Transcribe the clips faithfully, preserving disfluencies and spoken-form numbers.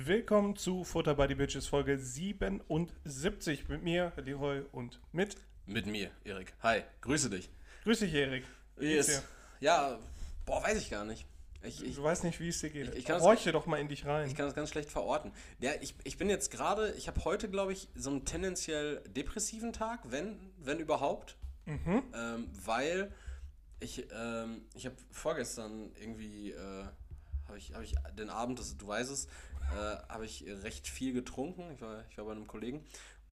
Willkommen zu Futter by the Bitches Folge siebenundsiebzig mit mir, Leroy, und mit... Mit mir, Erik. Hi, grüße dich. Grüß dich, Erik. Yes. Ja, boah, weiß ich gar nicht. Ich, ich, du weißt nicht, wie es dir geht. Ich, ich kann Horche doch mal in dich rein. Ich kann das ganz schlecht verorten. Ja, ich, ich bin jetzt gerade, ich habe heute, glaube ich, so einen tendenziell depressiven Tag, wenn, wenn überhaupt. Mhm. Ähm, weil ich, ähm, ich habe vorgestern irgendwie, äh, habe ich, hab ich den Abend, das, du weißt es, äh, habe ich recht viel getrunken. Ich war, ich war bei einem Kollegen.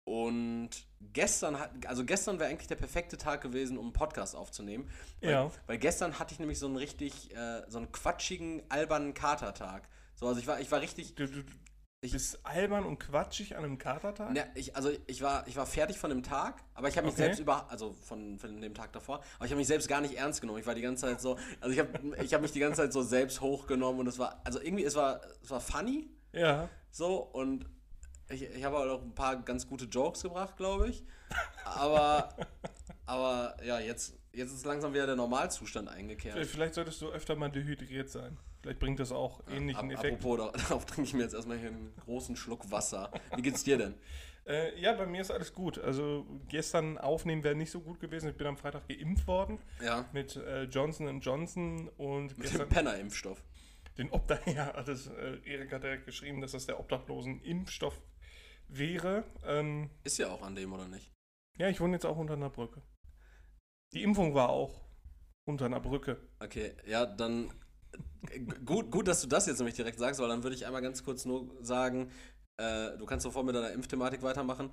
Und gestern, hat, also gestern wäre eigentlich der perfekte Tag gewesen, um einen Podcast aufzunehmen. Weil, Ja. weil gestern hatte ich nämlich so einen richtig, äh, so einen quatschigen, albernen Katertag. So, also ich war, ich war richtig... Du, du Ich- bist albern und quatschig an einem Katertag? Ja, ich, also ich war, ich war fertig von dem Tag, aber ich habe mich Okay. selbst über, also von, von dem Tag davor, aber ich habe mich selbst gar nicht ernst genommen. Ich war die ganze Zeit so, also ich habe ich hab mich die ganze Zeit so selbst hochgenommen und es war, also irgendwie, es war, es war funny, Ja. so, und ich, ich habe auch ein paar ganz gute Jokes gebracht, glaube ich, aber, aber ja, jetzt, jetzt ist langsam wieder der Normalzustand eingekehrt. Vielleicht solltest du öfter mal dehydriert sein. Vielleicht bringt das auch ähnlichen Ap- Effekt. Apropos, da- darauf trinke ich mir jetzt erstmal hier einen großen Schluck Wasser. Wie geht's dir denn? Äh, ja, bei mir ist alles gut. Also gestern aufnehmen wäre nicht so gut gewesen. Ich bin am Freitag geimpft worden Ja, mit äh, Johnson and Johnson und mit gestern dem Penner-Impfstoff. den Obdach... Ja, das, äh, Erik hat direkt geschrieben, dass das der Obdachlosen-Impfstoff wäre. Ähm, Ist ja auch an dem, oder nicht? ja, ich wohne jetzt auch unter einer Brücke. Die Impfung war auch unter einer Brücke. Okay, ja, dann äh, gut, gut, dass du das jetzt nämlich direkt sagst, weil dann würde ich einmal ganz kurz nur sagen, äh, du kannst sofort mit deiner Impfthematik weitermachen,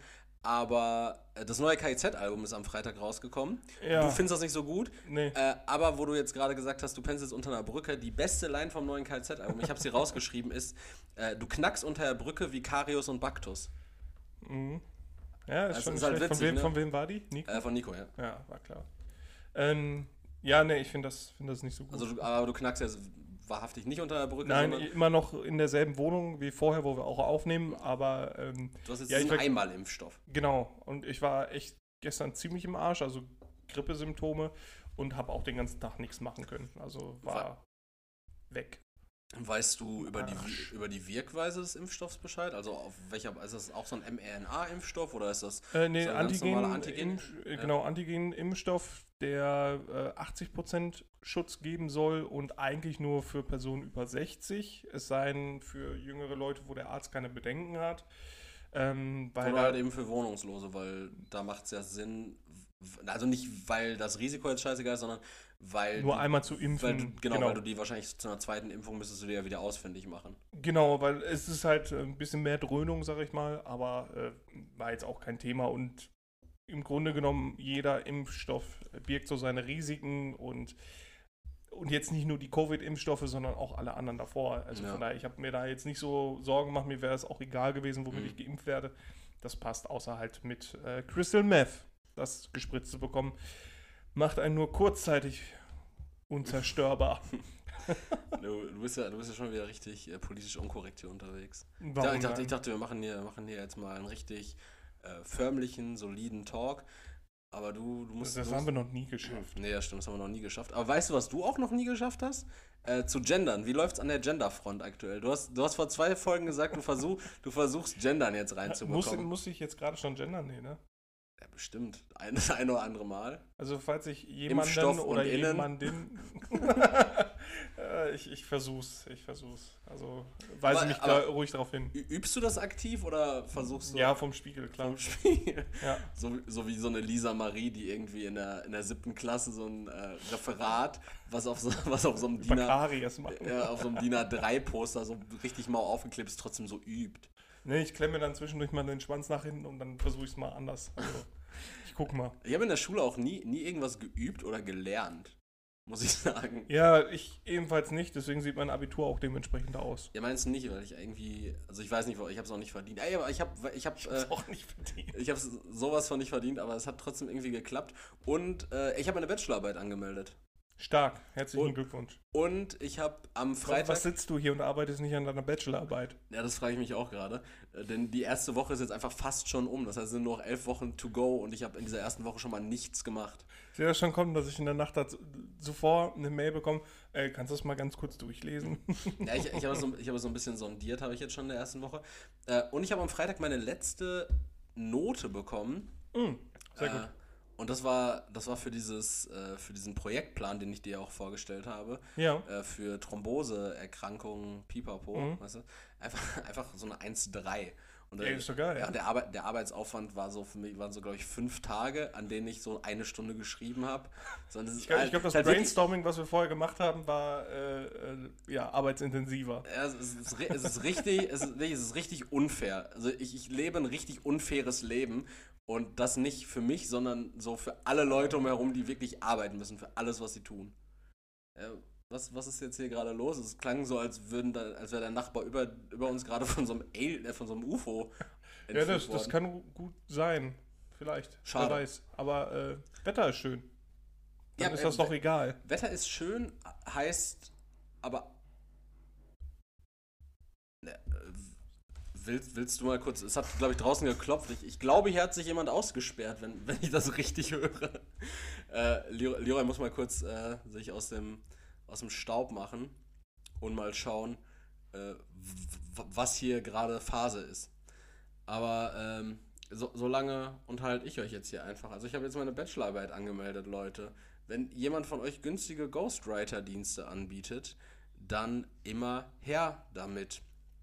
aber äh, das neue K I Z-Album ist am Freitag rausgekommen. Ja. Du findest das nicht so gut, Nee. äh, aber wo du jetzt gerade gesagt hast, du pennst jetzt unter einer Brücke, die beste Line vom neuen K I Z-Album, ich habe sie rausgeschrieben, ist, äh, du knackst unter der Brücke wie Karius und Baktus. Mhm. Ja, ist Das schon ist nicht halt schlecht. witzig, von, wem, ne? von wem war die? Nico? Äh, von Nico, ja. Ja, war klar. Ähm, ja, nee, ich finde das, find das nicht so gut. Also, du, aber du knackst ja wahrhaftig nicht unter der Brücke, Nein, sondern immer noch in derselben Wohnung wie vorher, wo wir auch aufnehmen, aber ähm, du hast jetzt ja, ich diesen war- Einmalimpfstoff. genau. Und ich war echt gestern ziemlich im Arsch, also Grippesymptome, und habe auch den ganzen Tag nichts machen können. Also war Wa- weg. Weißt du über die, Arsch. über die Wirkweise des Impfstoffs Bescheid? Also auf welcher, ist das auch so ein mRNA-Impfstoff oder ist das Äh, nee, so ein ganz Antigen, normaler Antigen? Impf- äh, Ja. genau, Antigen-Impfstoff, der äh, achtzig Prozent Schutz geben soll und eigentlich nur für Personen über sechzig, es sei denn für jüngere Leute, wo der Arzt keine Bedenken hat. Ähm, weil Oder da- halt eben für Wohnungslose, weil da macht es ja Sinn, w- also nicht, weil das Risiko jetzt scheißegal ist, sondern weil nur du, einmal zu impfen. weil du, genau, weil du die wahrscheinlich zu einer zweiten Impfung müsstest du die ja wieder ausfindig machen. Genau, weil es ist halt ein bisschen mehr Dröhnung, sag ich mal, aber äh, war jetzt auch kein Thema und im Grunde genommen jeder Impfstoff birgt so seine Risiken und, und jetzt nicht nur die Covid-Impfstoffe, sondern auch alle anderen davor. Also Ja. von daher, ich habe mir da jetzt nicht so Sorgen gemacht, mir wäre es auch egal gewesen, womit Mhm. ich geimpft werde. Das passt, außer halt mit äh, Crystal Meth, das gespritzt zu bekommen, macht einen nur kurzzeitig unzerstörbar. Du, du, bist ja, du bist ja schon wieder richtig äh, politisch unkorrekt hier unterwegs. Warum Ja, ich, dachte, dann? ich dachte, wir machen hier, machen hier jetzt mal einen richtig äh, förmlichen, soliden Talk. Aber du, du musst. Das du haben wir musst, noch nie geschafft. Nee, ja, stimmt, das haben wir noch nie geschafft. Aber weißt du, was du auch noch nie geschafft hast? Äh, zu gendern. Wie läuft's an der Genderfront aktuell? Du hast, du hast vor zwei Folgen gesagt, du, versuch, du versuchst Gendern jetzt Muss, reinzubekommen. muss ich jetzt gerade schon gendern? Nee, ne? Ja, bestimmt. Ein, das eine oder andere Mal. Also falls ich jemanden Impfstoff oder und innen. jemandin... Äh, ich, ich versuch's, ich versuch's. Also weise Aber- mich aber- da ruhig drauf hin. Ü- Übst du das aktiv oder versuchst du Ja, vom Spiegel, klar. vom Spiel? Ja. So, so wie so eine Lisa Marie, die irgendwie in der, in der siebten Klasse so ein äh, Referat, was auf so, was auf so einem Über DIN A, Karies machen. ja, auf so einem DIN A drei Poster so richtig mau aufgeklebt ist, trotzdem so übt. Ne, ich klemme mir dann zwischendurch mal den Schwanz nach hinten und dann versuche ich es mal anders. Also, ich guck mal. Ich habe in der Schule auch nie, nie irgendwas geübt oder gelernt, muss ich sagen. Ja, ich ebenfalls nicht, deswegen sieht mein Abitur auch dementsprechend aus. Ja, meinst du nicht, weil ich irgendwie, also ich weiß nicht, ich habe es auch nicht verdient. Ey, aber ich habe, ich habe, äh, Auch nicht verdient. ich habe sowas von nicht verdient, aber es hat trotzdem irgendwie geklappt. Und äh, ich habe eine Bachelorarbeit angemeldet. Stark. Herzlichen Und- Glückwunsch. Und ich habe am Was, Freitag... was sitzt du hier und arbeitest nicht an deiner Bachelorarbeit? Ja, das frage ich mich auch gerade. Äh, Denn die erste Woche ist jetzt einfach fast schon um. Das heißt, es sind nur noch elf Wochen to go und ich habe in dieser ersten Woche schon mal nichts gemacht. Ich sehe das schon kommen, dass ich in der Nacht dazu, zuvor eine Mail bekomme. Äh, kannst du das mal ganz kurz durchlesen? Ja, ich, ich habe so, ich habe so ein bisschen sondiert, habe ich jetzt schon in der ersten Woche. Äh, Und ich habe am Freitag meine letzte Note bekommen. Mm, sehr gut. Äh, Und das war, das war für dieses, äh, für diesen Projektplan, den ich dir auch vorgestellt habe, Ja. äh, für Thromboseerkrankungen, Pipapo, Mhm. weißt du? Einfach, einfach so eine eins Komma drei. Und Ey, ist doch geil. ja, der, Arbeit, der Arbeitsaufwand war so für mich, waren so, glaube ich, fünf Tage, an denen ich so eine Stunde geschrieben habe. Ich glaube, glaub, das halt Brainstorming, was wir vorher gemacht haben, war äh, äh, ja, arbeitsintensiver. Ja, es ist, es ist richtig, es ist, es ist richtig unfair. Also ich, ich lebe ein richtig unfaires Leben und das nicht für mich, sondern so für alle Leute umherum, die wirklich arbeiten müssen, für alles, was sie tun. Ja, was, was ist jetzt hier gerade los? Es klang so, als würden da, als wäre der Nachbar über, über uns gerade von so einem Al- äh, von so einem U F O Ja, entführt das, das worden. kann gut sein. Vielleicht. Schade. Wer weiß. Aber äh, Wetter ist schön. Dann Ja, ist äh, das doch egal. Wetter ist schön, heißt aber. Ne, äh, willst, willst du mal kurz. Es hat, glaube ich, draußen geklopft. Ich, ich glaube, hier hat sich jemand ausgesperrt, wenn, wenn ich das richtig höre. Äh, Leroy, Leroy muss mal kurz äh, sich aus dem, aus dem Staub machen und mal schauen, äh, w- w- was hier gerade Phase ist. Aber ähm, so, so lange unterhalte ich euch jetzt hier einfach. Also ich habe jetzt meine Bachelorarbeit angemeldet, Leute. Wenn jemand von euch günstige Ghostwriter-Dienste anbietet, dann immer her damit.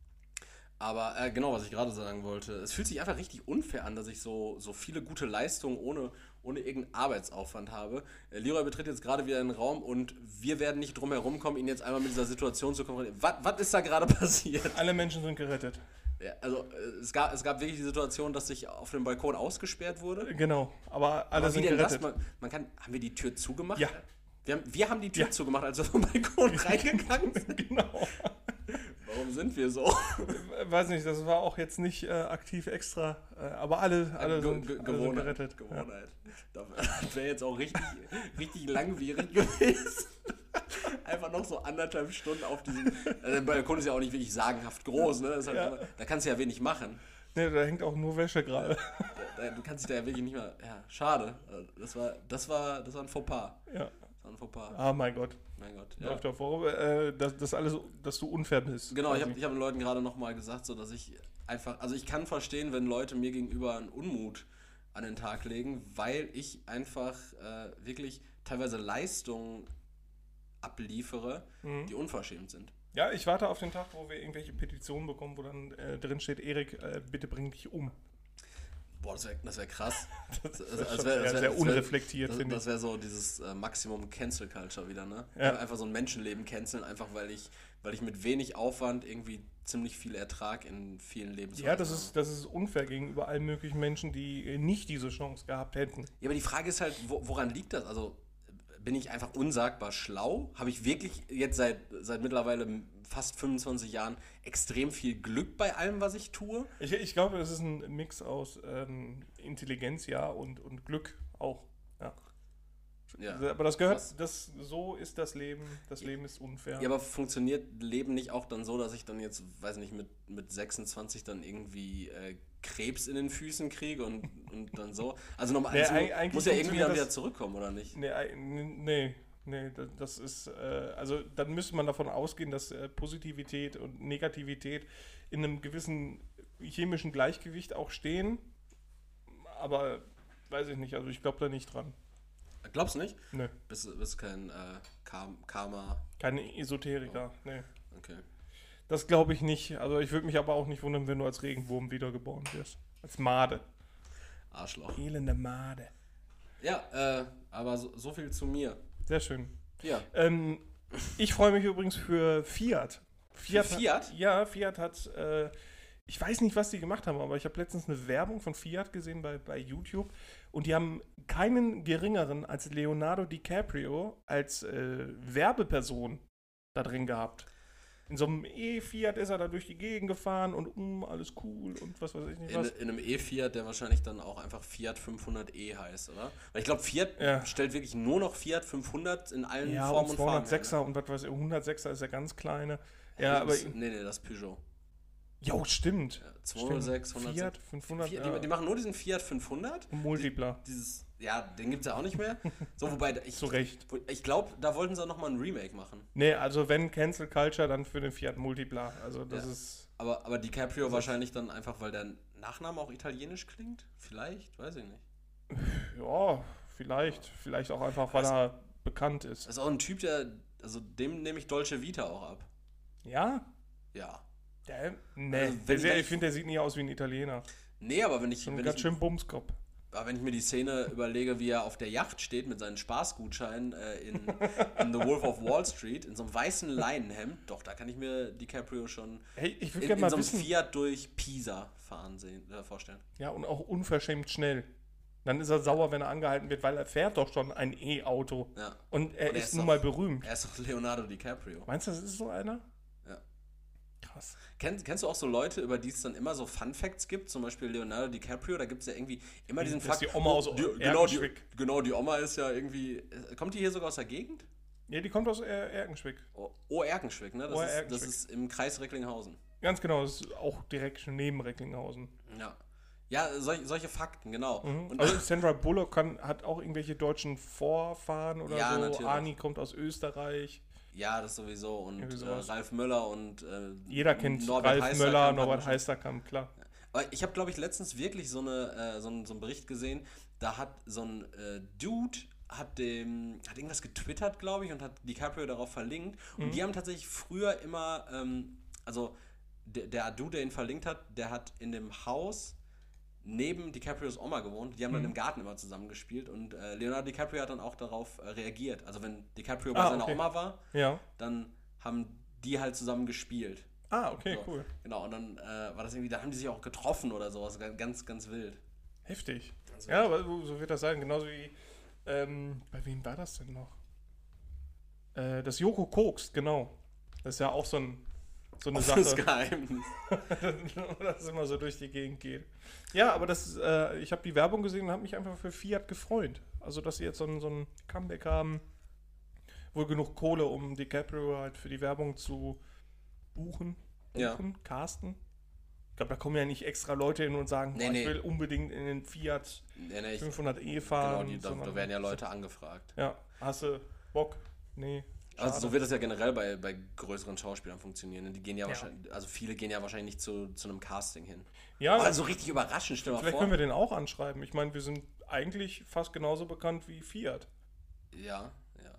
Aber äh, genau, was ich gerade sagen wollte, es fühlt sich einfach richtig unfair an, dass ich so, so viele gute Leistungen ohne, ohne irgendeinen Arbeitsaufwand habe. Äh, Leroy betritt jetzt gerade wieder den Raum und wir werden nicht drum herum kommen, ihn jetzt einmal mit dieser Situation zu konfrontieren. Was, was ist da gerade passiert? Alle Menschen sind gerettet. Ja, also äh, es gab, es gab wirklich die Situation, dass ich auf dem Balkon ausgesperrt wurde. Genau. Aber alle Aber wie sind denn das? gerettet. Man, man kann, haben wir die Tür zugemacht? Ja. Wir haben, wir haben die Tür Ja. zugemacht, als wir vom Balkon reingegangen sind. Genau. Warum sind wir so? Weiß nicht, das war auch jetzt nicht äh, aktiv extra. Äh, aber alle, alle, Ge- sind, Ge- alle sind Gewohnheit. gerettet. Ja. Gewohnheit. Das wäre jetzt auch richtig, richtig langwierig gewesen. Einfach noch so anderthalb Stunden auf diesem. Also der Balkon ist ja auch nicht wirklich sagenhaft groß, ne? Das ist halt Ja. immer, da kannst du ja wenig machen. Nee, da hängt auch nur Wäsche gerade. Da, da, du kannst dich da ja wirklich nicht mehr. Ja, schade. Das war, das war, das war ein Fauxpas. Ja. Das war ein Fauxpas. Ah, mein Gott. Mein Gott. Ja. Läuft davor, äh, dass das alles, dass du unfair bist. Genau, ich habe quasi. ich hab den Leuten gerade nochmal gesagt, so dass ich einfach, also ich kann verstehen, wenn Leute mir gegenüber einen Unmut an den Tag legen, weil ich einfach äh, wirklich teilweise Leistungen abliefere, Mhm. die unverschämt sind. Ja, ich warte auf den Tag, wo wir irgendwelche Petitionen bekommen, wo dann äh, drin steht, Erik, äh, bitte bring dich um. Boah, das wäre das wär krass. Das Das- ist das schon wär- sehr, das wär- sehr das wär- unreflektiert, Das, finde das ich. wäre so dieses äh, Maximum Cancel Culture wieder, ne? Ja. Einfach so ein Menschenleben canceln, einfach weil ich, weil ich mit wenig Aufwand irgendwie ziemlich viel Ertrag in vielen Lebensweisen Ja, das habe. ist, das ist unfair gegenüber allen möglichen Menschen, die äh, nicht diese Chance gehabt hätten. Ja, aber die Frage ist halt, wo, woran liegt das? Also bin ich einfach unsagbar schlau? Habe ich wirklich jetzt seit, seit mittlerweile fast fünfundzwanzig Jahren extrem viel Glück bei allem, was ich tue? Ich, ich glaube, das ist ein Mix aus ähm, Intelligenz, ja, und, und Glück auch. Ja. Ja. Aber das gehört, Krass. das, so ist das Leben. Das Leben ist unfair. Ja, aber funktioniert Leben nicht auch dann so, dass ich dann jetzt, weiß nicht, mit, mit sechsundzwanzig dann irgendwie äh, Krebs in den Füßen kriege und, und dann so? Also nochmal, Nee, also, eig- eigentlich muss ja irgendwie dann funktioniert wieder das- zurückkommen, oder nicht? Nee, ei- nee, nee, da- das ist, äh, also dann müsste man davon ausgehen, dass äh, Positivität und Negativität in einem gewissen chemischen Gleichgewicht auch stehen. Aber weiß ich nicht, also ich glaube da nicht dran. Glaubst du nicht? Nö, Bist, bist kein äh, Kar- Karma. keine Esoteriker, nee. Okay. Das glaube ich nicht. Also ich würde mich aber auch nicht wundern, wenn du als Regenwurm wiedergeboren wirst. Als Made. Arschloch. Elende Made. Ja, äh, aber so, so viel zu mir. Sehr schön. Ja. Ähm, ich freue mich übrigens für Fiat. Fiat? Für Fiat? Hat, ja, Fiat hat, äh, ich weiß nicht, was die gemacht haben, aber ich habe letztens eine Werbung von Fiat gesehen bei, bei YouTube und die haben keinen geringeren als Leonardo DiCaprio als äh, Werbeperson da drin gehabt. In so einem E-Fiat ist er da durch die Gegend gefahren und um, alles cool und was weiß ich nicht In, was. in einem E-Fiat, der wahrscheinlich dann auch einfach Fiat fünfhundert e heißt, oder? Weil ich glaube, Fiat Ja. stellt wirklich nur noch Fiat fünfhundert in allen Ja, Formen und und Farben. zweihundertsechser und was weiß ich, hundertsechser ist der ganz kleine. Ja, Ja, aber... das, nee, nee, das ist Peugeot. Jo, stimmt. Ja, zweihundertsechs, Stimmt. hundertsechs. Fiat fünfhundert. Fiat, ja. die, die machen nur diesen Fiat fünfhundert. Und Multipla. Dieses, ja, den gibt es ja auch nicht mehr. So, wobei, ich, Zu Recht. ich glaube, da wollten sie nochmal ein Remake machen. Nee, also wenn Cancel Culture, dann für den Fiat Multipla. Also das Ja. ist... Aber, aber DiCaprio Das wahrscheinlich dann einfach, weil der Nachname auch italienisch klingt? Vielleicht? Weiß ich nicht. Ja, vielleicht. Vielleicht auch einfach, weil Also- er bekannt ist. Das ist auch ein Typ, der, also dem nehme ich Dolce Vita auch ab. Ja? Ja. Der, nee, Also, der wenn sehr, ich- ich finde, der sieht nie aus wie ein Italiener. Nee, aber wenn ich, So ein wenn ganz ich, schön Bumskopf. aber wenn ich mir die Szene überlege, wie er auf der Yacht steht mit seinen Spaßgutscheinen äh, in, in The Wolf of Wall Street, in so einem weißen Leinenhemd, doch, da kann ich mir DiCaprio schon Hey, ich würde in, gerne in mal so einem wissen. Fiat durch Pisa fahren sehen, äh, vorstellen. Ja, und auch unverschämt schnell. Dann ist er sauer, wenn er angehalten wird, weil er fährt doch schon ein E-Auto. Ja. Und er Und er ist ist nun doch- mal berühmt. Er ist doch Leonardo DiCaprio. Meinst du, das ist so einer? Ja. Krass. Kennst, kennst du auch so Leute, über die es dann immer so Fun Facts gibt? Zum Beispiel Leonardo DiCaprio, da gibt es ja irgendwie immer diesen Das ist die Oma aus die, genau, die, Erkenschwick. genau, die Oma ist ja irgendwie. äh, Kommt die hier sogar aus der Gegend? Ja, die kommt aus er Erkenschwick. Oh, oh Erkenschwick, ne? Das, Oh, ist, das Erkenschwick. ist im Kreis Recklinghausen. Ganz genau, das ist auch direkt schon neben Recklinghausen. Ja. Ja, solch, solche Fakten, genau. Mhm. Und, Also Sandra Bullock kann, hat auch irgendwelche deutschen Vorfahren oder Ja, so. natürlich. Arnie kommt aus Österreich. ja, das sowieso. Und Irgendwie äh, sowas. Ralf Möller und äh, Jeder kennt Norbert Ralf Heisterkamp Möller, hatten wir Norbert schon. Heisterkamp, klar. Aber ich habe, glaube ich, letztens wirklich so, eine, äh, so, einen, so einen Bericht gesehen, da hat so ein äh, Dude hat dem hat irgendwas getwittert, glaube ich, und hat DiCaprio darauf verlinkt. Und Mhm. die haben tatsächlich früher immer, ähm, also der, der Dude, der ihn verlinkt hat, der hat in dem Haus neben DiCaprios Oma gewohnt. Die haben dann Mhm. im Garten immer zusammen gespielt und äh, Leonardo DiCaprio hat dann auch darauf äh, reagiert. Also wenn DiCaprio bei Ah, seiner okay. Oma war, Ja. dann haben die halt zusammen gespielt. Ah, okay, So. cool. Genau, und dann äh, war das irgendwie, da haben die sich auch getroffen oder sowas. Ganz, ganz wild. Heftig. Ganz Ja, aber so so wird das sein. Genauso wie, ähm, bei wem war das denn noch? Äh, das Joko Koks, genau. Das ist ja auch so, ein, so eine Offenes Sache, Geheimnis. das immer so durch die Gegend geht. Ja, aber das, äh, ich habe die Werbung gesehen und habe mich einfach für Fiat gefreut. Also, dass sie jetzt so ein, so ein Comeback haben. Wohl genug Kohle, um DiCaprio halt für die Werbung zu buchen. Ja. Buchen, casten. Ich glaube, da kommen ja nicht extra Leute hin und sagen, Nee, boah, nee. ich will unbedingt in den Fiat Nee, nee, ich, fünfhundert e genau, fahren. die, da, sondern- da werden ja Leute angefragt. Ja, hast du Bock? Nee. Also schade. so wird das ja generell bei, bei größeren Schauspielern funktionieren. Die gehen ja, Ja. wahrscheinlich, also viele gehen ja wahrscheinlich nicht zu, zu einem Casting hin. Ja, Aber so richtig überraschend, stell mal vielleicht vor. können wir den auch anschreiben. Ich meine, wir sind eigentlich fast genauso bekannt wie Fiat. Ja, ja.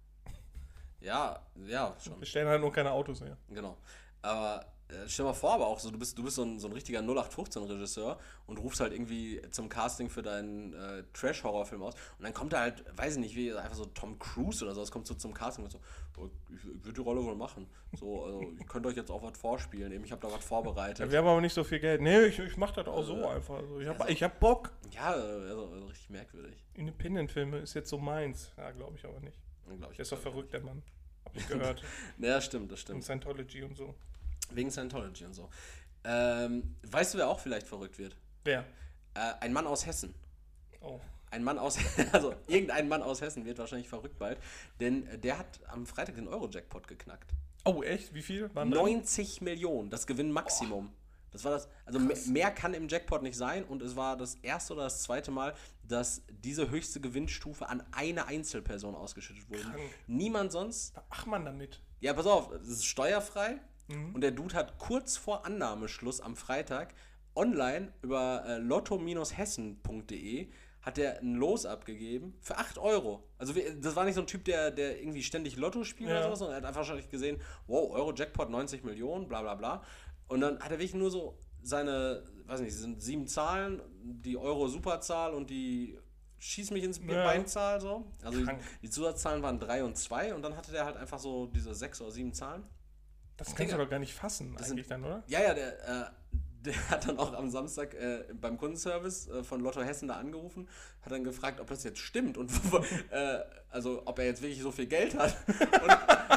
Ja, ja, schon. Wir stellen halt nur keine Autos her. Genau. Aber äh, stell mal vor, aber auch so, du bist, du bist so ein, so ein richtiger null acht fünfzehn-Regisseur und rufst halt irgendwie zum Casting für deinen äh, Trash-Horrorfilm aus. Und dann kommt da halt, weiß ich nicht, wie einfach so Tom Cruise oder so, es kommt so zum Casting und so, oh, ich, ich würde die Rolle wohl machen. So, also, ihr könnt euch jetzt auch was vorspielen, eben, ich habe da was vorbereitet. Ja, wir haben aber nicht so viel Geld. Nee, ich, ich mach das auch so Äh, einfach. Also ich habe also- ich hab Bock. Ja, also, also richtig merkwürdig. Independent-Filme ist jetzt so meins. Ja, glaube ich aber nicht. Glaub ich. Der ist doch verrückt, der Mann. Hab ich gehört. Ja, stimmt, das Und stimmt. Scientology und so. Wegen Scientology und so. Ähm, weißt du, wer auch vielleicht verrückt wird? Wer? Äh, ein Mann aus Hessen. Oh. Ein Mann aus, also irgendein Mann aus Hessen wird wahrscheinlich verrückt bald, denn äh, der hat am Freitag den Euro-Jackpot geknackt. Oh, echt? Wie viel? Waren drin? neunzig Millionen, das Gewinnmaximum. Das war das, also me- mehr kann im Jackpot nicht sein und es war das erste oder das zweite Mal, dass diese höchste Gewinnstufe an eine Einzelperson ausgeschüttet wurde. Krank. Niemand sonst. Was macht man damit? Ja, pass auf, es ist steuerfrei Mhm. und der Dude hat kurz vor Annahmeschluss am Freitag online über äh, lotto hessen punkt de hat er ein Los abgegeben für acht Euro. Also wir- das war nicht so ein Typ, der, der irgendwie ständig Lotto spielt Ja. oder sowas, sondern er hat einfach wahrscheinlich gesehen, wow, Euro-Jackpot neunzig Millionen, bla bla bla. Und dann hat er wirklich nur so seine, weiß nicht, es sind sieben Zahlen, die Euro-Superzahl und die Schieß mich ins Ja. Beinzahl so. Also die, Krank. die Zusatzzahlen waren drei und zwei und dann hatte der halt einfach so diese sechs oder sieben Zahlen. Das kannst Digga. du doch gar nicht fassen, Das eigentlich sind- dann, oder? Ja, ja, der, äh, der hat dann auch am Samstag äh, beim Kundenservice äh, von Lotto Hessen da angerufen, hat dann gefragt, ob das jetzt stimmt und äh, also ob er jetzt wirklich so viel Geld hat. Und, und,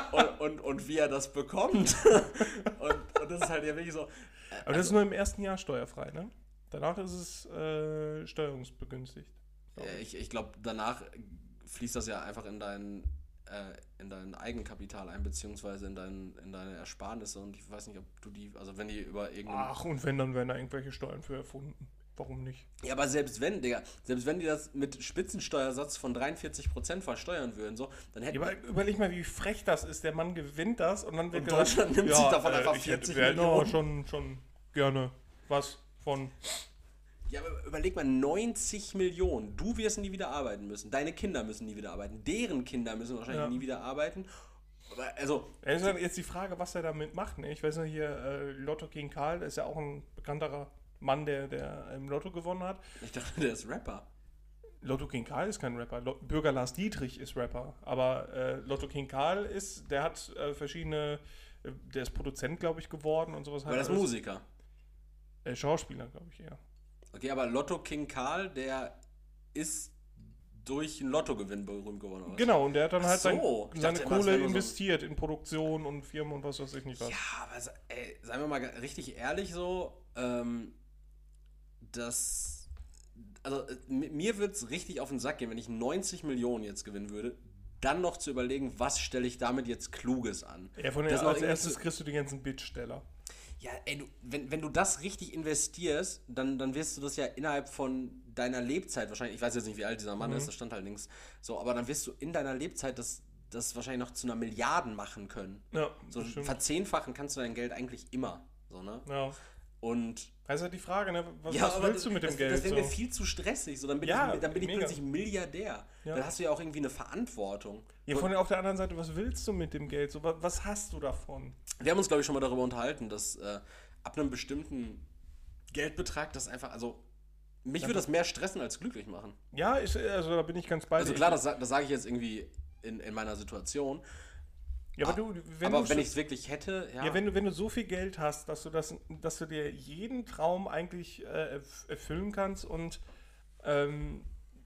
und, und wie er das bekommt. und, und das ist halt ja wirklich so. Äh, Aber das also, ist nur im ersten Jahr steuerfrei, ne? Danach ist es äh, steuerungsbegünstigt. äh, ich ich glaube, danach fließt das ja einfach in dein, äh, in dein Eigenkapital ein, beziehungsweise in, dein, in deine Ersparnisse. Und ich weiß nicht, ob du die, also wenn die über irgendeinen. Ach, und wenn, dann werden da irgendwelche Steuern für erfunden. Warum nicht? Ja, aber selbst wenn, Digga, selbst wenn die das mit Spitzensteuersatz von dreiundvierzig Prozent versteuern würden, so, dann hätten Ja, aber überleg mal, wie frech das ist. Der Mann gewinnt das und dann wird Und Deutschland nimmt sich davon einfach vierzig hätte, Millionen. Ja, schon, schon gerne was von. Ja, aber überleg mal, neunzig Millionen. Du wirst nie wieder arbeiten müssen. Deine Kinder müssen nie wieder arbeiten. Deren Kinder müssen wahrscheinlich Ja. nie wieder arbeiten. Aber also. Ja, ist halt jetzt die Frage, was er damit macht. Ne? Ich weiß noch hier, äh, Lotto King Karl, der ist ja auch ein bekannterer Mann, der, der im Lotto gewonnen hat. Ich dachte, der ist Rapper. Lotto King Karl ist kein Rapper. Lo- Bürger Lars Dietrich ist Rapper. Aber äh, Lotto King Karl ist, der hat äh, verschiedene, äh, der ist Produzent, glaube ich, geworden und sowas. Aber das ist Musiker. Äh, Schauspieler, glaube ich, eher. Okay, aber Lotto King Karl, der ist durch einen Lottogewinn berühmt geworden, oder? Genau, und der hat dann Ach halt sein, so. Ich seine dachte immer, das wäre Kohle nur so ein- investiert in Produktion und Firmen und was weiß ich nicht was. Ja, aber se- ey, seien wir mal ga- richtig ehrlich so, ähm, dass, also äh, mi- mir würde es richtig auf den Sack gehen, wenn ich neunzig Millionen jetzt gewinnen würde, dann noch zu überlegen, was stelle ich damit jetzt Kluges an. Ja, von Das der, noch als irgendwie erstes zu- kriegst du die ganzen Bittsteller. Ja, ey, du, wenn, wenn du das richtig investierst, dann, dann wirst du das ja innerhalb von deiner Lebzeit wahrscheinlich, ich weiß jetzt nicht, wie alt dieser Mann Mhm. ist, das stand halt links, so, aber dann wirst du in deiner Lebzeit das, das wahrscheinlich noch zu einer Milliarden machen können. Ja, So das stimmt. verzehnfachen kannst du dein Geld eigentlich immer, so, ne? Ja. Und Das ist halt die Frage, ne? Was, ja, was aber willst du mit dem das, Geld? Das wäre so? mir viel zu stressig, so, dann bin Ja, ich, dann bin ich mega. plötzlich Milliardär. Ja. Dann hast du ja auch irgendwie eine Verantwortung. Ja, von der, auf der anderen Seite, was willst du mit dem Geld? So, wa- was hast du davon? Wir haben uns, glaube ich, schon mal darüber unterhalten, dass äh, ab einem bestimmten Geldbetrag das einfach, also mich würde das mehr stressen als glücklich machen. Ja, ich, also da bin ich ganz bei Also dir. klar, das, sa- das sage ich jetzt irgendwie in, in meiner Situation. Ja, aber du, wenn aber du wenn so- ich es wirklich hätte, ja. Ja, wenn du, wenn du so viel Geld hast, dass du das, dass du dir jeden Traum eigentlich äh, erf- erfüllen kannst und ähm,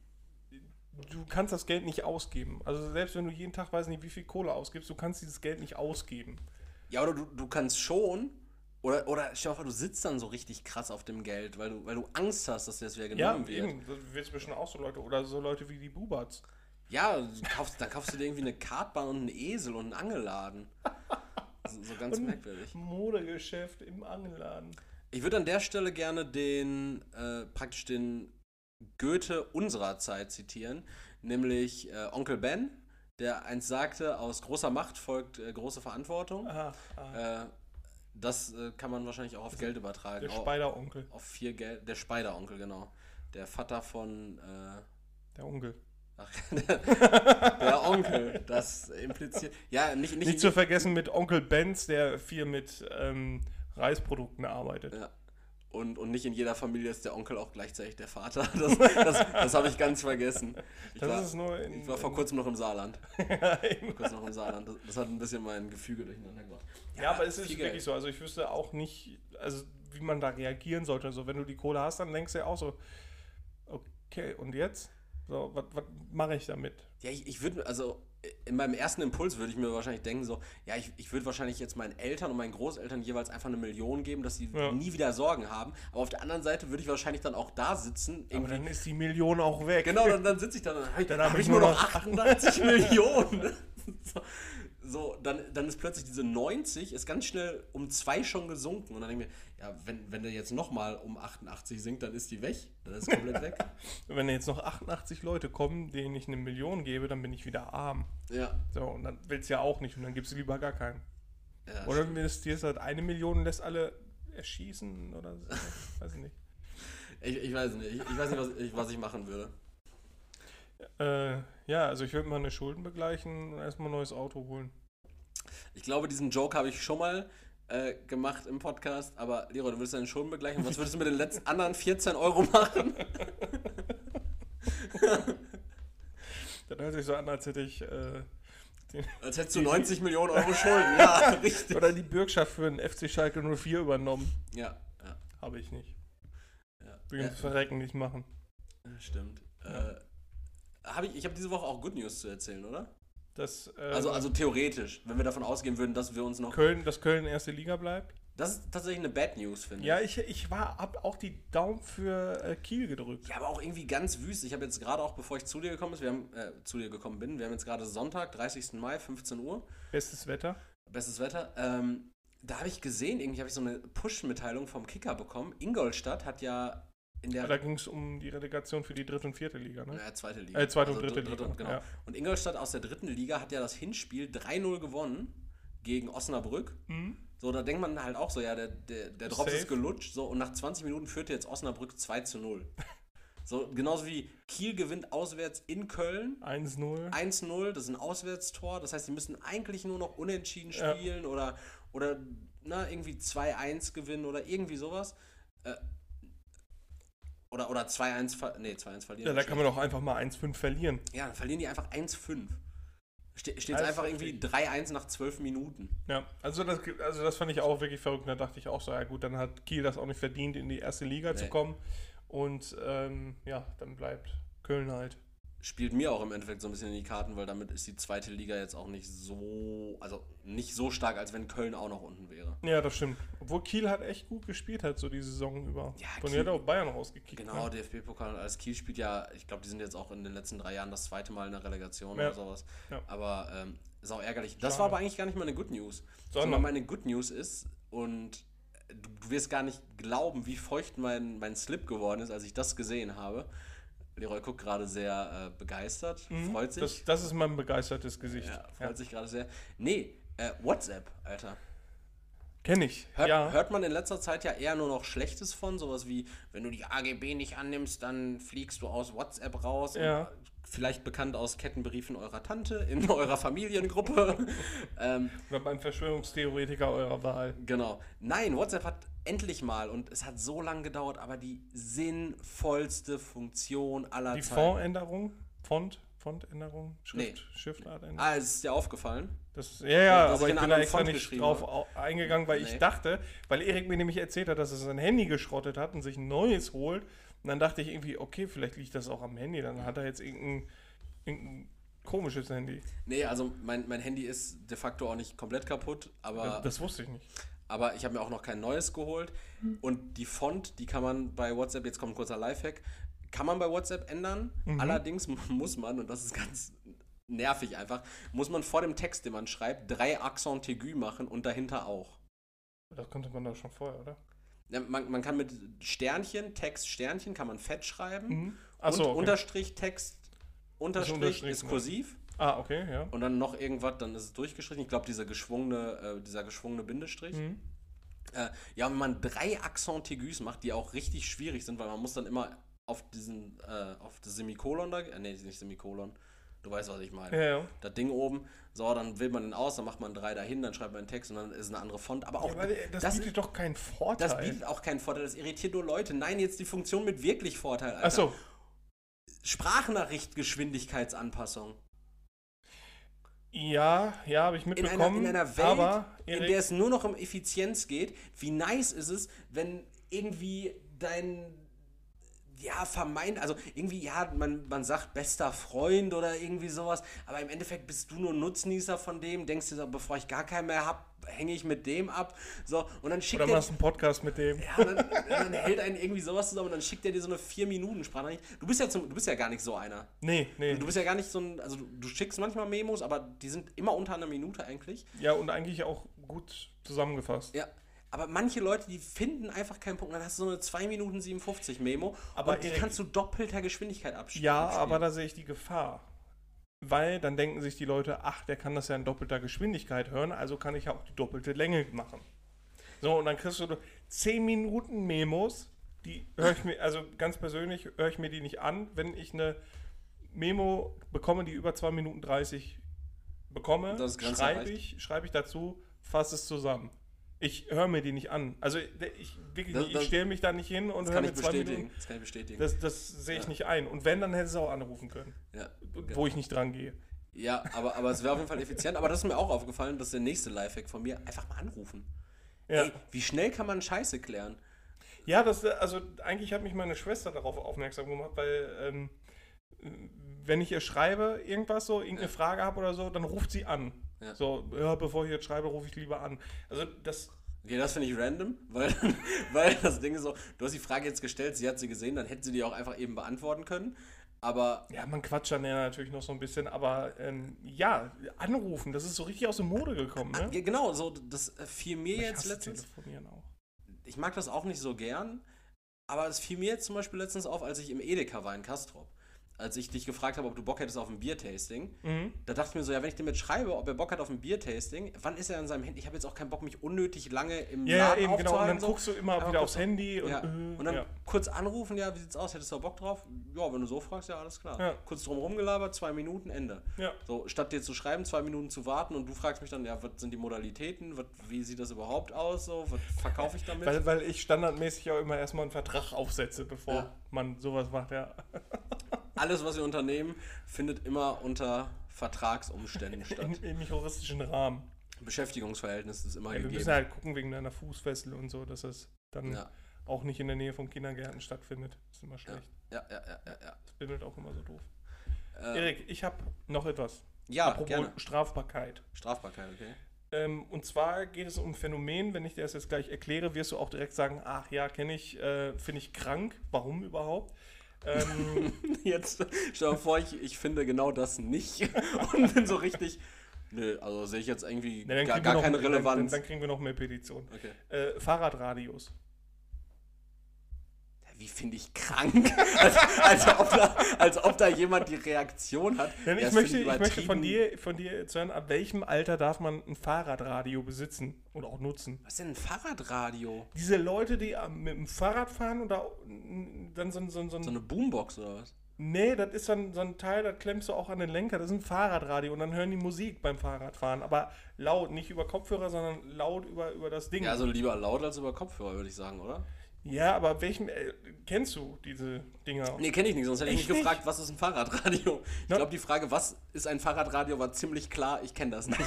du kannst das Geld nicht ausgeben. Also selbst wenn du jeden Tag, weiß nicht, wie viel Kohle ausgibst, du kannst dieses Geld nicht ausgeben. Ja, oder du, du kannst schon. Oder, oder stell dir vor, du sitzt dann so richtig krass auf dem Geld, weil du, weil du Angst hast, dass dir das wieder Ja, genommen wird. eben. Das wird zwischen auch so Leute oder so Leute wie die Bubats. Ja, du kaufst, dann kaufst du dir irgendwie eine Kartbahn und einen Esel und einen Angelladen. So, so ganz Und merkwürdig. Modegeschäft im Angelladen. Ich würde an der Stelle gerne den, äh, praktisch den Goethe unserer Zeit zitieren, nämlich äh, Onkel Ben, der einst sagte, aus großer Macht folgt äh, große Verantwortung. Aha, aha. Äh, das äh, kann man wahrscheinlich auch auf Geld übertragen. Der Au- Speideronkel. Auf viel Geld. Der Speideronkel, genau. Der Vater von. Äh, Der Onkel. ach, der, der Onkel. Das impliziert. Ja, nicht. Nicht, Nicht zu vergessen mit Onkel Benz, der viel mit ähm, Reisprodukten arbeitet. ja. Und, und nicht in jeder Familie ist der Onkel auch gleichzeitig der Vater. Das, das, das habe ich ganz vergessen. Ich, Das war, ist nur in, ich war vor in- kurzem noch im Saarland. ja, eben. Kurz noch im Saarland. Das, das hat ein bisschen mein Gefüge durcheinander gebracht. Ja, aber es ist viel wirklich Geld. so. Also ich wüsste auch nicht, also wie man da reagieren sollte. Also wenn du die Kohle hast, dann denkst du ja auch so, okay, und jetzt? So, was was mache ich damit? Ja, ich, ich würde, also in meinem ersten Impuls würde ich mir wahrscheinlich denken, so, ja, ich, ich würde wahrscheinlich jetzt meinen Eltern und meinen Großeltern jeweils einfach eine Million geben, dass sie Ja. nie wieder Sorgen haben. Aber auf der anderen Seite würde ich wahrscheinlich dann auch da sitzen. Aber Irgendwie, dann ist die Million auch weg. genau, dann, dann sitze ich da und dann habe ich, Dann dann hab hab ich ich nur nur noch noch achtundachtzig Millionen. So, so dann, dann ist plötzlich diese neunzig, ist ganz schnell um zwei schon gesunken. Und dann denke ich mir, ja, wenn, wenn der jetzt nochmal um achtundachtzig sinkt, dann ist die weg. Dann ist komplett weg. Wenn jetzt noch achtundachtzig Leute kommen, denen ich eine Million gebe, dann bin ich wieder arm. Ja. So, und dann willst du ja auch nicht und dann gibst du lieber gar keinen. ja Oder du investierst halt eine Million und lässt alle erschießen oder so. Weiß ich nicht. ich, ich weiß nicht. Ich, ich weiß nicht, was ich, was ich machen würde. Äh, ja, also ich würde mal eine Schulden begleichen und erstmal ein neues Auto holen. Ich glaube, diesen Joke habe ich schon mal äh, gemacht im Podcast, aber Leroy, du würdest deine Schulden begleichen. Was würdest du mit den letzten anderen vierzehn Euro machen? Das hört sich so an, als hätte ich äh, den, Als hättest du neunzig Millionen Euro Schulden. Ja, richtig. oder die Bürgschaft für den F C Schalke null vier übernommen. Ja, ja, Habe ich nicht. ja. Will ich das Verrecken nicht machen. ja stimmt. Ja. Äh, hab ich ich habe diese Woche auch Good News zu erzählen, oder? dass äh, Also, also theoretisch, wenn wir davon ausgehen würden, dass wir uns noch... Köln, dass Köln erste Liga bleibt. Das ist tatsächlich eine Bad News, finde Ja, ich, ich war, hab auch die Daumen für äh, Kiel gedrückt. Ja, aber auch irgendwie ganz wüst. Ich habe jetzt gerade auch, bevor ich zu dir gekommen ist, wir haben, äh, zu dir gekommen bin, wir haben jetzt gerade Sonntag, dreißigsten Mai, fünfzehn Uhr. Bestes Wetter. Bestes Wetter. Ähm, da habe ich gesehen, irgendwie habe ich so eine Push-Mitteilung vom Kicker bekommen. Ingolstadt hat ja in der... Da ging es um die Relegation für die dritte und vierte Liga, ne? Ja, zweite Liga. Äh, zweite und Also dritte dritte, Liga. Genau. Ja. Und Ingolstadt aus der dritten Liga hat ja das Hinspiel drei null gewonnen gegen Osnabrück. Mhm. So, da denkt man halt auch so, ja, der, der, der Drops Safe. ist gelutscht, so, und nach zwanzig Minuten führte jetzt Osnabrück zwei zu null. So, genauso wie Kiel gewinnt auswärts in Köln. eins null. eins null, das ist ein Auswärtstor, das heißt, die müssen eigentlich nur noch unentschieden Ja. spielen oder, oder na, irgendwie zwei eins gewinnen oder irgendwie sowas. Äh, oder, oder zwei eins, ver- nee, zwei eins verlieren. Ja, da kann man doch einfach mal eins fünf verlieren. Ja, dann verlieren die einfach eins fünf. Ste steht es Alles einfach richtig. irgendwie drei eins nach zwölf Minuten. Ja, also das, also das fand ich auch wirklich verrückt. Da dachte ich auch so, ja gut, dann hat Kiel das auch nicht verdient, in die erste Liga zu Nee. kommen. Und ähm, ja, dann bleibt Köln halt. Spielt mir auch im Endeffekt so ein bisschen in die Karten, weil damit ist die zweite Liga jetzt auch nicht so, also nicht so stark, als wenn Köln auch noch unten wäre. Ja, das stimmt. Obwohl Kiel hat echt gut gespielt hat, so die Saison über. Ja, Von Kiel- mir hat auch Bayern rausgekickt. Genau, Ne? D F B-Pokal als Kiel spielt ja, ich glaube, die sind jetzt auch in den letzten drei Jahren das zweite Mal in der Relegation Ja. oder sowas. Ja. Aber ähm, ist auch ärgerlich. Das Schade. war aber eigentlich gar nicht meine Good News. Sondern? Sondern meine Good News ist, und du, du wirst gar nicht glauben, wie feucht mein, mein Slip geworden ist, als ich das gesehen habe. Leroy guckt gerade sehr äh, begeistert, Mhm. freut sich. Das, das ist mein begeistertes Gesicht. ja, freut Ja. sich gerade sehr. Nee, äh, WhatsApp, Alter. Kenn ich. Hört, ja. hört man in letzter Zeit ja eher nur noch Schlechtes von, sowas wie, wenn du die A G B nicht annimmst, dann fliegst du aus WhatsApp raus. Ja. Und vielleicht bekannt aus Kettenbriefen eurer Tante in eurer Familiengruppe. ähm, Oder beim Verschwörungstheoretiker eurer Wahl. genau. Nein, WhatsApp hat endlich mal, und es hat so lange gedauert, aber die sinnvollste Funktion aller Die Zeiten. Fondänderung, Font, Fontänderung, Schrift, Nee. Schriftart. Ah, es ist dir aufgefallen? Das, ja, ja, Dass ich aber in ich bin anderen da extra Font nicht geschrieben drauf habe. au- eingegangen, weil Nee. ich dachte, weil Erik mir nämlich erzählt hat, dass er sein Handy geschrottet hat und sich ein neues holt. Und dann dachte ich irgendwie, okay, vielleicht liegt das auch am Handy. Dann hat er jetzt irgendein, irgendein komisches Handy. Nee, also mein, mein Handy ist de facto auch nicht komplett kaputt, aber... Das, das wusste ich nicht. Aber ich habe mir auch noch kein neues geholt. Und die Font, die kann man bei WhatsApp, jetzt kommt ein kurzer Lifehack, kann man bei WhatsApp ändern. Mhm. Allerdings muss man, und das ist ganz nervig einfach, muss man vor dem Text, den man schreibt, drei Accent aigu machen und dahinter auch. Das konnte man doch schon vorher, oder? Ja, man, man kann mit Sternchen, Text, Sternchen, kann man fett schreiben. Mhm. Achso, und okay. Unterstrich, Text, Unterstrich Unterstrich, ist ne? kursiv. Ah, okay, ja. Und dann noch irgendwas, dann ist es durchgestrichen. Ich glaube, dieser geschwungene, äh, dieser geschwungene Bindestrich. Mhm. Äh, ja, wenn man drei Accent aigus macht, die auch richtig schwierig sind, weil man muss dann immer auf diesen, äh, auf das Semikolon da, äh, nee, nicht Semikolon, du weißt, was ich meine. Ja, ja. Das Ding oben, so, dann wählt man den aus, dann macht man drei dahin, dann schreibt man einen Text und dann ist eine andere Font. Aber auch, Ja, aber das, das, bietet doch keinen Vorteil. das bietet auch keinen Vorteil, das irritiert nur Leute. Nein, jetzt die Funktion mit wirklich Vorteil, Alter. Achso, Sprachnachricht, Geschwindigkeitsanpassung. ja, ja, habe ich In mitbekommen. einer, in einer Welt, aber, in Erik, der es nur noch um Effizienz geht, wie nice ist es, wenn irgendwie dein, ja, vermeint, also irgendwie, ja, man, man sagt bester Freund oder irgendwie sowas, aber im Endeffekt bist du nur Nutznießer von dem, denkst dir so, bevor ich gar keinen mehr hab, hänge ich mit dem ab, so, und dann schickt oder er, machst einen Podcast mit dem. ja, und dann, dann hält einen irgendwie sowas zusammen und dann schickt er dir so eine vier Minuten Sprachnachricht. Du bist ja zum, du bist ja gar nicht so einer. Nee, nee. Du bist ja gar nicht so ein, also du, du schickst manchmal Memos, aber die sind immer unter einer Minute eigentlich. Ja, und eigentlich auch gut zusammengefasst. Ja, aber manche Leute, die finden einfach keinen Punkt. Dann hast du so eine zwei Minuten siebenundfünfzig Memo, Aber und die Erik- kannst du doppelter Geschwindigkeit abspielen. Ja, aber da sehe ich die Gefahr. Weil dann denken sich die Leute, ach, der kann das ja in doppelter Geschwindigkeit hören, also kann ich ja auch die doppelte Länge machen. So, und dann kriegst du zehn Minuten Memos, die höre ich mir, also ganz persönlich höre ich mir die nicht an, wenn ich eine Memo bekomme, die über zwei Minuten dreißig bekomme, Das ist Grenze schreibe erreicht. ich, schreibe ich dazu, fasse es zusammen. Ich höre mir die nicht an. Also ich wirklich Das- nicht, das- ich stelle mich da nicht hin und Das höre kann ich mir zwei bestätigen. Minuten. Das kann ich bestätigen. Das, das sehe ich Ja. nicht ein. Und wenn, dann hätte sie auch anrufen können, ja. wo ich nicht dran gehe. ja, aber, aber es wäre auf jeden Fall effizient. Aber das ist mir auch aufgefallen, dass der nächste Lifehack von mir, einfach mal anrufen. Ja. Ey, wie schnell kann man Scheiße klären? Ja, das, also eigentlich hat mich meine Schwester darauf aufmerksam gemacht, weil ähm, wenn ich ihr schreibe, irgendwas so, irgendeine Ja. Frage habe oder so, dann ruft sie an. Ja. So, ja, bevor ich jetzt schreibe, rufe ich lieber an. Also das, Okay, das finde ich random, weil, weil das Ding ist so, du hast die Frage jetzt gestellt, sie hat sie gesehen, dann hätte sie die auch einfach eben beantworten können. Aber ja, man quatscht dann ja natürlich noch so ein bisschen, aber ähm, ja, anrufen, das ist so richtig aus der Mode gekommen, ne? ja, genau, so das äh, fiel mir Ich jetzt hasse letztens. Telefonieren auch. Ich mag das auch nicht so gern, aber es fiel mir jetzt zum Beispiel letztens auf, als ich im Edeka war in Castrop. Als ich dich gefragt habe, ob du Bock hättest auf ein Biertasting, Mhm. da dachte ich mir so, ja, wenn ich dem jetzt schreibe, ob er Bock hat auf ein Biertasting, wann ist er an seinem Handy? Ich habe jetzt auch keinen Bock, mich unnötig lange im Ja, ja, Laden eben, genau. Und aufzuhalten. dann so. guckst du immer Aber wieder kurz- aufs Handy und, Ja. äh, Und dann ja. kurz anrufen, ja, wie sieht's aus? Hättest du da Bock drauf? Ja, wenn du so fragst, ja, alles klar. Ja. Kurz drum rumgelabert, zwei Minuten, Ende. Ja. So, statt dir zu schreiben, zwei Minuten zu warten und du fragst mich dann, ja, was sind die Modalitäten? Was, wie sieht das überhaupt aus? So, was verkaufe ich damit? Weil, weil ich standardmäßig auch immer erstmal einen Vertrag aufsetze, bevor Ja. man sowas macht, ja. Alles, was wir unternehmen, findet immer unter Vertragsumständen statt. In, im juristischen Rahmen. Beschäftigungsverhältnis ist immer Ja, wir gegeben. müssen halt gucken wegen deiner Fußfessel und so, dass es dann Ja. auch nicht in der Nähe von Kindergärten stattfindet. Ist immer schlecht. Ja, ja, ja, ja, ja. Das bimmelt auch immer so doof. Äh, Erik, ich habe noch etwas. ja, Apropos gerne. Strafbarkeit. Strafbarkeit, okay. Ähm, und zwar geht es um ein Phänomen, wenn ich dir das jetzt gleich erkläre, wirst du auch direkt sagen, ach ja, kenne ich, äh, finde ich krank. Warum überhaupt? Ähm, Jetzt stell dir vor, ich, ich finde genau das nicht und bin so richtig. Nö, also sehe ich jetzt irgendwie na, dann gar, kriegen wir gar noch- keine dann, Relevanz. Dann, dann kriegen wir noch mehr Petitionen. Okay. Äh, Fahrradradios. Wie finde ich krank? als, als, ob da, als ob da jemand die Reaktion hat. Denn Ja, ich das möchte, finde ich möchte von, übertrieben. dir, von dir jetzt hören, ab welchem Alter darf man ein Fahrradradio besitzen oder auch nutzen? Was ist denn ein Fahrradradio? Diese Leute, die am- mit dem Fahrrad fahren und da mm, dann so, ein- so, ein- so ein... So eine Boombox oder was? Nee, das ist so ein, so ein Teil, das klemmst du auch an den Lenker. Das ist ein Fahrradradio und dann hören die Musik beim Fahrradfahren. Aber laut, nicht über Kopfhörer, sondern laut über, über das Ding. Ja, also lieber laut als über Kopfhörer, würde ich sagen, oder? Ja, aber welchem... Äh, kennst du diese Dinger? Nee, kenne ich nicht, sonst hätte ich Echt mich nicht? gefragt, was ist ein Fahrradradio? Ich Na- glaube, die Frage, was ist ein Fahrradradio, war ziemlich klar, ich kenne das nicht.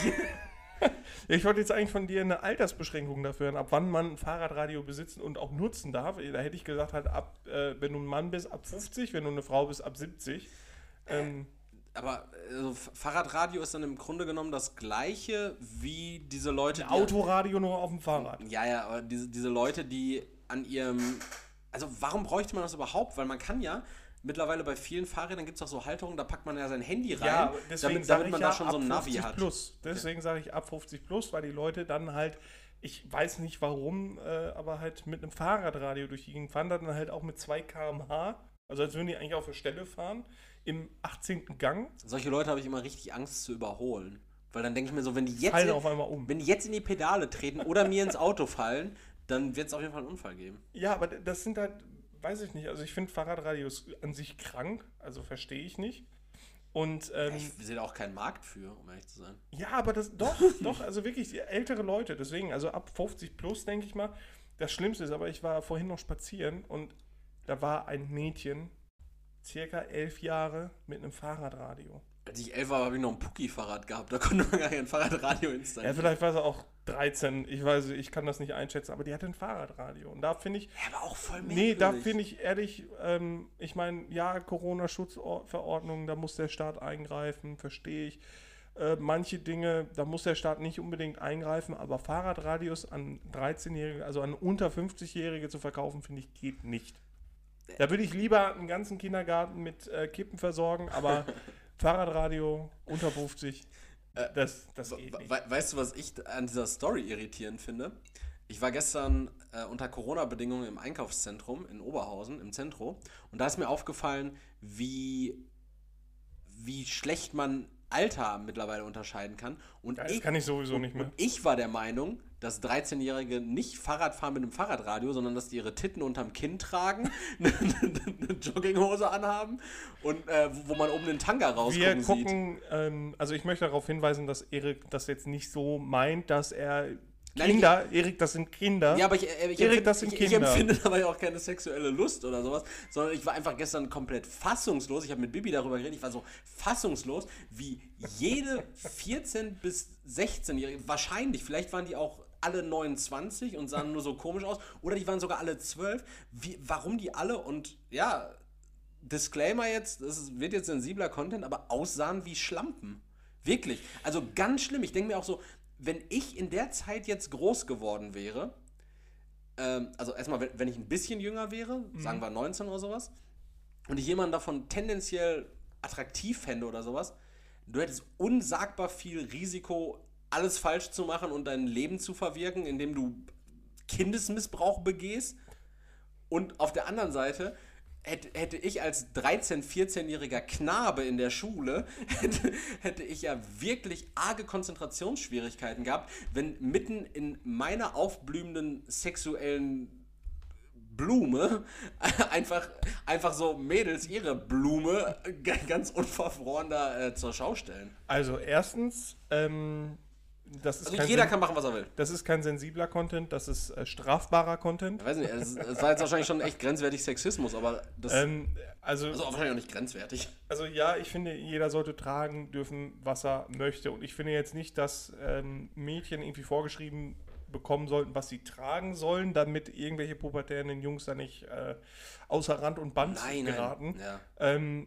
Ich wollte jetzt eigentlich von dir eine Altersbeschränkung dafür hören, ab wann man ein Fahrradradio besitzen und auch nutzen darf. Da hätte ich gesagt, halt ab, äh, wenn du ein Mann bist, ab fünfzig, wenn du eine Frau bist, ab siebzig. Ähm, Aber also, F- Fahrradradio ist dann im Grunde genommen das gleiche wie diese Leute, ein die... Autoradio nur auf dem Fahrrad. Ja, ja, aber diese, diese Leute, die an ihrem... Also warum bräuchte man das überhaupt? Weil man kann ja... Mittlerweile bei vielen Fahrrädern gibt es auch so Halterungen, da packt man ja sein Handy rein, Ja, deswegen damit, sage damit ich man ja da schon so ein ab Navi fünfzig hat. plus. Deswegen sage ich ab fünfzig plus, weil die Leute dann halt, ich weiß nicht warum, äh, aber halt mit einem Fahrradradio durch die Gegend fahren, dann halt auch mit zwei Kilometer pro Stunde, also als würden die eigentlich auf der Stelle fahren, im achtzehnten Gang, Solche Leute habe ich immer richtig Angst zu überholen. Weil dann denke ich mir so, wenn die jetzt, fallen in, auf einmal um. wenn die jetzt in die Pedale treten oder mir ins Auto fallen, dann wird es auf jeden Fall einen Unfall geben. Ja, aber das sind halt, weiß ich nicht, also ich finde Fahrradradios an sich krank, also verstehe ich nicht. Und ähm, Ich sehe da auch keinen Markt für, um ehrlich zu sein. ja, aber das, doch, doch, also wirklich ältere Leute, deswegen, also ab fünfzig plus, denke ich mal. Das Schlimmste ist aber, ich war vorhin noch spazieren und da war ein Mädchen, circa elf Jahre, mit einem Fahrradradio. Als ich elf war, habe ich noch ein Pucki-Fahrrad gehabt, da konnte man gar kein Fahrradradio Ja, installieren. vielleicht war sie auch dreizehn, ich weiß, ich kann das nicht einschätzen, aber die hatte ein Fahrradradio. Und da finde ich, Ja, aber auch voll nee, da merkwürdig. finde ich ehrlich, ähm, ich meine, ja, Corona-Schutzverordnung, da muss der Staat eingreifen, verstehe ich. Äh, manche Dinge, da muss der Staat nicht unbedingt eingreifen, aber Fahrradradios an dreizehnjährige, also an unter fünfzigjährige zu verkaufen, finde ich, geht nicht. Da würde ich lieber einen ganzen Kindergarten mit äh, Kippen versorgen, aber Fahrradradio unter fünfzig, Äh, das, das geht We nicht. we weißt du, was ich an dieser Story irritierend finde? Ich war gestern äh, unter Corona-Bedingungen im Einkaufszentrum in Oberhausen, im Zentrum, und da ist mir aufgefallen, wie, wie schlecht man Alter mittlerweile unterscheiden kann. Und Ja, das ich, kann ich sowieso und, nicht mehr. Und ich war der Meinung, dass dreizehnjährige nicht Fahrrad fahren mit einem Fahrradradio, sondern dass die ihre Titten unterm Kinn tragen, eine, eine Jogginghose anhaben und äh, wo man oben den Tanga rausgucken Wir sieht. gucken, ähm, also ich möchte darauf hinweisen, dass Erik das jetzt nicht so meint, dass er Nein, Kinder, Erik, das sind Kinder. Ja, aber ich, äh, ich, Erik, empfinde, das sind ich, ich Kinder. empfinde dabei auch keine sexuelle Lust oder sowas, sondern ich war einfach gestern komplett fassungslos. Ich habe mit Bibi darüber geredet, ich war so fassungslos, wie jede vierzehn- bis sechzehnjährige, wahrscheinlich, vielleicht waren die auch alle neunundzwanzig und sahen nur so komisch aus, oder die waren sogar alle zwölf, wie, warum die alle und ja, Disclaimer jetzt, es wird jetzt sensibler Content, aber aussahen wie Schlampen. Wirklich. Also ganz schlimm. Ich denke mir auch so, wenn ich in der Zeit jetzt groß geworden wäre, ähm, also erstmal, wenn, wenn ich ein bisschen jünger wäre, mhm. sagen wir neunzehn oder sowas, und ich jemanden davon tendenziell attraktiv fände oder sowas, du hättest unsagbar viel Risiko, alles falsch zu machen und dein Leben zu verwirken, indem du Kindesmissbrauch begehst. Und auf der anderen Seite hätte, hätte ich als dreizehn-, vierzehnjähriger Knabe in der Schule, hätte, hätte ich ja wirklich arge Konzentrationsschwierigkeiten gehabt, wenn mitten in meiner aufblühenden sexuellen Blume einfach, einfach so Mädels ihre Blume ganz unverfroren da äh, zur Schau stellen. Also erstens, ähm, das ist also kein jeder Sen- kann machen, was er will. Das ist kein sensibler Content, das ist äh, strafbarer Content. Ich weiß nicht, es, es war jetzt wahrscheinlich schon echt grenzwertig Sexismus, aber das Ähm, also, also wahrscheinlich auch nicht grenzwertig. also ja, ich finde, jeder sollte tragen dürfen, was er möchte. Und ich finde jetzt nicht, dass ähm, Mädchen irgendwie vorgeschrieben bekommen sollten, was sie tragen sollen, damit irgendwelche pubertären Jungs da nicht äh, außer Rand und Band Nein, geraten. nein. Ja. Ähm,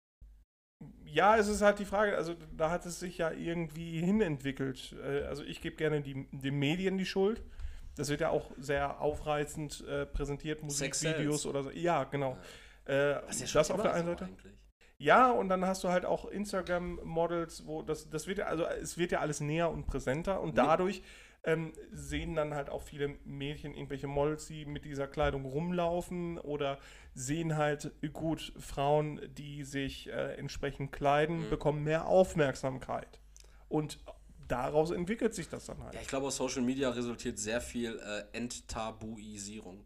ja, es ist halt die Frage, also da hat es sich ja irgendwie hinentwickelt. Äh, also ich gebe gerne die, den Medien die Schuld. Das wird ja auch sehr aufreizend äh, präsentiert, Musikvideos oder so. Ja, genau. Ja. Äh, Das ist ja schon das auf der einen so Seite. eigentlich. Ja, und dann hast du halt auch Instagram-Models, wo das, das wird ja, also es wird ja alles näher und präsenter und Nee. dadurch ähm, sehen dann halt auch viele Mädchen irgendwelche Models, die mit dieser Kleidung rumlaufen oder sehen halt gut Frauen, die sich äh, entsprechend kleiden, Mhm. bekommen mehr Aufmerksamkeit. Und daraus entwickelt sich das dann halt. Ja, ich glaube, aus Social Media resultiert sehr viel äh, Enttabuisierung.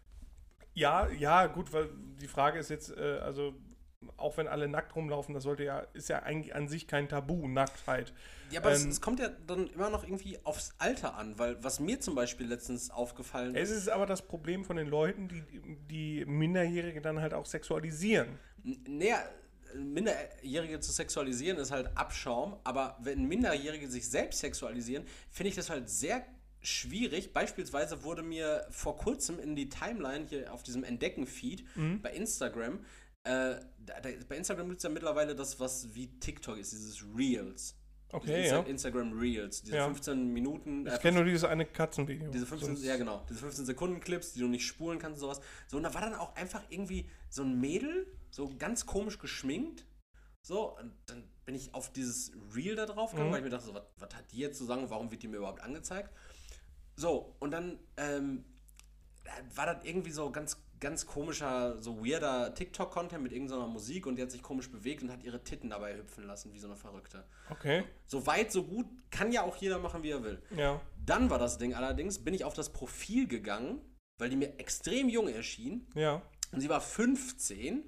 Ja, ja, gut, weil die Frage ist jetzt, äh, also auch wenn alle nackt rumlaufen, das sollte ja, ist ja eigentlich an sich kein Tabu, Nacktheit. Ja, aber es, Ähm, es kommt ja dann immer noch irgendwie aufs Alter an, weil was mir zum Beispiel letztens aufgefallen Es ist aber das Problem von den Leuten, die die Minderjährige dann halt auch sexualisieren. N- Naja, Minderjährige zu sexualisieren ist halt Abschaum, aber wenn Minderjährige sich selbst sexualisieren, finde ich das halt sehr schwierig. Beispielsweise wurde mir vor kurzem in die Timeline hier auf diesem Entdecken-Feed Mhm. bei Instagram, äh, da, da, bei Instagram gibt es ja mittlerweile das, was wie TikTok ist, dieses Reels. Okay, Diese ja. Insta- Instagram Reels, diese Ja. fünfzehn Minuten. Ich äh, kenne nur dieses eine Katzenvideo. Diese fünfzehn, Sonst- ja genau, diese fünfzehn Sekunden Clips, die du nicht spulen kannst und sowas. So, und da war dann auch einfach irgendwie so ein Mädel, so ganz komisch geschminkt. So, und dann bin ich auf dieses Reel da drauf gegangen, Mhm. weil ich mir dachte, so, was, was hat die jetzt zu sagen, warum wird die mir überhaupt angezeigt? So, und dann ähm, war das irgendwie so ganz, ganz komischer, so weirder TikTok-Content mit irgendeiner Musik und die hat sich komisch bewegt und hat ihre Titten dabei hüpfen lassen, wie so eine Verrückte. Okay, So weit, so gut, kann ja auch jeder machen, wie er will. ja. Dann war das Ding allerdings, bin ich auf das Profil gegangen, weil die mir extrem jung erschien. Ja. Und sie war fünfzehn.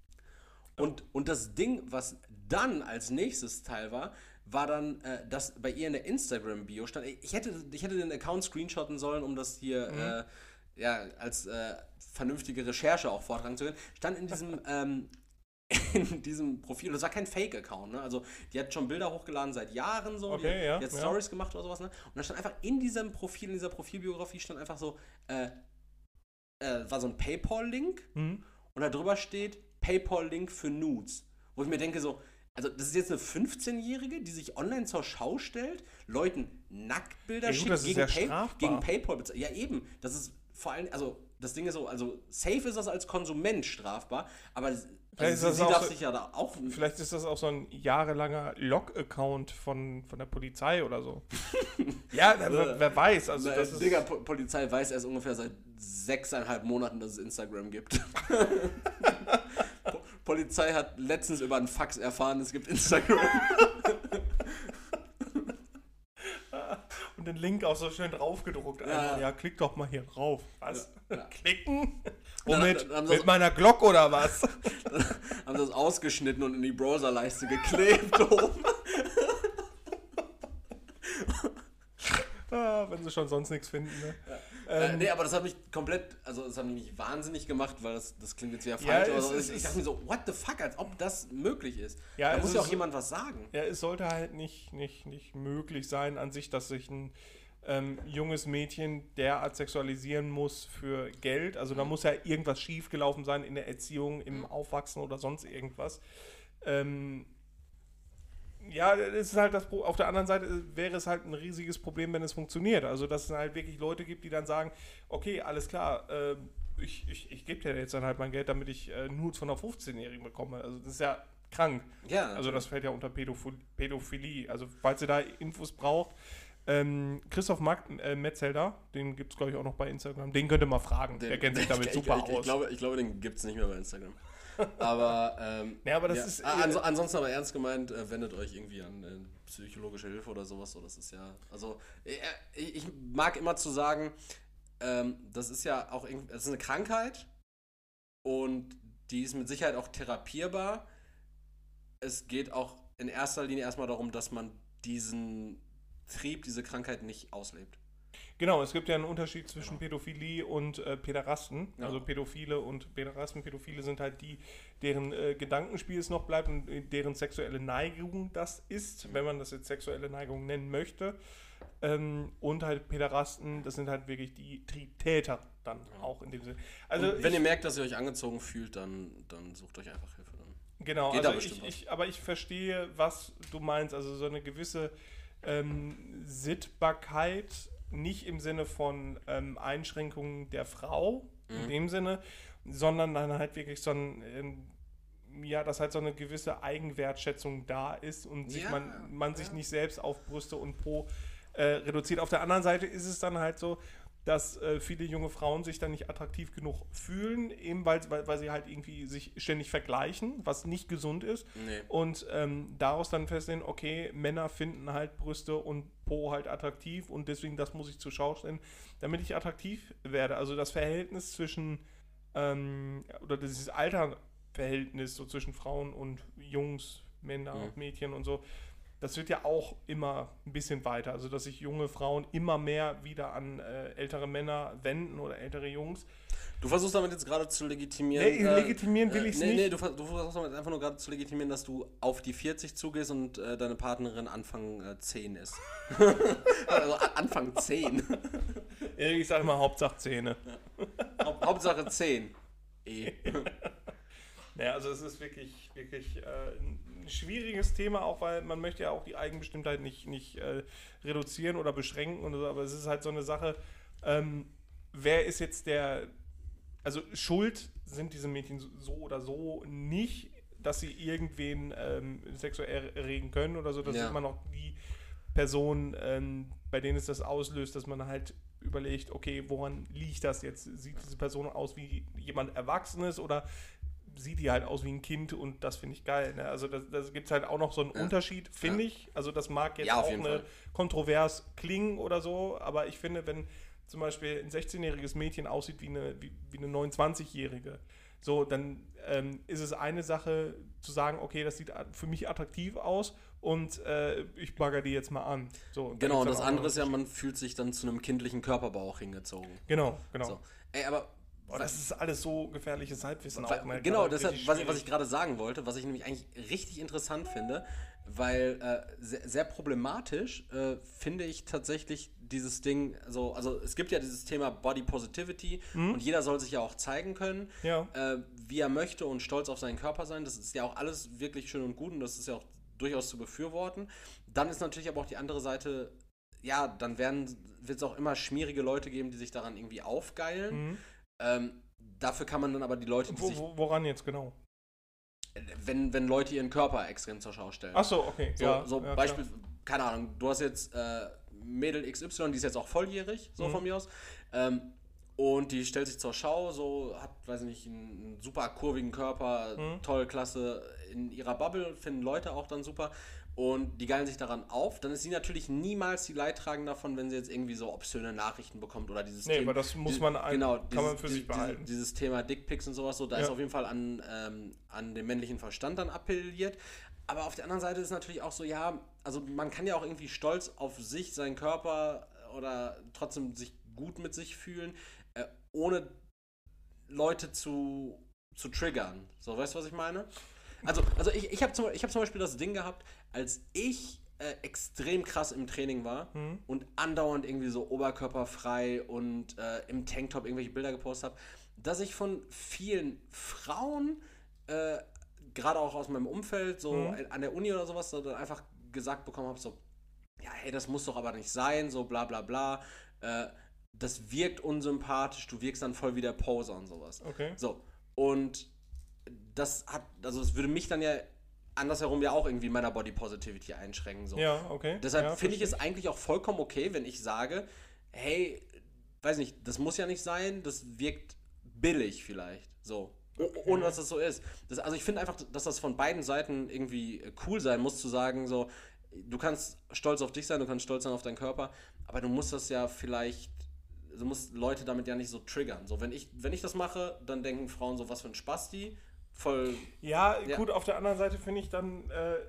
Und, und das Ding, was dann als nächstes Teil war, war dann, äh, dass bei ihr in der Instagram-Bio stand, ich hätte, ich hätte den Account screenshotten sollen, um das hier Mhm. äh, ja, als äh, vernünftige Recherche auch vortragen zu können, stand in diesem, ähm, in diesem Profil, das war kein Fake-Account, ne? Also die hat schon Bilder hochgeladen seit Jahren so, Okay, die, ja, die hat ja. Stories gemacht oder sowas, ne? Und da stand einfach in diesem Profil, in dieser Profilbiografie stand einfach so, äh, äh, war so ein PayPal-Link Mhm. und da drüber steht PayPal-Link für Nudes. Wo ich mir denke so, also das ist jetzt eine fünfzehnjährige, die sich online zur Schau stellt, Leuten Nacktbilder Ja, gut, schickt, das ist gegen, ja Pay, strafbar. gegen PayPal bezahlt. Ja eben, das ist vor allem, also das Ding ist so, also safe ist das als Konsument strafbar, aber also ist sie, das sie auch darf so- sich ja da auch... Vielleicht ist das auch so ein jahrelanger Log-Account von, von der Polizei oder so. Ja, wer, wer weiß. Also Also, das ist, Digga, Po- Polizei weiß erst ungefähr seit sechseinhalb Monaten, dass es Instagram gibt. Po- Polizei hat letztens über einen Fax erfahren, es gibt Instagram. und den Link auch so schön draufgedruckt. Ja. Ja, ja klick doch mal hier drauf. Was? Ja, ja. Klicken? Dann- Womit? dann haben sie Mit das- meiner Glock oder was? Haben sie das ausgeschnitten und in die Browserleiste geklebt oben. ah, wenn sie schon sonst nichts finden. Ne? Äh, Ähm, nee, aber das hat mich komplett, also das hat mich nicht wahnsinnig gemacht, weil das, das klingt jetzt wieder Ja, falsch, es aber ist- ich, ich es- dachte mir so, what the fuck, als ob das möglich ist. Ja, da es muss ja auch ist- jemand was sagen. Ja, es sollte halt nicht, nicht, nicht möglich sein an sich, dass sich ein ähm, junges Mädchen derart sexualisieren muss für Geld. Also da muss ja irgendwas schiefgelaufen sein in der Erziehung, im Aufwachsen oder sonst irgendwas. Ähm, ja, das ist halt das Pro- auf der anderen Seite wäre es halt ein riesiges Problem, wenn es funktioniert. Also dass es halt wirklich Leute gibt, die dann sagen, okay, alles klar, äh, ich, ich, ich gebe dir jetzt dann halt mein Geld, damit ich äh, Nudes von einer fünfzehnjährigen bekomme. Also das ist ja krank. Ja, Also das fällt ja unter Pädoph- Pädophilie. Also falls ihr da Infos braucht, ähm, Christoph Mag äh, Metzelder, den gibt es glaube ich auch noch bei Instagram, den könnt ihr mal fragen, Den, der kennt sich damit ich, super ich, ich, aus. Ich glaube, ich glaube, den gibt es nicht mehr bei Instagram. Aber, ähm, ja, aber das ja. ist... Ah, ans ansonsten aber ernst gemeint, äh, wendet euch irgendwie an äh, psychologische Hilfe oder sowas. So, das ist ja, also äh, ich, ich mag immer zu sagen, ähm, das ist ja auch irgendwie, das ist eine Krankheit und die ist mit Sicherheit auch therapierbar. Es geht auch in erster Linie erstmal darum, dass man diesen Trieb, diese Krankheit nicht auslebt. Genau, es gibt ja einen Unterschied zwischen genau. Pädophilie und äh, Päderasten. Ja. Also Pädophile und Päderasten. Pädophile sind halt die, deren äh, Gedankenspiel es noch bleibt und äh, deren sexuelle Neigung das ist, wenn man das jetzt sexuelle Neigung nennen möchte. Ähm, und halt Päderasten, das sind halt wirklich die Triebtäter dann ja. auch in dem Sinne. Also und wenn ich, ihr merkt, dass ihr euch angezogen fühlt, dann, dann sucht euch einfach Hilfe. Dann genau, also ich, ich, aber ich verstehe, was du meinst. Also so eine gewisse ähm, Sittbarkeit, nicht im Sinne von ähm, Einschränkungen der Frau, mhm. in dem Sinne, sondern dann halt wirklich so ein, ähm, ja, dass halt so eine gewisse Eigenwertschätzung da ist und sich ja, man, man ja. sich nicht selbst auf Brüste und Po äh, reduziert. Auf der anderen Seite ist es dann halt so, dass äh, viele junge Frauen sich dann nicht attraktiv genug fühlen, eben weil, weil, weil sie halt irgendwie sich ständig vergleichen, was nicht gesund ist. Nee. Und ähm, daraus dann festlegen, okay, Männer finden halt Brüste und Po halt attraktiv und deswegen das muss ich zur Schau stellen, damit ich attraktiv werde. Also das Verhältnis zwischen, ähm, oder dieses Alterverhältnis so zwischen Frauen und Jungs, Männer, mhm. Mädchen und so, das wird ja auch immer ein bisschen weiter. Also, dass sich junge Frauen immer mehr wieder an äh, ältere Männer wenden oder ältere Jungs. Du versuchst damit jetzt gerade zu legitimieren. Nee, äh, legitimieren will ich es äh, nee, nicht. Nee, du, du versuchst damit einfach nur gerade zu legitimieren, dass du auf die vierzig zugehst und äh, deine Partnerin Anfang äh, zehn ist. Also Anfang zehn. Ich sag mal Hauptsache Zähne. Ja. Haupt, Hauptsache zehn. Eh. Naja, also es ist wirklich, wirklich äh, ein schwieriges Thema, auch weil man möchte ja auch die Eigenbestimmtheit nicht, nicht äh, reduzieren oder beschränken und so, aber es ist halt so eine Sache, ähm, wer ist jetzt der, also schuld sind diese Mädchen so oder so nicht, dass sie irgendwen ähm, sexuell erregen können oder so, das ja. ist immer noch die Person, ähm, bei denen es das auslöst, dass man halt überlegt, okay, woran liegt das jetzt? Sieht diese Person aus wie jemand Erwachsenes oder sieht die halt aus wie ein Kind und das finde ich geil. Ne? Also da das gibt es halt auch noch so einen ja. Unterschied, finde ja. ich. Also das mag jetzt ja, auch eine Fall. kontrovers klingen oder so, aber ich finde, wenn zum Beispiel ein sechzehnjähriges Mädchen aussieht wie eine, wie, wie eine neunundzwanzigjährige, so, dann ähm, ist es eine Sache zu sagen, okay, das sieht für mich attraktiv aus und äh, ich bagger die jetzt mal an. So, genau, und das andere ist ja, man fühlt sich dann zu einem kindlichen Körperbauch hingezogen. Genau, genau. So. Ey, aber Boah, das ist alles so gefährliches Halbwissen auch. Auch, genau, deshalb, was, was ich gerade sagen wollte, was ich nämlich eigentlich richtig interessant finde, weil äh, sehr, sehr problematisch äh, finde ich tatsächlich dieses Ding, so, also es gibt ja dieses Thema Body Positivity mhm. und jeder soll sich ja auch zeigen können, ja. äh, wie er möchte und stolz auf seinen Körper sein. Das ist ja auch alles wirklich schön und gut und das ist ja auch durchaus zu befürworten. Dann ist natürlich aber auch die andere Seite, ja, dann werden wird es auch immer schmierige Leute geben, die sich daran irgendwie aufgeilen. Mhm. Ähm, dafür kann man dann aber die Leute, die Wo, sich... Woran jetzt genau? Wenn, wenn Leute ihren Körper extrem zur Schau stellen. Ach so, okay. So, ja, so ja, Beispiel, klar. keine Ahnung, du hast jetzt äh, Mädel X Y, die ist jetzt auch volljährig, so mhm. von mir aus. Ähm, und die stellt sich zur Schau, so hat, weiß ich nicht, einen, einen super kurvigen Körper, mhm. toll, klasse, in ihrer Bubble, finden Leute auch dann super. Und die geilen sich daran auf, dann ist sie natürlich niemals die Leidtragende davon, wenn sie jetzt irgendwie so obszöne Nachrichten bekommt oder dieses nee, Thema. Nee, aber das muss man ein, genau, kann dieses, man für sich behalten. Dieses, dieses Thema Dickpics und sowas, so, da ja. ist auf jeden Fall an, ähm, an den männlichen Verstand dann appelliert. Aber auf der anderen Seite ist natürlich auch so, ja, also man kann ja auch irgendwie stolz auf sich, seinen Körper oder trotzdem sich gut mit sich fühlen, äh, ohne Leute zu, zu triggern. So, weißt du, was ich meine? Also, also ich, ich habe zum, hab zum Beispiel das Ding gehabt, als ich äh, extrem krass im Training war Mhm. und andauernd irgendwie so oberkörperfrei und äh, im Tanktop irgendwelche Bilder gepostet habe, dass ich von vielen Frauen, äh, gerade auch aus meinem Umfeld, so Mhm. an der Uni oder sowas, so dann einfach gesagt bekommen habe, so, ja, hey, das muss doch aber nicht sein, so bla bla bla, äh, das wirkt unsympathisch, du wirkst dann voll wie der Poser und sowas. Okay. So, und das hat, also das würde mich dann ja andersherum ja auch irgendwie in meiner Body Positivity einschränken. So. Ja, okay. Deshalb ja, finde ich es verstehe eigentlich auch vollkommen okay, wenn ich sage, hey, weiß nicht, das muss ja nicht sein, das wirkt billig vielleicht, so. O- Okay. Ohne dass das so ist. Das, also ich finde einfach, dass das von beiden Seiten irgendwie cool sein muss, zu sagen, so, du kannst stolz auf dich sein, du kannst stolz sein auf deinen Körper, aber du musst das ja vielleicht, du musst Leute damit ja nicht so triggern. So, wenn ich, wenn ich das mache, dann denken Frauen so, was für ein Spasti, voll, Ja, Ja. gut, auf der anderen Seite finde ich dann, äh,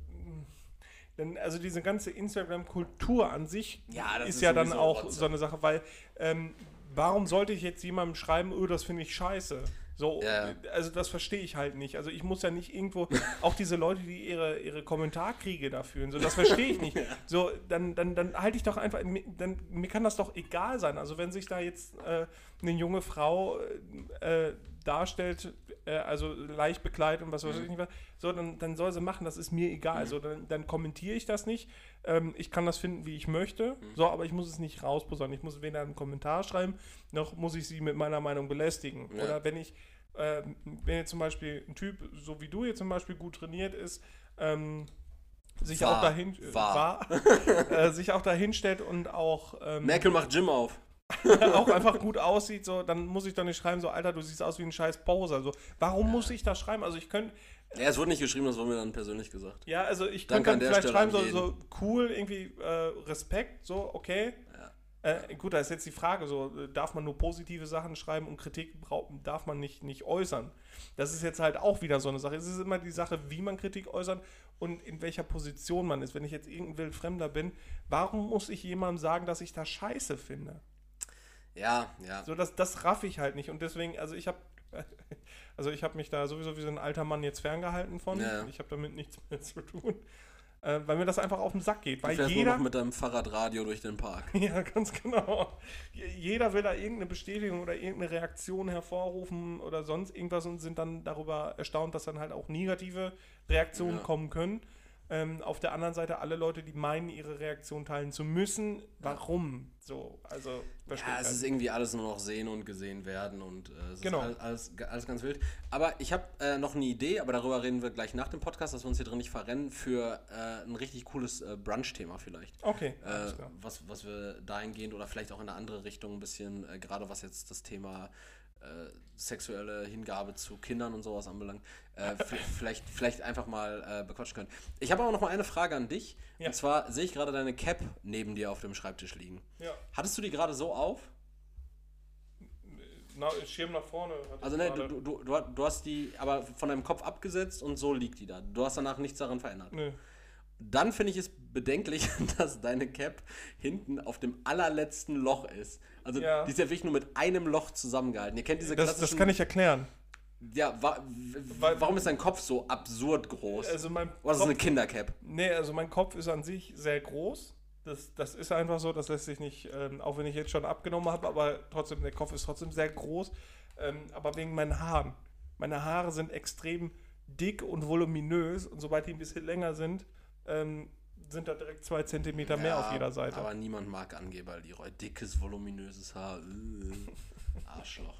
denn, also diese ganze Instagram-Kultur an sich Ja, das ist, ist ja dann sowieso auch Rotze. so eine Sache, weil ähm, warum sollte ich jetzt jemandem schreiben, öh, das finde ich scheiße? So, Ja. also das verstehe ich halt nicht. Also ich muss ja nicht irgendwo, auch diese Leute, die ihre, ihre Kommentarkriege da führen, so, das verstehe ich nicht. So, dann, dann, dann halte ich doch einfach, mir- dann, mir kann das doch egal sein. Also wenn sich da jetzt äh, eine junge Frau äh, darstellt, äh, also leicht bekleidet und was weiß ich nicht was, so, dann, dann soll sie machen, das ist mir egal. So, dann, dann kommentiere ich das nicht. Ähm, ich kann das finden, wie ich möchte, so, aber ich muss es nicht rausposaunen. Ich muss weder einen Kommentar schreiben, noch muss ich sie mit meiner Meinung belästigen. Ja. Oder wenn ich, ähm, wenn jetzt zum Beispiel ein Typ, so wie du jetzt zum Beispiel, gut trainiert ist, ähm, sich War. auch dahin äh, War. war, äh, sich auch dahin stellt und auch ähm, Merkel macht Gym auf. auch einfach gut aussieht, so, dann muss ich doch nicht schreiben, so, Alter, du siehst aus wie ein scheiß Poser. So, warum muss ich das schreiben? Also ich könnte, Ja, es wurde nicht geschrieben, das wurde mir dann persönlich gesagt. ja, also ich Danke könnte an dann der vielleicht Stelle schreiben, an so, jeden. so cool, irgendwie äh, Respekt, so, okay. Äh, gut, da ist jetzt die Frage, so, äh, darf man nur positive Sachen schreiben und Kritik brau- darf man nicht, nicht äußern? Das ist jetzt halt auch wieder so eine Sache. Es ist immer die Sache, wie man Kritik äußert und in welcher Position man ist. Wenn ich jetzt irgendein Wildfremder bin, warum muss ich jemandem sagen, dass ich das scheiße finde? Ja, ja. So, das, das raff ich halt nicht. Und deswegen, also ich habe also ich habe mich da sowieso wie so ein alter Mann jetzt ferngehalten von. Ja. Ich habe damit nichts mehr zu tun. Äh, weil mir das einfach auf den Sack geht. Du Weil fährst nur jeder. noch mit deinem Fahrradradio durch den Park. Ja, ganz genau. Je- Jeder will da irgendeine Bestätigung oder irgendeine Reaktion hervorrufen oder sonst irgendwas und sind dann darüber erstaunt, dass dann halt auch negative Reaktionen Ja. kommen können. Ähm, auf der anderen Seite alle Leute, die meinen, ihre Reaktion teilen zu müssen. Warum? So, also verstehe Ja, ich es halt ist irgendwie alles nur noch sehen und gesehen werden und äh, es Genau. ist alles, alles, alles ganz wild. Aber ich habe äh, noch eine Idee, aber darüber reden wir gleich nach dem Podcast, dass wir uns hier drin nicht verrennen, für äh, ein richtig cooles äh, Brunch-Thema vielleicht. Okay, Äh, alles klar. was, was wir dahingehend oder vielleicht auch in eine andere Richtung ein bisschen, äh, gerade was jetzt das Thema äh, sexuelle Hingabe zu Kindern und sowas anbelangt, äh, f- vielleicht, vielleicht einfach mal äh, bequatschen können. Ich habe aber noch mal eine Frage an dich. Ja. Und zwar sehe ich gerade deine Cap neben dir auf dem Schreibtisch liegen. Ja. Hattest du die gerade so auf? Na, Schirm nach vorne. hatte ich Also ne, gerade. du, du, du, du hast die aber von deinem Kopf abgesetzt und so liegt die da. Du hast danach nichts daran verändert. Nö. Dann finde ich es bedenklich, dass deine Cap hinten auf dem allerletzten Loch ist. Also Ja. die ist ja wirklich nur mit einem Loch zusammengehalten. Ihr kennt diese Das, klassischen... das kann ich erklären. Ja, wa w- Weil- warum ist dein Kopf so absurd groß? Also mein Oder ist das eine Kopf, Kindercap? nee, also mein Kopf ist an sich sehr groß. Das, das ist einfach so, das lässt sich nicht, ähm, auch wenn ich jetzt schon abgenommen habe, aber trotzdem, der Kopf ist trotzdem sehr groß. Ähm, aber wegen meinen Haaren. Meine Haare sind extrem dick und voluminös und sobald die ein bisschen länger sind, ähm, sind da direkt zwei Zentimeter mehr auf jeder Seite. Aber niemand mag Angeber, Leroy. Dickes, voluminöses Haar. Äh, Arschloch.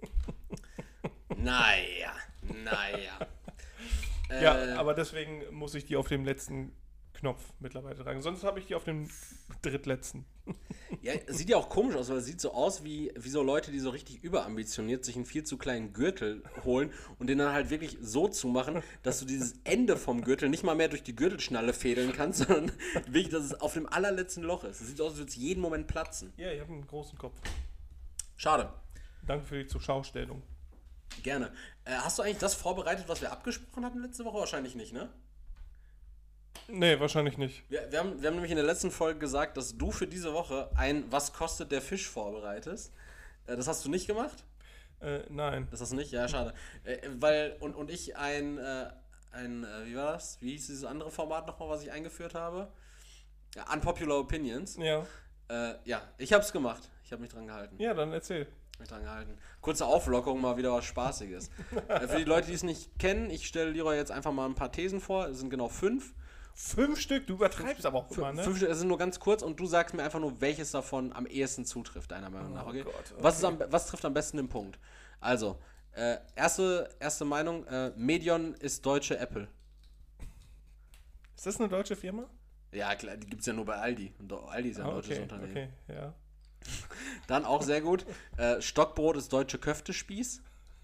Naja, naja. Ja, Äh, aber deswegen muss ich die auf dem letzten Knopf mittlerweile tragen. Sonst habe ich die auf dem drittletzten. Ja, es sieht ja auch komisch aus, weil es sieht so aus wie, wie so Leute, die so richtig überambitioniert sich einen viel zu kleinen Gürtel holen und den dann halt wirklich so zumachen, dass du dieses Ende vom Gürtel nicht mal mehr durch die Gürtelschnalle fädeln kannst, sondern wirklich, dass es auf dem allerletzten Loch ist. Es sieht aus, als würde es jeden Moment platzen. Ja, ich habe einen großen Kopf. Schade. Danke für die Zuschaustellung. Gerne. Äh, hast du eigentlich das vorbereitet, was wir abgesprochen hatten letzte Woche? Wahrscheinlich nicht, ne? Nee, wahrscheinlich nicht. Wir, wir, haben, wir haben nämlich in der letzten Folge gesagt, dass du für diese Woche ein Was kostet der Fisch vorbereitest. Äh, das hast du nicht gemacht? Äh, nein. Das hast du nicht? Ja, schade. Äh, weil, und, und ich ein, äh, ein, äh, wie war das? Wie hieß dieses andere Format nochmal, was ich eingeführt habe? Ja, Unpopular Opinions. Ja. Äh, ja, ich hab's gemacht. Ich habe mich dran gehalten. Ja, dann erzähl. Mich dran gehalten. Kurze Auflockerung, mal wieder was Spaßiges. äh, für die Leute, die es nicht kennen, ich stelle Leroy jetzt einfach mal ein paar Thesen vor. Es sind genau fünf. Fünf Stück? Du übertreibst aber auch Fünf, immer, ne? fünf Stück, es sind nur ganz kurz und du sagst mir einfach nur, welches davon am ehesten zutrifft, deiner Meinung nach. Okay? Oh Gott, okay. Was, ist am, was trifft am besten den Punkt? Also, äh, erste, erste Meinung, äh, Medion ist deutsche Apple. Ist das eine deutsche Firma? Ja, klar, die gibt es ja nur bei Aldi. Und Aldi ist ja ein Ah, deutsches okay, Unternehmen. okay, ja. Dann auch sehr gut, äh, Stockbrot ist deutsche Köftespieß.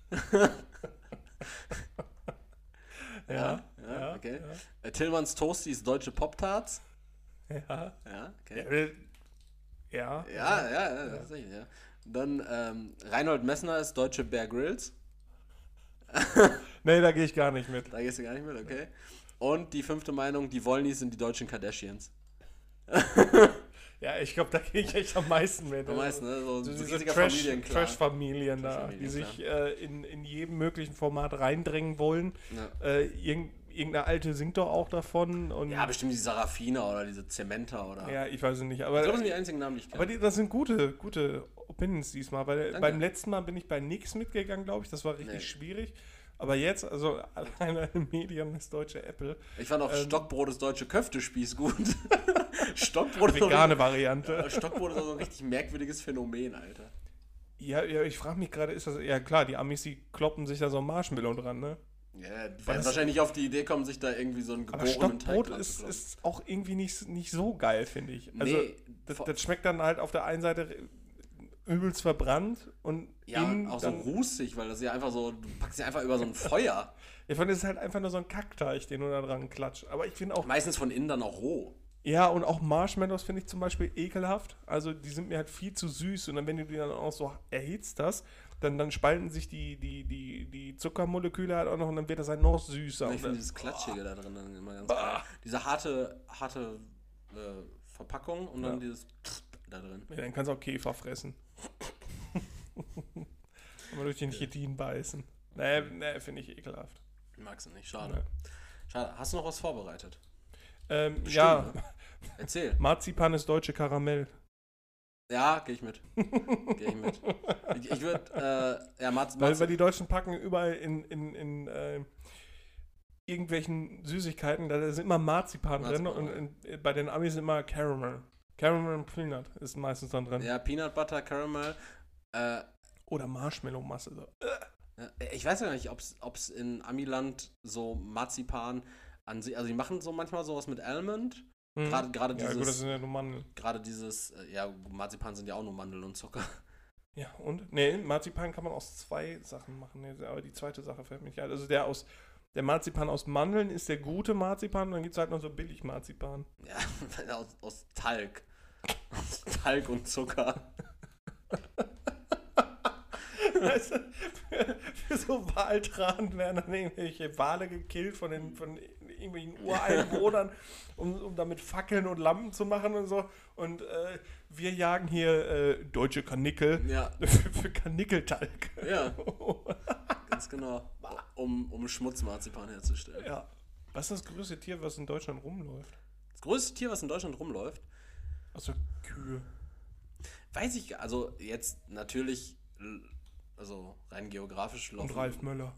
Ja, ja, ja, okay. Äh, Tillmanns Toasty ist deutsche Pop-Tarts. Ja. Ja, okay. Ja. Ja, Ja, ja, ja, tatsächlich, ja. Dann ähm, Reinhold Messner ist deutsche Bear Grylls. Nee, da gehe ich gar nicht mit. Da gehst du gar nicht mit, okay. Und die fünfte Meinung, die Wollnies sind die deutschen Kardashians. Ja, ich glaube, da gehe ich echt am meisten mit. Am meisten, ne? So, So so diese riesiger Trash, Familienclan. Trash-Familien da, Trash-Familien, die sich äh, in, in jedem möglichen Format reindrängen wollen. Ja. Äh, irgend, irgendeine Alte singt doch auch davon. Und Ja, bestimmt die Sarafina oder diese Zementa oder. ja, ich weiß es nicht. Aber, Ich glaube, das sind die einzigen Namen, die ich kenne. aber die, das sind gute, gute Opinions diesmal. Weil Danke. beim letzten Mal bin ich bei nix mitgegangen, glaube ich. Das war richtig Nee. schwierig. Aber jetzt, also alleine Medien ist deutsche Apple. Ich fand auch Ähm, Stockbrot ist deutsche Köftespieß gut. Stockbrot ist, Vegane auch, Variante. äh, Stockbrot ist auch so ein richtig merkwürdiges Phänomen, Alter. Ja, ja, ich frage mich gerade, ist das. Ja klar, die Amis, die kloppen sich da so ein Marshmallow dran, ne? Ja, die das- werden wahrscheinlich nicht auf die Idee kommen, sich da irgendwie so einen Aber geborenen Teig Stockbrot dran zu ist, kloppen. ist auch irgendwie nicht, nicht so geil, finde ich. Also, Nee, das, vor- das schmeckt dann halt auf der einen Seite übelst verbrannt und Ja, und innen auch so dann, rußig, weil das ja einfach so, du packst sie einfach über so ein Feuer. ich fand, es ist halt einfach nur so ein Kackteig, den du da dran klatscht. Aber ich finde auch, Meistens von innen dann auch roh. ja, und auch Marshmallows finde ich zum Beispiel ekelhaft. Also die sind mir halt viel zu süß und dann, wenn du die dann auch so erhitzt hast, dann, dann spalten sich die, die, die, die Zuckermoleküle halt auch noch und dann wird das halt noch süßer. Ich Und finde dann- dieses Klatschige da drin dann immer ganz Bah. geil. Diese harte, harte äh, Verpackung und dann Ja. dieses da drin. Ja, dann kannst du auch Käfer fressen. Aber durch den Chitin beißen. Nee, nee finde ich ekelhaft. Magst du nicht, schade. Ja. Schade. Hast du noch was vorbereitet? Ähm, Bestimmt, ja, ne? Erzähl. Marzipan ist deutsche Karamell. Ja, gehe ich mit. Gehe ich mit. Ich, ich würde, äh, ja, Marz, Weil, Marz, weil die Deutschen packen überall in, in, in äh, irgendwelchen Süßigkeiten, da ist immer Marzipan, drin Marzipan, und in, bei den Amis immer Caramel. Caramel und Peanut ist meistens dann drin. ja, Peanut Butter, Caramel. Äh, Oder Marshmallow-Masse. So. ja, ich weiß ja nicht, ob es in Amiland so Marzipan an sich, also die machen so manchmal sowas mit Almond. Mhm. Gerade gerade Ja, gut, das dieses, sind ja nur Mandeln. gerade dieses, äh, ja, Marzipan sind ja auch nur Mandeln und Zucker. Ja, und? Nee, Marzipan kann man aus zwei Sachen machen. Nee, aber die zweite Sache fällt mir nicht ein. Also der aus der Marzipan aus Mandeln ist der gute Marzipan und dann gibt es halt noch so billig Marzipan. Ja, aus, aus Talg. Aus Talg und Zucker. Weißt du, für, für so Waldrand werden dann irgendwelche Wale gekillt von den von irgendwelchen Ureinwohnern, um, um damit Fackeln und Lampen zu machen und so. Und äh, wir jagen hier äh, deutsche Karnickel Ja, für, für Karnickeltalg. ja, ganz genau. Um, um Schmutzmarzipan herzustellen. Ja. Was ist das größte Tier, was in Deutschland rumläuft? Das größte Tier, was in Deutschland rumläuft, Also Kühe. weiß ich, also jetzt natürlich, also rein geografisch laufen. Und Ralf Möller.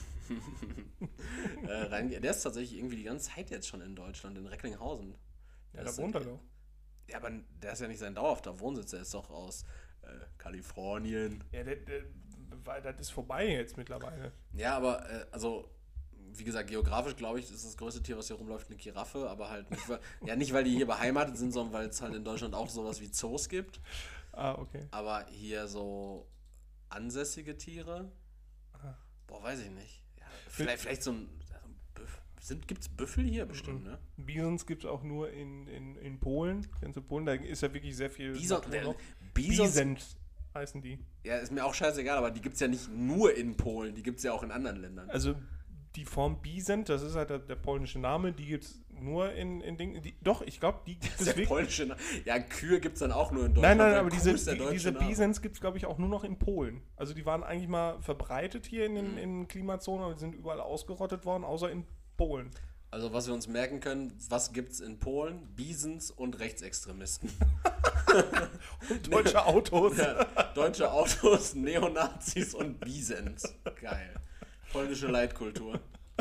äh, rein, der ist tatsächlich irgendwie die ganze Zeit jetzt schon in Deutschland, in Recklinghausen. Ja, Der da ist- wohnt er doch. Ja, aber der ist ja nicht sein dauerhafter Wohnsitz, der ist doch aus äh, Kalifornien. Ja, der, der, weil das ist vorbei jetzt mittlerweile. Ja, aber äh, also, wie gesagt, geografisch glaube ich, ist das größte Tier, was hier rumläuft, eine Giraffe, aber halt nicht, weil, ja, nicht, weil die hier beheimatet sind, sondern weil es halt in Deutschland auch sowas wie Zoos gibt. Ah, okay. Aber hier so ansässige Tiere, Aha. boah, weiß ich nicht. Ja, vielleicht, vielleicht so ein, so ein Büff, sind, gibt's Büffel hier bestimmt, ne? Bisons gibt es auch nur in, in, in Polen. Kennst du Polen? Da ist ja wirklich sehr viel Bison, Natur der, noch. Bisons, Bisons heißen die. ja, ist mir auch scheißegal, aber die gibt's ja nicht nur in Polen, die gibt's ja auch in anderen Ländern. Also die Form Bisent, das ist halt der, der polnische Name, die gibt es nur in, in Dingen. Die, doch, ich glaube, die gibt es Der wirklich. polnische Name. Ja, Kühe gibt's dann auch nur in Nein, Deutschland. nein, weil aber Kuh diese, ist der die, deutsche diese Name. Bisons gibt es, glaube ich, auch nur noch in Polen. Also die waren eigentlich mal verbreitet hier in den in Klimazonen und sind überall ausgerottet worden, außer in Polen. Also was wir uns merken können, was gibt's in Polen? Bisons und Rechtsextremisten. Und deutsche Autos. Ja, deutsche Autos, Neonazis und Bisons. Geil. Polnische Leitkultur.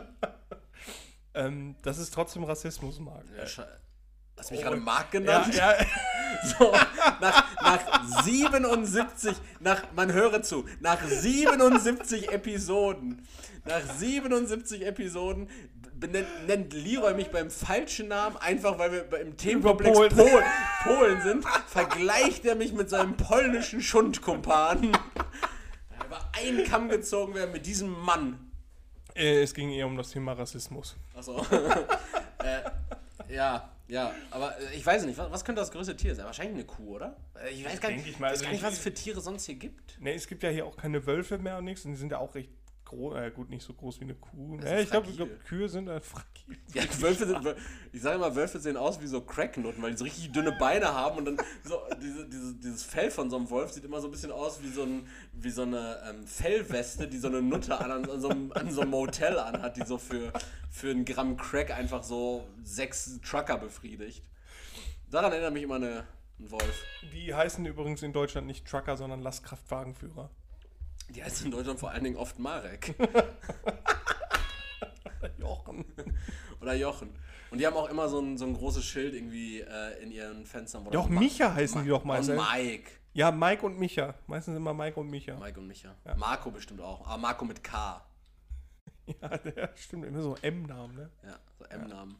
ähm, das ist trotzdem Rassismus, Marc. Ja, Sche- Hast du mich Oh. gerade Marc genannt? Ja, ja. So, nach, nach siebenundsiebzig, nach, man höre zu, nach siebenundsiebzig Episoden, nach siebenundsiebzig Episoden benennt, nennt Leroy mich beim falschen Namen, einfach weil wir im Themenkomplex Polen. Polen, Polen sind, vergleicht er mich mit seinem polnischen Schundkumpan. Über einen Kamm gezogen werden mit diesem Mann. Äh, Es ging eher um das Thema Rassismus. Achso. äh, ja, ja, aber äh, ich weiß nicht, was, was könnte das größte Tier sein? Wahrscheinlich eine Kuh, oder? Äh, Ich weiß gar nicht, Denke ich mal, ich weiß also gar nicht ich- was es für Tiere sonst hier gibt. Ne, es gibt ja hier auch keine Wölfe mehr und nichts. Und die sind ja auch recht groß. Äh, gut, nicht so groß wie eine Kuh. Das Ne, ist ich glaube, fragil. glaub, Kühe sind äh, fragil. Ja, Wölfe sind, Wöl- ich sage immer, Wölfe sehen aus wie so Cracknutten, weil die so richtig dünne Beine haben und dann so, diese, diese, dieses Fell von so einem Wolf sieht immer so ein bisschen aus wie so, ein, wie so eine ähm, Fellweste, die so eine Nutte an, an, so einem, an so einem Motel anhat, die so für, für ein Gramm Crack einfach so sechs Trucker befriedigt. Daran erinnert mich immer eine, ein Wolf. Die heißen übrigens in Deutschland nicht Trucker, sondern Lastkraftwagenführer. Die heißt in Deutschland vor allen Dingen oft Marek Jochen. oder Jochen. Und die haben auch immer so ein, so ein großes Schild irgendwie äh, in ihren Fenstern. wo Ja, auch dann Ma- Micha heißen Ma- die doch meistens. Und Mike. Ja, Mike und Micha. Meistens immer Mike und Micha. Mike und Micha. Ja. Marco bestimmt auch. Aber Marco mit K. Ja, der stimmt. Immer so M-Namen, ne? Ja, so M-Namen.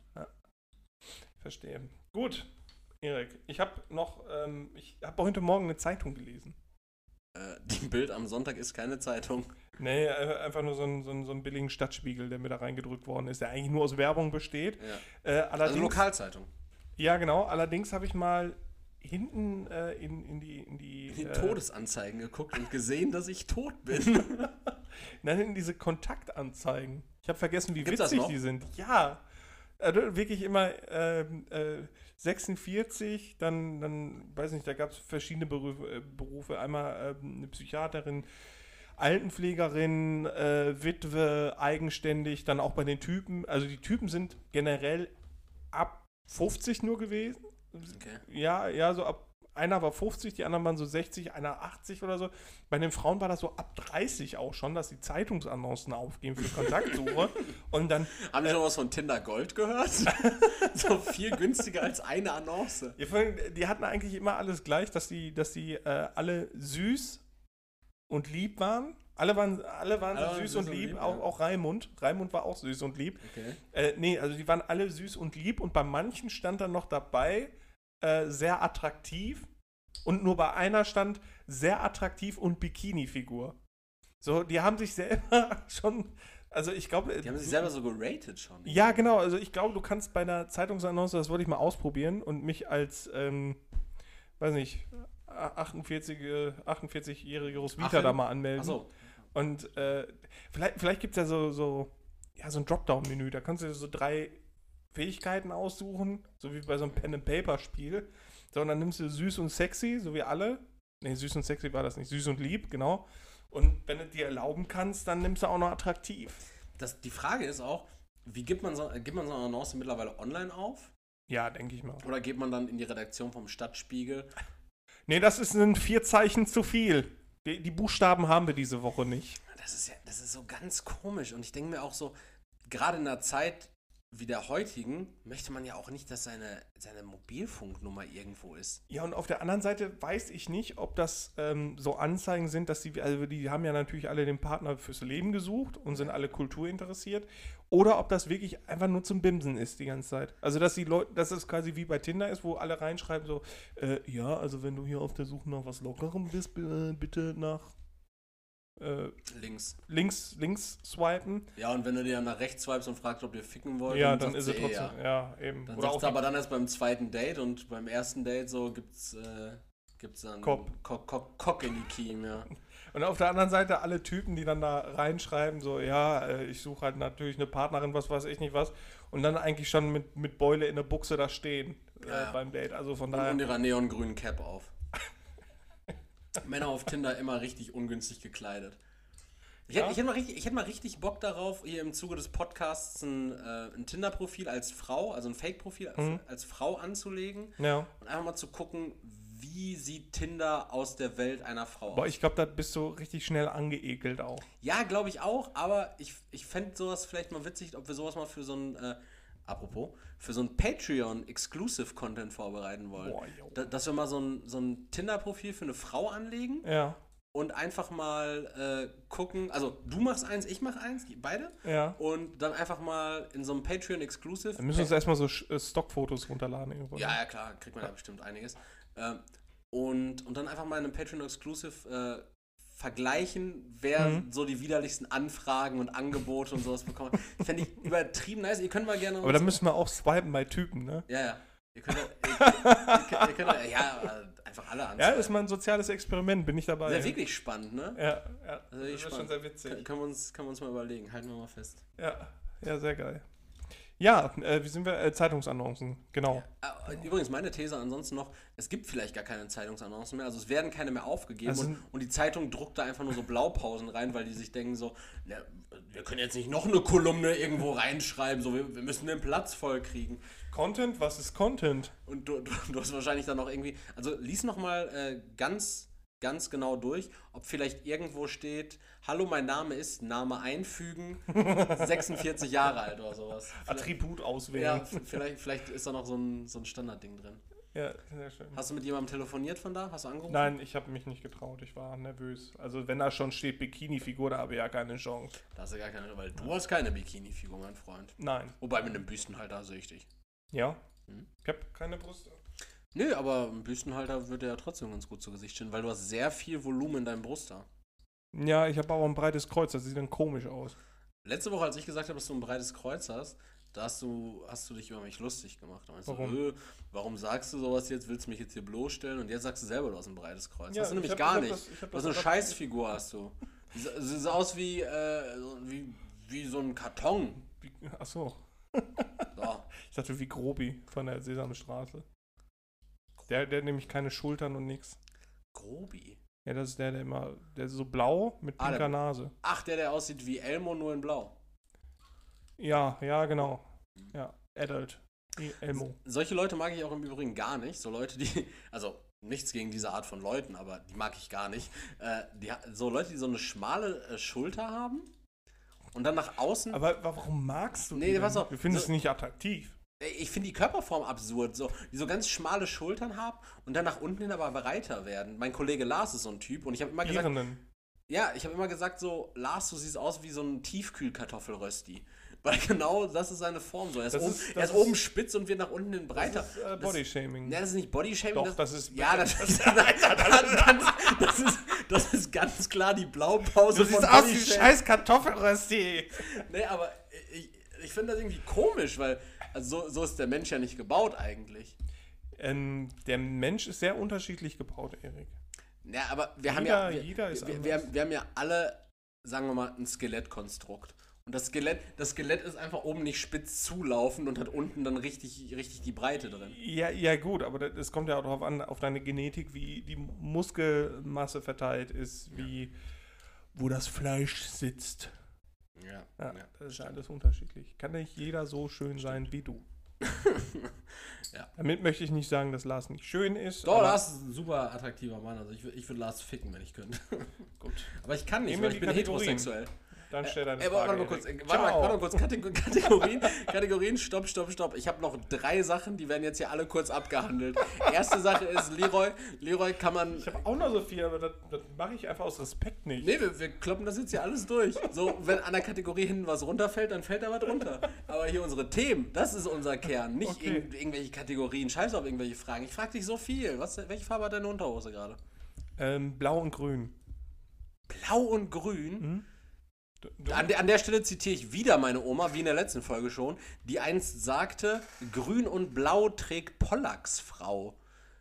Verstehe. Gut, Erik. Ich habe noch, ähm, ich habe heute Morgen eine Zeitung gelesen. Äh, die Bild am Sonntag ist keine Zeitung. Nee, äh, einfach nur so einen so einen- so einen billigen Stadtspiegel, der mir da reingedrückt worden ist, der eigentlich nur aus Werbung besteht. Ja. Äh, allerdings, Also Lokalzeitung. Ja, genau. Allerdings habe ich mal hinten äh, in, in die... In die, In die äh, Todesanzeigen geguckt und gesehen, dass ich tot bin. Nein, in diese Kontaktanzeigen. Ich habe vergessen, wie Gibt's das witzig noch? die sind. Ja. Also wirklich immer ähm, äh, sechsundvierzig, dann, dann, weiß nicht, da gab es verschiedene Berufe, äh, Berufe. Einmal ähm, eine Psychiaterin, Altenpflegerin, äh, Witwe, eigenständig, dann auch bei den Typen. Also die Typen sind generell ab fünfzig nur gewesen. Okay. Ja, ja, so ab, einer war fünfzig, die anderen waren so sechzig, einer achtzig oder so. Bei den Frauen war das so ab dreißig auch schon, dass die Zeitungsannoncen aufgeben für Kontaktsuche. Und dann, Haben Sie schon was von Tinder Gold gehört? So viel günstiger als eine Annonce. ja, vor allem, die hatten eigentlich immer alles gleich, dass die, dass die äh, alle süß und lieb waren. Alle waren, alle waren Alle waren süß und lieb, lieb, auch, ja. auch Raimund. Raimund war auch süß und lieb. Okay. Äh, nee, also die waren alle süß und lieb und bei manchen stand dann noch dabei, äh, sehr attraktiv und nur bei einer stand sehr attraktiv und Bikini-Figur. So, die haben sich selber schon, also ich glaube... Die haben sich selber so geratet schon. Ja, genau, also ich glaube, du kannst bei einer Zeitungsannonce, das wollte ich mal ausprobieren und mich als, ähm, weiß nicht, achtundvierzig, achtundvierzig-jährige Roswitha Achim? da mal anmelden. Achso. Und äh, vielleicht, vielleicht gibt es ja so, so, ja, so ein Dropdown-Menü. Da kannst du dir so drei Fähigkeiten aussuchen, so wie bei so einem Pen-and-Paper-Spiel. So, und dann nimmst du süß und sexy, so wie alle. Nee, süß und sexy war das nicht. Süß und lieb, genau. Und wenn du dir erlauben kannst, dann nimmst du auch noch attraktiv. Das, die Frage ist auch, wie gibt man so, gibt man so eine Annonce mittlerweile online auf? Ja, denke ich mal. Oder geht man dann in die Redaktion vom Stadtspiegel? Nee, das ist ein vier Zeichen zu viel. Die, die Buchstaben haben wir diese Woche nicht. Das ist ja, das ist so ganz komisch. Und ich denke mir auch so, gerade in einer Zeit wie der heutigen, möchte man ja auch nicht, dass seine, seine Mobilfunknummer irgendwo ist. Ja, und auf der anderen Seite weiß ich nicht, ob das ähm, so Anzeigen sind, dass die, also die haben ja natürlich alle den Partner fürs Leben gesucht und sind alle kulturinteressiert, oder ob das wirklich einfach nur zum Bimsen ist die ganze Zeit. Also, dass die Leute, dass es quasi wie bei Tinder ist, wo alle reinschreiben so, äh, ja, also wenn du hier auf der Suche nach was Lockerem bist, b- bitte nach äh, Links. links, links swipen. Ja, und wenn du dir dann nach rechts swipest und fragst, ob ihr ficken wollt, Ja, dann sagt ist sie es eh trotzdem, ja. ja, eben. Dann Oder sagt auch sie aber dann erst beim zweiten Date und beim ersten Date so gibt's, äh, gibt's dann Kopf. Kock, Kock, Kock in die Kiem, ja. Und auf der anderen Seite alle Typen, die dann da reinschreiben, so, ja, äh, ich suche halt natürlich eine Partnerin, was weiß ich nicht was, und dann eigentlich schon mit, mit Beule in der Buchse da stehen äh, Ja, ja. beim Date. Also von Und, daher. und ihrer neongrünen Cap auf. Männer auf Tinder immer richtig ungünstig gekleidet. Ich, ja? hätte, ich, hätte mal richtig, ich hätte mal richtig Bock darauf, hier im Zuge des Podcasts ein, äh, ein Tinder-Profil als Frau, also ein Fake-Profil mhm. als, als Frau anzulegen. Ja. Und einfach mal zu gucken, wie sieht Tinder aus der Welt einer Frau Boah, aus. ich glaube, da bist du richtig schnell angeekelt auch. Ja, glaube ich auch, aber ich, ich fände sowas vielleicht mal witzig, ob wir sowas mal für so ein, äh, apropos, für so ein Patreon-Exclusive-Content vorbereiten wollen. Boah, da, dass wir mal so ein, so ein Tinder-Profil für eine Frau anlegen. Ja. Und einfach mal äh, gucken, also du machst eins, ich mach eins, beide. Ja. Und dann einfach mal in so einem Patreon-Exclusive. Wir müssen uns erstmal so äh, Stockfotos runterladen. Irgendwo. Ja, ja, klar, kriegt man ja, ja bestimmt einiges. Ähm, und, und dann einfach mal in einem Patreon-Exclusive äh, vergleichen, wer mhm. so die widerlichsten Anfragen und Angebote und sowas bekommt. Fände ich übertrieben nice. Ihr könnt mal gerne... Aber da müssen wir auch swipen bei Typen, ne? Ja, ja. Ihr könnt, ihr, ihr, ihr könnt ja, einfach alle anschauen. Ja, ist mal ein soziales Experiment, bin ich dabei. Das ist ja wirklich spannend, ne? Ja, ja. Das ist, das ist schon sehr witzig. Kann, können, wir uns, können wir uns mal überlegen, halten wir mal fest. Ja, ja, sehr geil. Ja, äh, wie sind wir? Äh, Zeitungsannoncen, genau. Ja, übrigens, meine These ansonsten noch, es gibt vielleicht gar keine Zeitungsannoncen mehr, also es werden keine mehr aufgegeben also, und, und die Zeitung druckt da einfach nur so Blaupausen rein, weil die sich denken so, na, wir können jetzt nicht noch eine Kolumne irgendwo reinschreiben, so, wir, wir müssen den Platz voll kriegen. Content? Was ist Content? Und du, du, du hast wahrscheinlich dann noch irgendwie, also lies nochmal äh, ganz, ganz genau durch, ob vielleicht irgendwo steht, hallo, mein Name ist, Name einfügen, sechsundvierzig Jahre alt oder sowas. Vielleicht, Attribut auswählen. Ja, vielleicht, vielleicht ist da noch so ein, so ein Standardding drin. Ja, sehr schön. Hast du mit jemandem telefoniert von da? Hast du angerufen? Nein, ich habe mich nicht getraut. Ich war nervös. Also wenn da schon steht Bikini-Figur, da habe ich ja keine Chance. Da hast du gar keine, weil du hast keine Bikini-Figur, mein Freund. Nein. Wobei mit einem Büstenhalter sehe ich dich. Ja? Hm? Ich habe keine Brüste. Nö, aber ein Büstenhalter würde ja trotzdem ganz gut zu Gesicht stehen, weil du hast sehr viel Volumen in deinem Brust da. Ja, ich habe aber ein breites Kreuz, das sieht dann komisch aus. Letzte Woche, als ich gesagt habe, dass du ein breites Kreuz hast, da hast du, hast du dich über mich lustig gemacht. Da meinst warum? Du, warum sagst du sowas jetzt? Willst du mich jetzt hier bloßstellen? Und jetzt sagst du selber, du hast ein breites Kreuz. Ja, hast du nämlich hab, gar ich nicht. Das, ich hab du hast eine Scheißfigur, hast du. Sie sieht aus wie, äh, wie, wie so ein Karton. Ach so. So. Ich dachte wie Grobi von der Sesamstraße. Der, der hat nämlich keine Schultern und nix. Grobi? Ja, das ist der, der immer, der ist so blau mit pinker ah, der, Nase. Ach, der, der aussieht wie Elmo, nur in blau. Ja, ja, genau. Ja, Adult. Elmo. Solche Leute mag ich auch im Übrigen gar nicht. So Leute, die, also nichts gegen diese Art von Leuten, aber die mag ich gar nicht. Äh, die, so Leute, die so eine schmale äh, Schulter haben und dann nach außen... Aber warum magst du nee, die? Pass auf, du findest so, es nicht attraktiv. Ich finde die Körperform absurd, so, die so ganz schmale Schultern haben und dann nach unten hin aber breiter werden. Mein Kollege Lars ist so ein Typ und ich habe immer gesagt... Irenen. Ja, ich habe immer gesagt so, Lars, du siehst aus wie so ein Tiefkühlkartoffelrösti. Weil genau das ist seine Form so. Er ist, oben, ist, er ist, ist oben spitz und wird nach unten hin breiter. Das ist äh, Bodyshaming. Das, das ist nicht Bodyshaming. Doch, das, das ist... Ja, das, das, das, ganz, das, ist, das ist ganz klar die Blaupause du von Bodyshaming. Du siehst aus wie scheiß Kartoffelrösti. Nee, aber ich, ich finde das irgendwie komisch, weil also so, so ist der Mensch ja nicht gebaut eigentlich. Ähm, der Mensch ist sehr unterschiedlich gebaut, Erik. Ja, aber wir jeder, haben ja... Wir, jeder ist wir, wir, haben, wir haben ja alle, sagen wir mal, ein Skelettkonstrukt. Und das Skelett, das Skelett ist einfach oben nicht spitz zulaufend und hat unten dann richtig, richtig die Breite drin. Ja, ja gut, aber es kommt ja auch darauf an, auf deine Genetik, wie die Muskelmasse verteilt ist, wie ja. wo das Fleisch sitzt. Ja, ja, ja das ist ja alles unterschiedlich. Kann nicht jeder so schön sein wie du. Ja. Damit möchte ich nicht sagen, dass Lars nicht schön ist. Doch, Lars ist ein super attraktiver Mann. Also ich, ich würde Lars ficken, wenn ich könnte. Gut. Aber ich kann nicht, Nehmen weil ich bin Kategorien. Heterosexuell. Dann stell deine äh, Frage. Warte mal kurz, warte mal, warte mal kurz. Kategorien, Kategorien, stopp, stopp, stopp. Ich habe noch drei Sachen, die werden jetzt hier alle kurz abgehandelt. Erste Sache ist, Leroy, Leroy kann man... Ich habe auch noch so viel, aber das, das mache ich einfach aus Respekt nicht. Nee, wir, wir kloppen das jetzt hier alles durch. So, wenn an der Kategorie hinten was runterfällt, dann fällt da was runter. Aber hier unsere Themen, das ist unser Kern. Nicht okay. irg- irgendwelche Kategorien, scheiß auf irgendwelche Fragen. Ich frage dich so viel. Was, welche Farbe hat deine Unterhose gerade? Ähm, blau und grün. Blau und grün? Mhm. An der, an der Stelle zitiere ich wieder meine Oma, wie in der letzten Folge schon, die einst sagte, grün und blau trägt Pollacks Frau.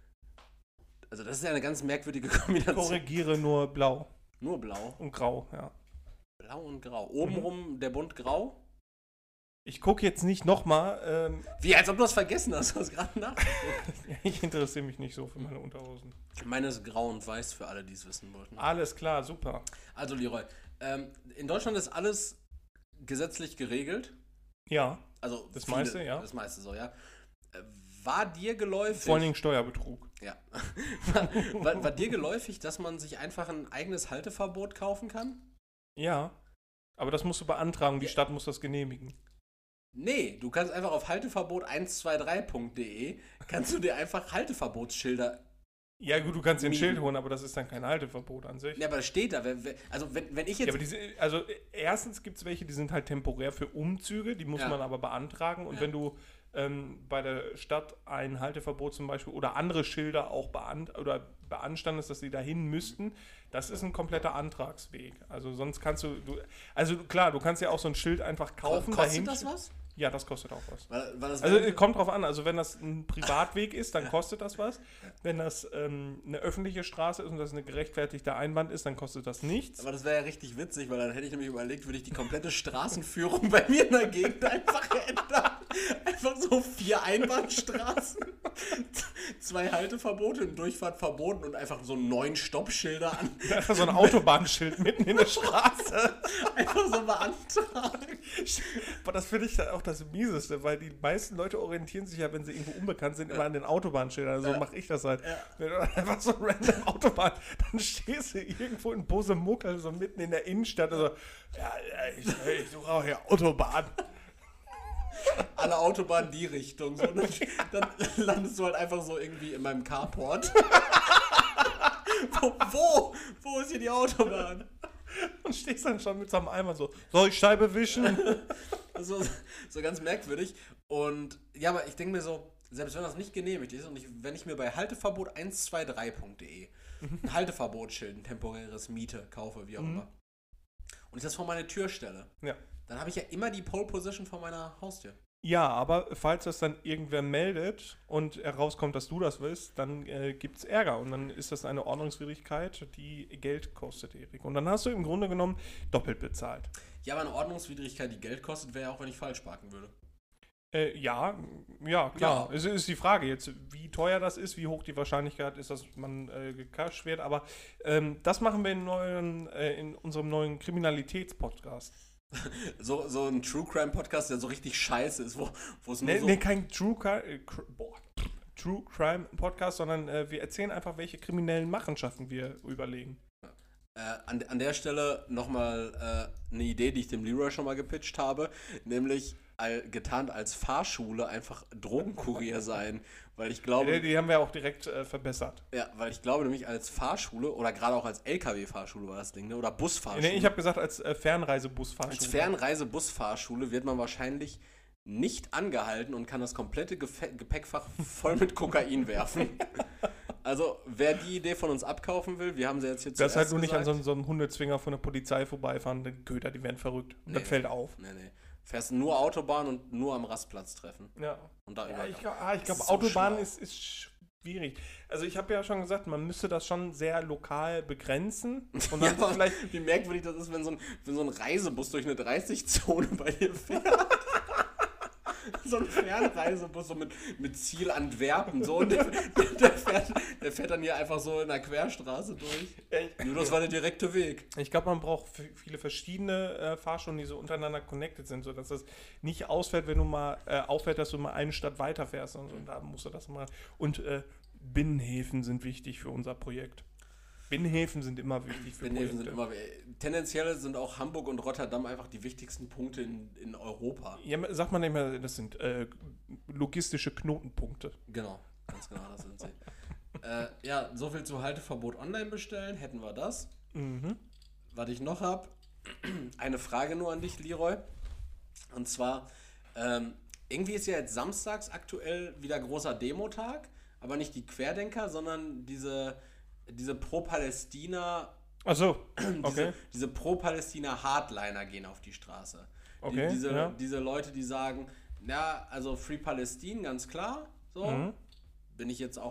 Also das ist ja eine ganz merkwürdige Kombination. Korrigiere nur blau. Nur blau? Und grau, ja. Blau und grau. Obenrum mhm. der Bund grau? Ich gucke jetzt nicht nochmal. Ähm, Wie, als ob du das vergessen hast, du hast gerade nach. ich interessiere mich nicht so für meine Unterhosen. Meine ist grau und weiß für alle, die es wissen wollten. Alles klar, super. Also Leroy, ähm, in Deutschland ist alles gesetzlich geregelt. Ja. Also das viele, meiste, ja. Das meiste so, ja. Äh, War dir geläufig... Vor allen Dingen Steuerbetrug. Ja. war, war, war dir geläufig, dass man sich einfach ein eigenes Halteverbot kaufen kann? Ja. Aber das musst du beantragen, die Stadt muss das genehmigen. Nee, du kannst einfach auf halteverbot eins zwei drei punkt de kannst du dir einfach Halteverbotsschilder... Ja gut, du kannst dir ein mieten. Schild holen, aber das ist dann kein Halteverbot an sich. Ja, aber das steht da. Wenn- wenn- Also wenn, wenn ich Ja, jetzt... aber diese, also erstens gibt es welche, die sind halt temporär für Umzüge, die muss Ja. man aber beantragen. Und Ja. wenn du ähm, bei der Stadt ein Halteverbot zum Beispiel oder andere Schilder auch beant oder beanstandest, dass sie dahin müssten, das ist ein kompletter Antragsweg. Also sonst kannst du, du also klar, du kannst ja auch so ein Schild einfach kaufen. Kostet dahin, das was? Ja, das kostet auch was. Weil, weil das Also äh, kommt drauf an, also wenn das ein Privatweg ist, dann kostet das was. Wenn das ähm, eine öffentliche Straße ist und das eine gerechtfertigte Einbahn ist, dann kostet das nichts. Aber das wäre ja richtig witzig, weil dann hätte ich nämlich überlegt, würde ich die komplette Straßenführung bei mir in der Gegend einfach ändern. Einfach so vier Einbahnstraßen, zwei Halteverbote, eine Durchfahrt verboten und einfach so neun Stoppschilder an. Einfach so ein Autobahnschild mitten in der Straße. Einfach so beantragen. Aber das finde ich dann auch das Mieseste, weil die meisten Leute orientieren sich ja, wenn sie irgendwo unbekannt sind, immer an den Autobahnschildern. So Ja. mache ich das halt. Ja. Wenn du einfach so random Autobahn, dann stehst du irgendwo in Bosemuckel, so mitten in der Innenstadt. Also, ja, ja, ich, ich suche auch hier Autobahn. Alle Autobahnen die Richtung. So, dann, dann landest du halt einfach so irgendwie in meinem Carport. wo, wo? Wo ist hier die Autobahn? Und stehst dann schon mit so einem Eimer so, soll ich Scheibe wischen? So, so ganz merkwürdig. Und ja, aber ich denke mir so, selbst wenn das nicht genehmigt ist und ich, wenn ich mir bei halteverbot eins zwei drei punkt de ein Halteverbotsschild, ein temporäres Miete kaufe, wie auch Mhm. immer, und ich das vor meine Tür stelle, Ja. dann habe ich ja immer die Pole Position vor meiner Haustür. Ja, aber falls das dann irgendwer meldet und herauskommt, dass du das willst, dann äh, gibt es Ärger und dann ist das eine Ordnungswidrigkeit, die Geld kostet, Erik. Und dann hast du im Grunde genommen doppelt bezahlt. Ja, aber eine Ordnungswidrigkeit, die Geld kostet, wäre ja auch, wenn ich falsch parken würde. Äh, ja, ja, klar. Ja. Es ist die Frage jetzt, wie teuer das ist, wie hoch die Wahrscheinlichkeit ist, dass man äh, gecasht wird. Aber ähm, das machen wir in, neuen, äh, in unserem neuen Kriminalitätspodcast. So, so ein True Crime Podcast, der so richtig scheiße ist, wo wo es nur Nee, so... nee, kein True, Cri- äh, Cr- boah, True Crime Podcast, sondern äh, wir erzählen einfach, welche kriminellen Machenschaften wir überlegen. Äh, an, an der Stelle nochmal äh, eine Idee, die ich dem Leroy schon mal gepitcht habe, nämlich all, getarnt als Fahrschule einfach Drogenkurier sein, weil ich glaube, Die, die haben wir auch direkt äh, verbessert. ja, weil ich glaube nämlich als Fahrschule oder gerade auch als L K W-Fahrschule war das Ding, ne? Oder Busfahrschule. Nee, ich habe gesagt, als äh, Fernreisebusfahrschule. als Fernreise-Busfahrschule wird man wahrscheinlich nicht angehalten und kann das komplette Gefe- Gepäckfach voll mit Kokain werfen. Also, wer die Idee von uns abkaufen will, wir haben sie jetzt hier Das halt zuerst nur nicht an gesagt. so, so einem Hundezwinger von der Polizei vorbeifahren, die Köter, die werden verrückt. Und Nee. das fällt auf. Nee, nee. Fährst nur Autobahn und nur am Rastplatz treffen. Ja. Und da Ja, über. ich glaube, ah, ich Das glaub, ist so Autobahn schlau. ist, ist schwierig. Also ich habe ja schon gesagt, man müsste das schon sehr lokal begrenzen. Und Ja, dann aber vielleicht. wie merkwürdig das ist, wenn so ein, wenn so ein Reisebus durch eine dreißig-Zone bei dir fährt. So ein Fernreisebus so mit, mit Ziel Antwerpen. So, und der, der, der, fährt, der fährt dann hier einfach so in der Querstraße durch. Nur das war der direkte Weg. Ich glaube, man braucht f- viele verschiedene äh, Fahrschulen, die so untereinander connected sind, sodass das nicht ausfällt, wenn du mal äh, auffällt, dass du mal eine Stadt weiterfährst. Und, so. Und da musst du das mal. Und äh, Binnenhäfen sind wichtig für unser Projekt. Binnenhäfen sind immer wichtig für Binnenhäfen sind Projekte. immer, tendenziell sind auch Hamburg und Rotterdam einfach die wichtigsten Punkte in, in Europa. Ja, sagt man nicht mehr, das sind äh, logistische Knotenpunkte. Genau, ganz genau, das sind sie. äh, ja, soviel zu Halteverbot online bestellen, hätten wir das. Mhm. Was ich noch habe, eine Frage nur an dich, Leroy. Und zwar, ähm, irgendwie ist ja jetzt samstags aktuell wieder großer Demotag, aber nicht die Querdenker, sondern diese, diese Pro-Palästina, Ach so, diese, okay. diese Pro-Palästina-Hardliner gehen auf die Straße. Okay, die, diese, ja. diese Leute, die sagen, ja, also Free Palestine, ganz klar, so. Mhm. Bin ich jetzt auch nicht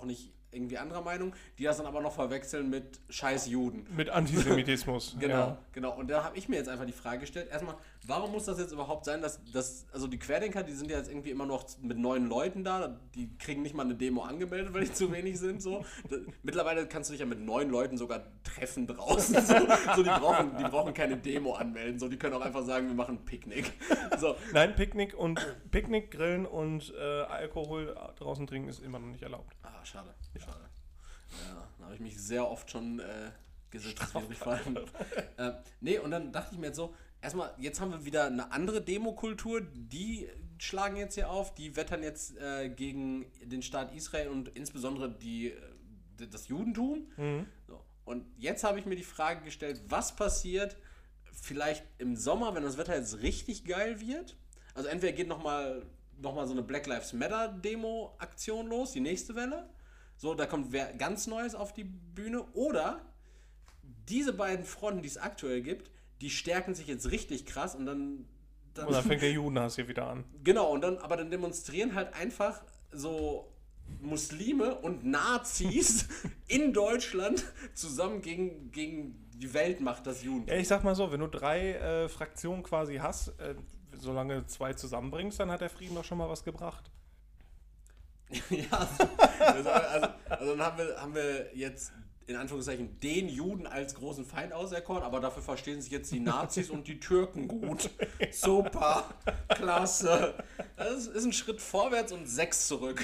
irgendwie anderer Meinung, die das dann aber noch verwechseln mit scheiß Juden. Mit Antisemitismus. Genau, ja. genau. Und da habe ich mir jetzt einfach die Frage gestellt, erstmal, warum muss das jetzt überhaupt sein, dass, dass also die Querdenker, die sind ja jetzt irgendwie immer noch mit neun Leuten da, die kriegen nicht mal eine Demo angemeldet, weil die zu wenig sind, so. Da, mittlerweile kannst du dich ja mit neun Leuten sogar treffen draußen, so. so die, brauchen, die brauchen keine Demo anmelden, so. Die können auch einfach sagen, wir machen ein Picknick. So. Nein, Picknick und Picknick, Grillen und äh, Alkohol draußen trinken ist immer noch nicht erlaubt. Ah, schade, ja. schade. Ja, da habe ich mich sehr oft schon äh, gesetzeswidrig verhalten. äh, nee, und dann dachte ich mir jetzt so, erstmal, jetzt haben wir wieder eine andere Demokultur, die schlagen jetzt hier auf, die wettern jetzt äh, gegen den Staat Israel und insbesondere die, äh, das Judentum. Mhm. So. Und jetzt habe ich mir die Frage gestellt, was passiert vielleicht im Sommer, wenn das Wetter jetzt richtig geil wird? Also entweder geht nochmal noch mal so eine Black Lives Matter Demo-Aktion los, die nächste Welle. So, da kommt wer ganz Neues auf die Bühne. Oder diese beiden Fronten, die es aktuell gibt, die stärken sich jetzt richtig krass und dann... dann und dann fängt der Judenhass hier wieder an. Genau, und dann, aber dann demonstrieren halt einfach so Muslime und Nazis in Deutschland zusammen gegen, gegen die Weltmacht, das Judentum. Ja, ich sag mal so, wenn du drei äh, Fraktionen quasi hast, äh, solange zwei zusammenbringst, dann hat der Frieden doch schon mal was gebracht. Ja, also, also, also dann haben wir, haben wir jetzt in Anführungszeichen den Juden als großen Feind auserkoren, aber dafür verstehen sich jetzt die Nazis und die Türken gut. Super, klasse. Das ist ein Schritt vorwärts und sechs zurück.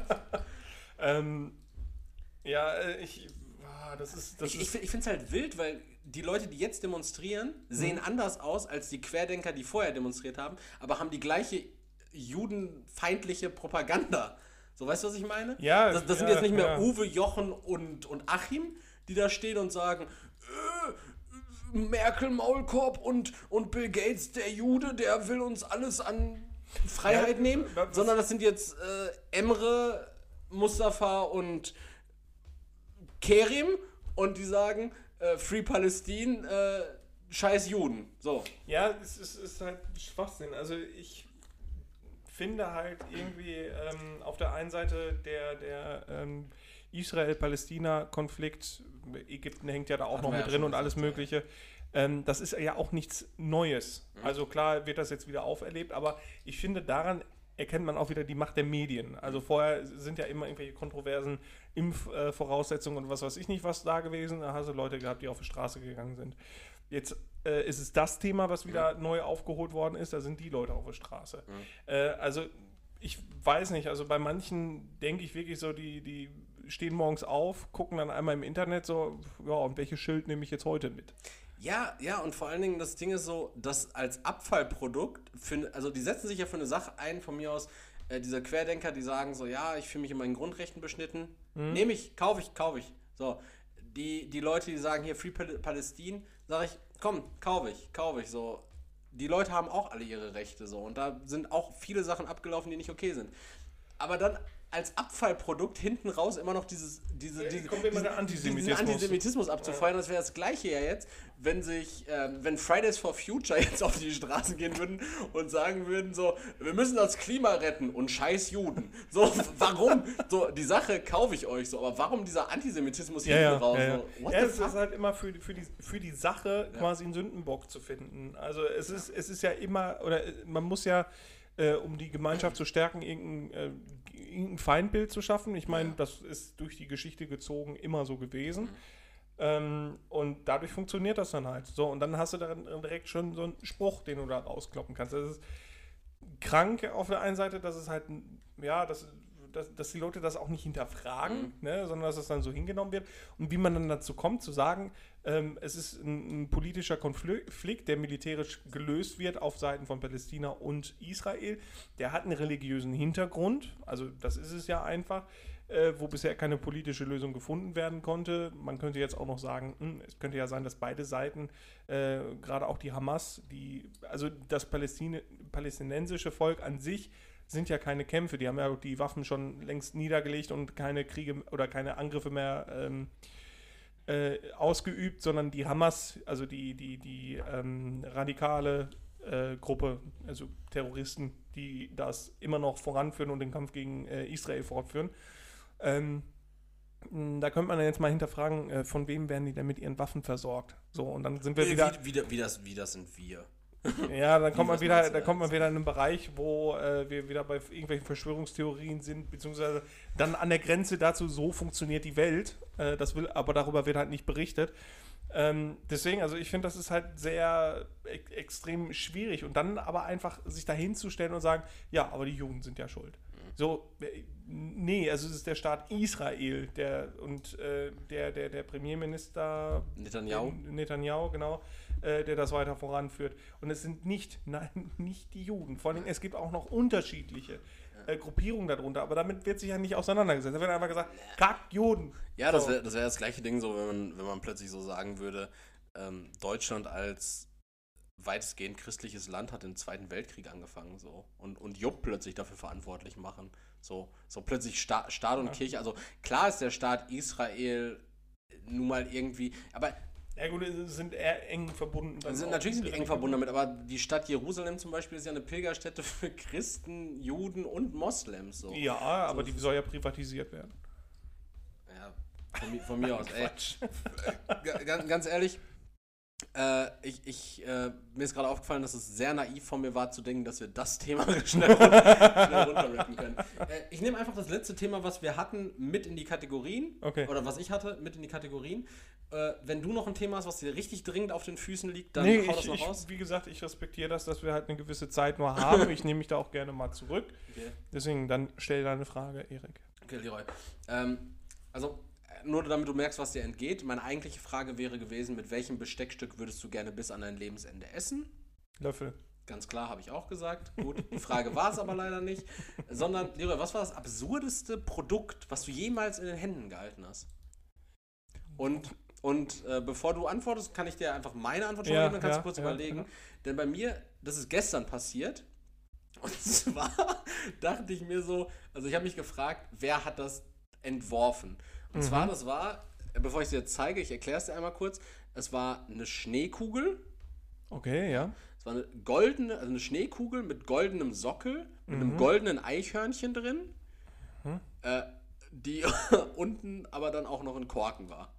ähm, ja, ich, das ist... Das ich ist ich, ich finde es halt wild, weil die Leute, die jetzt demonstrieren, sehen mhm. anders aus als die Querdenker, die vorher demonstriert haben, aber haben die gleiche judenfeindliche Propaganda. So, weißt du, was ich meine? Ja, das, das ja, sind jetzt nicht mehr ja. Uwe, Jochen und, und Achim, die da stehen und sagen, äh, Merkel, Maulkorb und, und Bill Gates, der Jude, der will uns alles an Freiheit ja, nehmen, was, sondern das sind jetzt äh, Emre, Mustafa und Kerim und die sagen, äh, Free Palestine, äh, scheiß Juden. So. Ja, es ist, ist halt Schwachsinn. Also ich finde halt irgendwie ähm, auf der einen Seite der, der ähm, Israel-Palästina-Konflikt, Ägypten hängt ja da auch Ach, noch mit ja drin und alles gesagt, Mögliche, ja. ähm, das ist ja auch nichts Neues. Mhm. Also klar wird das jetzt wieder auferlebt, aber ich finde, daran erkennt man auch wieder die Macht der Medien. Also vorher sind ja immer irgendwelche kontroversen Impfvoraussetzungen und was weiß ich nicht was da gewesen. Da hast du Leute gehabt, die auf die Straße gegangen sind. Jetzt äh, ist es das Thema, was wieder mhm. neu aufgeholt worden ist, da sind die Leute auf der Straße. Mhm. Äh, also ich weiß nicht, also bei manchen denke ich wirklich so, die, die stehen morgens auf, gucken dann einmal im Internet so, ja, und welches Schild nehme ich jetzt heute mit? Ja, ja, und vor allen Dingen das Ding ist so, dass als Abfallprodukt, für, also die setzen sich ja für eine Sache ein, von mir aus, äh, diese Querdenker, die sagen so, ja, ich fühle mich in meinen Grundrechten beschnitten, mhm. nehme ich, kaufe ich, kaufe ich. So, die, die Leute, die sagen hier Free Palestine, sage ich, komm, kaufe ich, kaufe ich, so. Die Leute haben auch alle ihre Rechte, so, und da sind auch viele Sachen abgelaufen, die nicht okay sind. Aber dann als Abfallprodukt hinten raus immer noch dieses, diese, ja, diese, kommt immer der Antisemitismus. diesen Antisemitismus abzufeuern. Das wäre das Gleiche ja jetzt, wenn sich, ähm, wenn Fridays for Future jetzt auf die Straßen gehen würden und sagen würden so, wir müssen das Klima retten und scheiß Juden. So, warum? So, die Sache kaufe ich euch so, aber warum dieser Antisemitismus ja, hinten ja, raus? Ja, ja. So, what ja the es fuck? ist halt immer für, für, die, für die Sache ja. quasi einen Sündenbock zu finden. Also es ist, es ist ja immer, oder man muss ja, äh, um die Gemeinschaft zu stärken, irgendein äh, ein Feindbild zu schaffen. Ich meine, ja. das ist durch die Geschichte gezogen immer so gewesen. Mhm. Ähm, und dadurch funktioniert das dann halt. So, und dann hast du dann direkt schon so einen Spruch, den du da rauskloppen kannst. Das ist krank auf der einen Seite, dass es halt, ja, dass, dass, dass die Leute das auch nicht hinterfragen, mhm. ne, sondern dass es dann so hingenommen wird. Und wie man dann dazu kommt, zu sagen, ähm, es ist ein, ein politischer Konflikt, der militärisch gelöst wird auf Seiten von Palästina und Israel. Der hat einen religiösen Hintergrund, also das ist es ja einfach, äh, wo bisher keine politische Lösung gefunden werden konnte. Man könnte jetzt auch noch sagen, mh, es könnte ja sein, dass beide Seiten, äh, gerade auch die Hamas, die, also das Palästin- palästinensische Volk an sich, sind ja keine Kämpfe, die haben ja die Waffen schon längst niedergelegt und keine Kriege oder keine Angriffe mehr ähm, äh, ausgeübt, sondern die Hamas, also die, die, die ähm, radikale äh, Gruppe, also Terroristen, die das immer noch voranführen und den Kampf gegen äh, Israel fortführen. Ähm, Da könnte man jetzt mal hinterfragen, äh, von wem werden die denn mit ihren Waffen versorgt? So, und dann sind wir Äh, wieder... Wie, wie, wie, das, wie das sind wir. Ja, dann Wie, kommt man was wieder, meinst du da da kommt man jetzt? wieder in einen Bereich, wo äh, wir wieder bei irgendwelchen Verschwörungstheorien sind, beziehungsweise dann an der Grenze dazu, so funktioniert die Welt. Äh, das will, aber darüber wird halt nicht berichtet. Ähm, deswegen, also ich finde, das ist halt sehr e extrem schwierig. Und dann aber einfach sich dahin zu stellen und sagen, ja, aber die Juden sind ja schuld. So, äh, nee, also es ist der Staat Israel, der und äh, der, der, der Premierminister Netanyahu? äh, Netanyahu, genau, äh, der das weiter voranführt. Und es sind nicht, nein, nicht die Juden. Vor allem, es gibt auch noch unterschiedliche äh, Gruppierungen darunter, aber damit wird sich ja nicht auseinandergesetzt. Da wird einfach gesagt, kack Juden. Ja, das So. wäre das, wär das gleiche Ding, so wenn man, wenn man plötzlich so sagen würde, ähm, Deutschland als weitestgehend christliches Land hat im Zweiten Weltkrieg angefangen, so, und, und Jupp plötzlich dafür verantwortlich machen. So, so plötzlich Sta Staat und Ja. Kirche, also klar ist der Staat Israel nun mal irgendwie, aber Ja gut, sie sind eher eng verbunden. dann also auch natürlich sind die eng direkt verbunden damit, aber die Stadt Jerusalem zum Beispiel ist ja eine Pilgerstätte für Christen, Juden und Moslems. So. Ja, aber So. die soll ja privatisiert werden. Ja, von, mi von mir aus. Ey, Quatsch. Ga- ganz, ganz ehrlich, äh, ich, ich, äh, mir ist gerade aufgefallen, dass es sehr naiv von mir war zu denken, dass wir das Thema schnell, runter, schnell runterrappen können. Äh, ich nehme einfach das letzte Thema, was wir hatten, mit in die Kategorien. Okay. Oder was ich hatte, mit in die Kategorien. Äh, wenn du noch ein Thema hast, was dir richtig dringend auf den Füßen liegt, dann Nee, hau das ich, noch ich, raus. wie gesagt, ich respektiere das, dass wir halt eine gewisse Zeit nur haben. Ich nehme mich da auch gerne mal zurück. Okay. Deswegen, dann stell deine Frage, Erik. Okay, Leroy. Ähm, also, äh, nur damit du merkst, was dir entgeht. Meine eigentliche Frage wäre gewesen, mit welchem Besteckstück würdest du gerne bis an dein Lebensende essen? Löffel. Ganz klar, habe ich auch gesagt. Gut, die Frage war es aber leider nicht. Sondern, Leroy, was war das absurdeste Produkt, was du jemals in den Händen gehalten hast? Und, und äh, bevor du antwortest, kann ich dir einfach meine Antwort schon Ja, geben, dann kannst ja, du kurz ja, überlegen. ja. Denn bei mir, das ist gestern passiert. Und zwar dachte ich mir so, also ich habe mich gefragt, wer hat das entworfen? Und Mhm. zwar, das war, bevor ich es dir jetzt zeige, ich erkläre es dir einmal kurz, es war eine Schneekugel, Okay, ja. es war eine goldene, also eine Schneekugel mit goldenem Sockel, mit Mhm. einem goldenen Eichhörnchen drin, Mhm. äh, die unten aber dann auch noch in Korken war.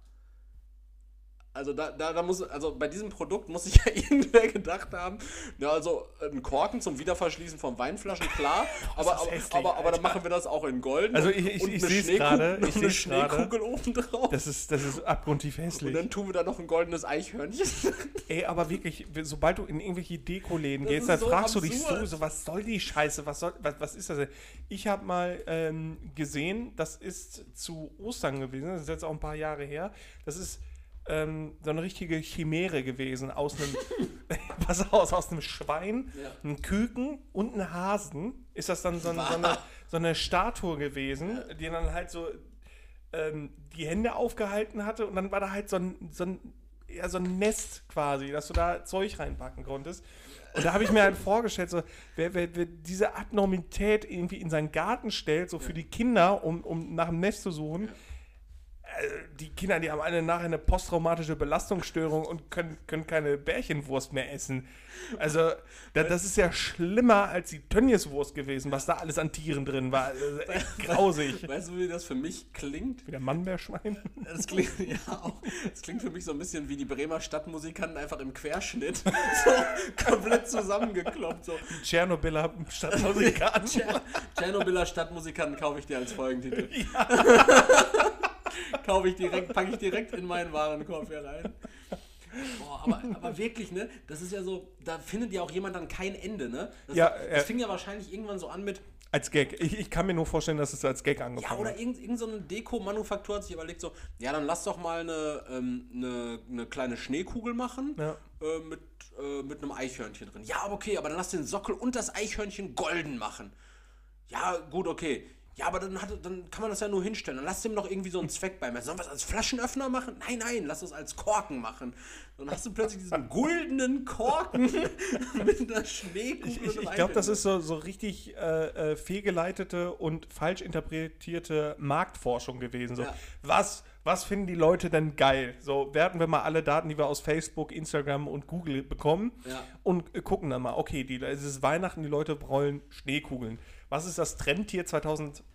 Also da, da, da muss, also bei diesem Produkt muss sich ja irgendwer gedacht haben, ja, also ein Korken zum Wiederverschließen von Weinflaschen, klar, aber, ist aber, hässlich, aber, aber dann Alter. machen wir das auch in Gold. Also ich- ich- und ich eine seh's Schneekugel- gerade, ich und eine seh's gerade. Schneekugel oben drauf. Das ist, das ist abgrundtief Und hässlich. dann tun wir da noch ein goldenes Eichhörnchen. Ey, aber wirklich, sobald du in irgendwelche Dekoläden Das gehst, ist dann so fragst du dich absurd. so, so, was soll die Scheiße, was, soll, was, was ist das denn? Ich habe mal ähm, gesehen, das ist zu Ostern gewesen, das ist jetzt auch ein paar Jahre her, das ist ähm, so eine richtige Chimäre gewesen, aus einem, pass auf, aus einem Schwein, Ja. einem Küken und einem Hasen, ist das dann so, ein, so, eine, so eine Statue gewesen, die dann halt so ähm, die Hände aufgehalten hatte und dann war da halt so ein, so ein ja, so ein Nest quasi, dass du da Zeug reinpacken konntest. Und da habe ich mir halt vorgestellt, so, wer, wer, wer diese Abnormität irgendwie in seinen Garten stellt, so für die Kinder, um, um nach einem Nest zu suchen, äh, die Kinder, die haben alle nachher eine posttraumatische Belastungsstörung und können, können keine Bärchenwurst mehr essen. Also, da, das ist ja schlimmer als die Tönnieswurst gewesen, was da alles an Tieren drin war. Also, echt grausig. Weißt du, wie das für mich klingt? Wie der Mannbärschwein. Das klingt, ja, auch, das klingt für mich so ein bisschen wie die Bremer Stadtmusikanten einfach im Querschnitt. So komplett zusammengekloppt. So. Tschernobyler Stadtmusikanten. Tscher- Tschernobyler Stadtmusikanten kaufe ich dir als Folgentitel. Kaufe ich direkt, packe ich direkt in meinen Warenkorb hier rein. Boah, aber, aber wirklich, ne? Das ist ja so, da findet ja auch jemand dann kein Ende, ne? Das, Ja, das äh, fing ja wahrscheinlich irgendwann so an mit, Als Gag. Ich, ich kann mir nur vorstellen, dass es als Gag ja, angefangen oder hat. irgend, irgend so eine Deko-Manufaktur hat sich überlegt so, ja, dann lass doch mal eine, ähm, eine, eine kleine Schneekugel machen Ja. äh, mit, äh, mit einem Eichhörnchen drin. Ja, aber okay, aber dann lass den Sockel und das Eichhörnchen golden machen. Ja, gut, okay. Ja, aber dann, hat, dann kann man das ja nur hinstellen. Dann lass dem doch irgendwie so einen Zweck bei. Sollen wir es als Flaschenöffner machen? Nein, nein, lass es als Korken machen. Dann hast du plötzlich diesen goldenen Korken mit einer Schneekugel. Ich, und ich, einem ich glaube, das Eichhörnchen. ist so, so richtig äh, äh, fehlgeleitete und falsch interpretierte Marktforschung gewesen. So, Ja. was, was finden die Leute denn geil? So, werten wir mal alle Daten, die wir aus Facebook, Instagram und Google bekommen Ja. und äh, gucken dann mal, okay, die, es ist Weihnachten, die Leute wollen Schneekugeln. Was ist das Trendtier zwanzig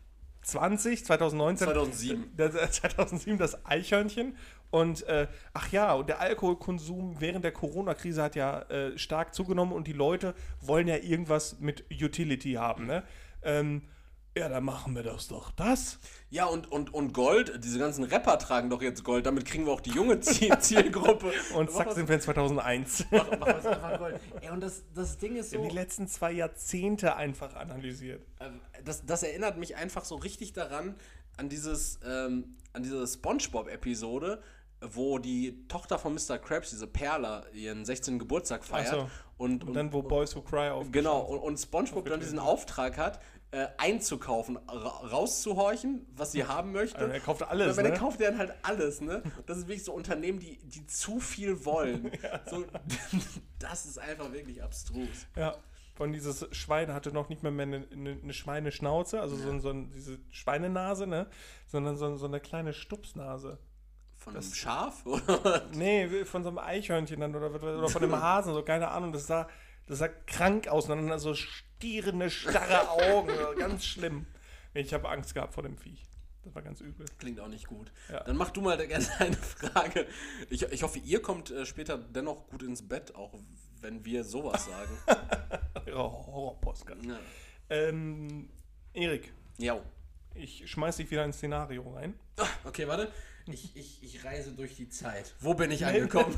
zwanzig, zwanzig neunzehn. zweitausendsieben. Das, äh, zweitausendsieben das Eichhörnchen. Und äh, ach ja, und der Alkoholkonsum während der Corona-Krise hat ja äh, stark zugenommen und die Leute wollen ja irgendwas mit Utility haben, ne? Ähm, ja, dann machen wir das doch. Das? Ja, und, und, und Gold, diese ganzen Rapper tragen doch jetzt Gold, damit kriegen wir auch die junge Ziel- Zielgruppe. Und zack, sind wir in zweitauseins. Mach, mach was einfach Gold. Ey, und das, das Ding ist Wir so, haben die letzten zwei Jahrzehnte einfach analysiert. ähm, das, das erinnert mich einfach so richtig daran, an dieses, ähm, an diese SpongeBob-Episode, wo die Tochter von Mister Krabs, diese Perla, ihren sechzehnten Geburtstag feiert. Ach so. und, Und dann, wo Boys Who Cry auf. Genau, und, und SpongeBob dann diesen Auftrag hat, äh, einzukaufen, ra- rauszuhorchen, was sie haben möchte. Also er kauft alles, Aber ne? er kauft dann halt alles, ne? Das ist wirklich so Unternehmen, die, die zu viel wollen. So, das ist einfach wirklich abstrus. Ja. Und dieses Schwein hatte noch nicht mal mehr eine, eine, eine Schweineschnauze, also so, ein- so ein, diese Schweinenase, ne? Sondern so, so eine kleine Stupsnase. Von einem Schaf? Oder? Nee, von so einem Eichhörnchen dann oder, oder von einem Hasen, so keine Ahnung. Das sah, das sah krank aus. Und dann so stierende, starre Augen. Ganz schlimm. Ich habe Angst gehabt vor dem Viech. Das war ganz übel. Klingt auch nicht gut. Ja. Dann mach du mal gerne eine Frage. Ich, ich hoffe, ihr kommt äh, später dennoch gut ins Bett, auch wenn wir sowas sagen. Horror-Podcast. Ja. Ähm, Erik, Ja. ich schmeiß dich wieder ins Szenario rein. Ah, okay, warte. Ich, ich, ich reise durch die Zeit. Wo bin ich angekommen?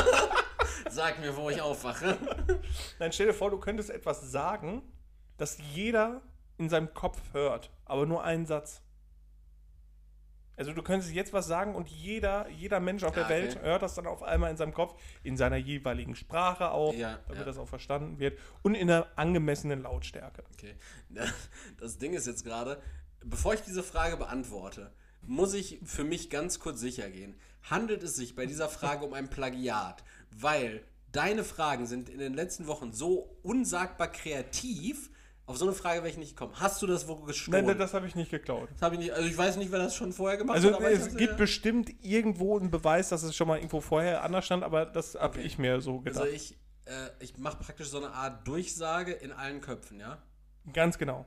Sag mir, wo ich aufwache. Dann stell dir vor, du könntest etwas sagen, das jeder in seinem Kopf hört, aber nur einen Satz. Also du könntest jetzt was sagen und jeder, jeder Mensch auf der Ah, Welt okay. hört das dann auf einmal in seinem Kopf, in seiner jeweiligen Sprache auch, Ja, damit ja. das auch verstanden wird und in einer angemessenen Lautstärke. Okay. Das Ding ist jetzt gerade, bevor ich diese Frage beantworte, muss ich für mich ganz kurz sicher gehen. Handelt es sich bei dieser Frage um ein Plagiat? Weil deine Fragen sind in den letzten Wochen so unsagbar kreativ, auf so eine Frage wäre ich nicht gekommen. Hast du das wo gestohlen? Nein, das habe ich nicht geklaut. Das habe ich nicht, also ich weiß nicht, wer das schon vorher gemacht Also hat. aber ich es hab's, gibt ja. bestimmt irgendwo einen Beweis, dass es schon mal irgendwo vorher anders stand, aber das habe Okay. ich mir so gedacht. Also ich, äh, ich mache praktisch so eine Art Durchsage in allen Köpfen, ja? Ganz genau.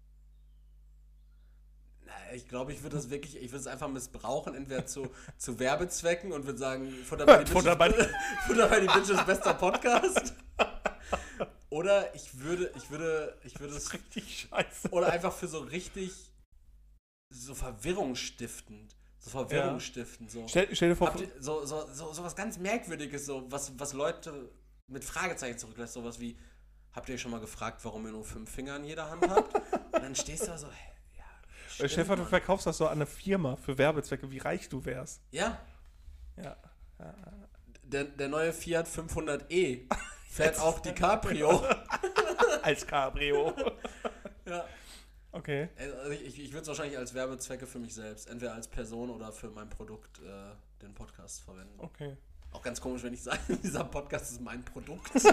Na, Ich glaube, ich würde das wirklich, ich würde es einfach missbrauchen, entweder zu, zu Werbezwecken und würde sagen, Futter bei die Futter bei Bitches, Futter bei die Bitches bester Podcast. Oder ich würde, ich würde, ich würde es, Richtig scheiße. oder einfach für so richtig, so verwirrungsstiftend, so verwirrungsstiftend, so. Stell, stell dir vor, Habt ihr, so, so, so, so was ganz Merkwürdiges, so was, was Leute mit Fragezeichen zurücklässt, sowas wie, habt ihr schon mal gefragt, warum ihr nur fünf Finger in jeder Hand habt? Und dann stehst du da so, hä, ja, stimmt, Stefan, du Mann. verkaufst das so an eine Firma für Werbezwecke, wie reich du wärst. Ja, Ja. der, der neue Fiat fünfhundert e fährt auch DiCaprio. Als Cabrio. Ja. Okay. Also ich ich würde es wahrscheinlich als Werbezwecke für mich selbst, entweder als Person oder für mein Produkt, äh, den Podcast verwenden. Okay. Auch ganz komisch, wenn ich sage, dieser Podcast ist mein Produkt. so.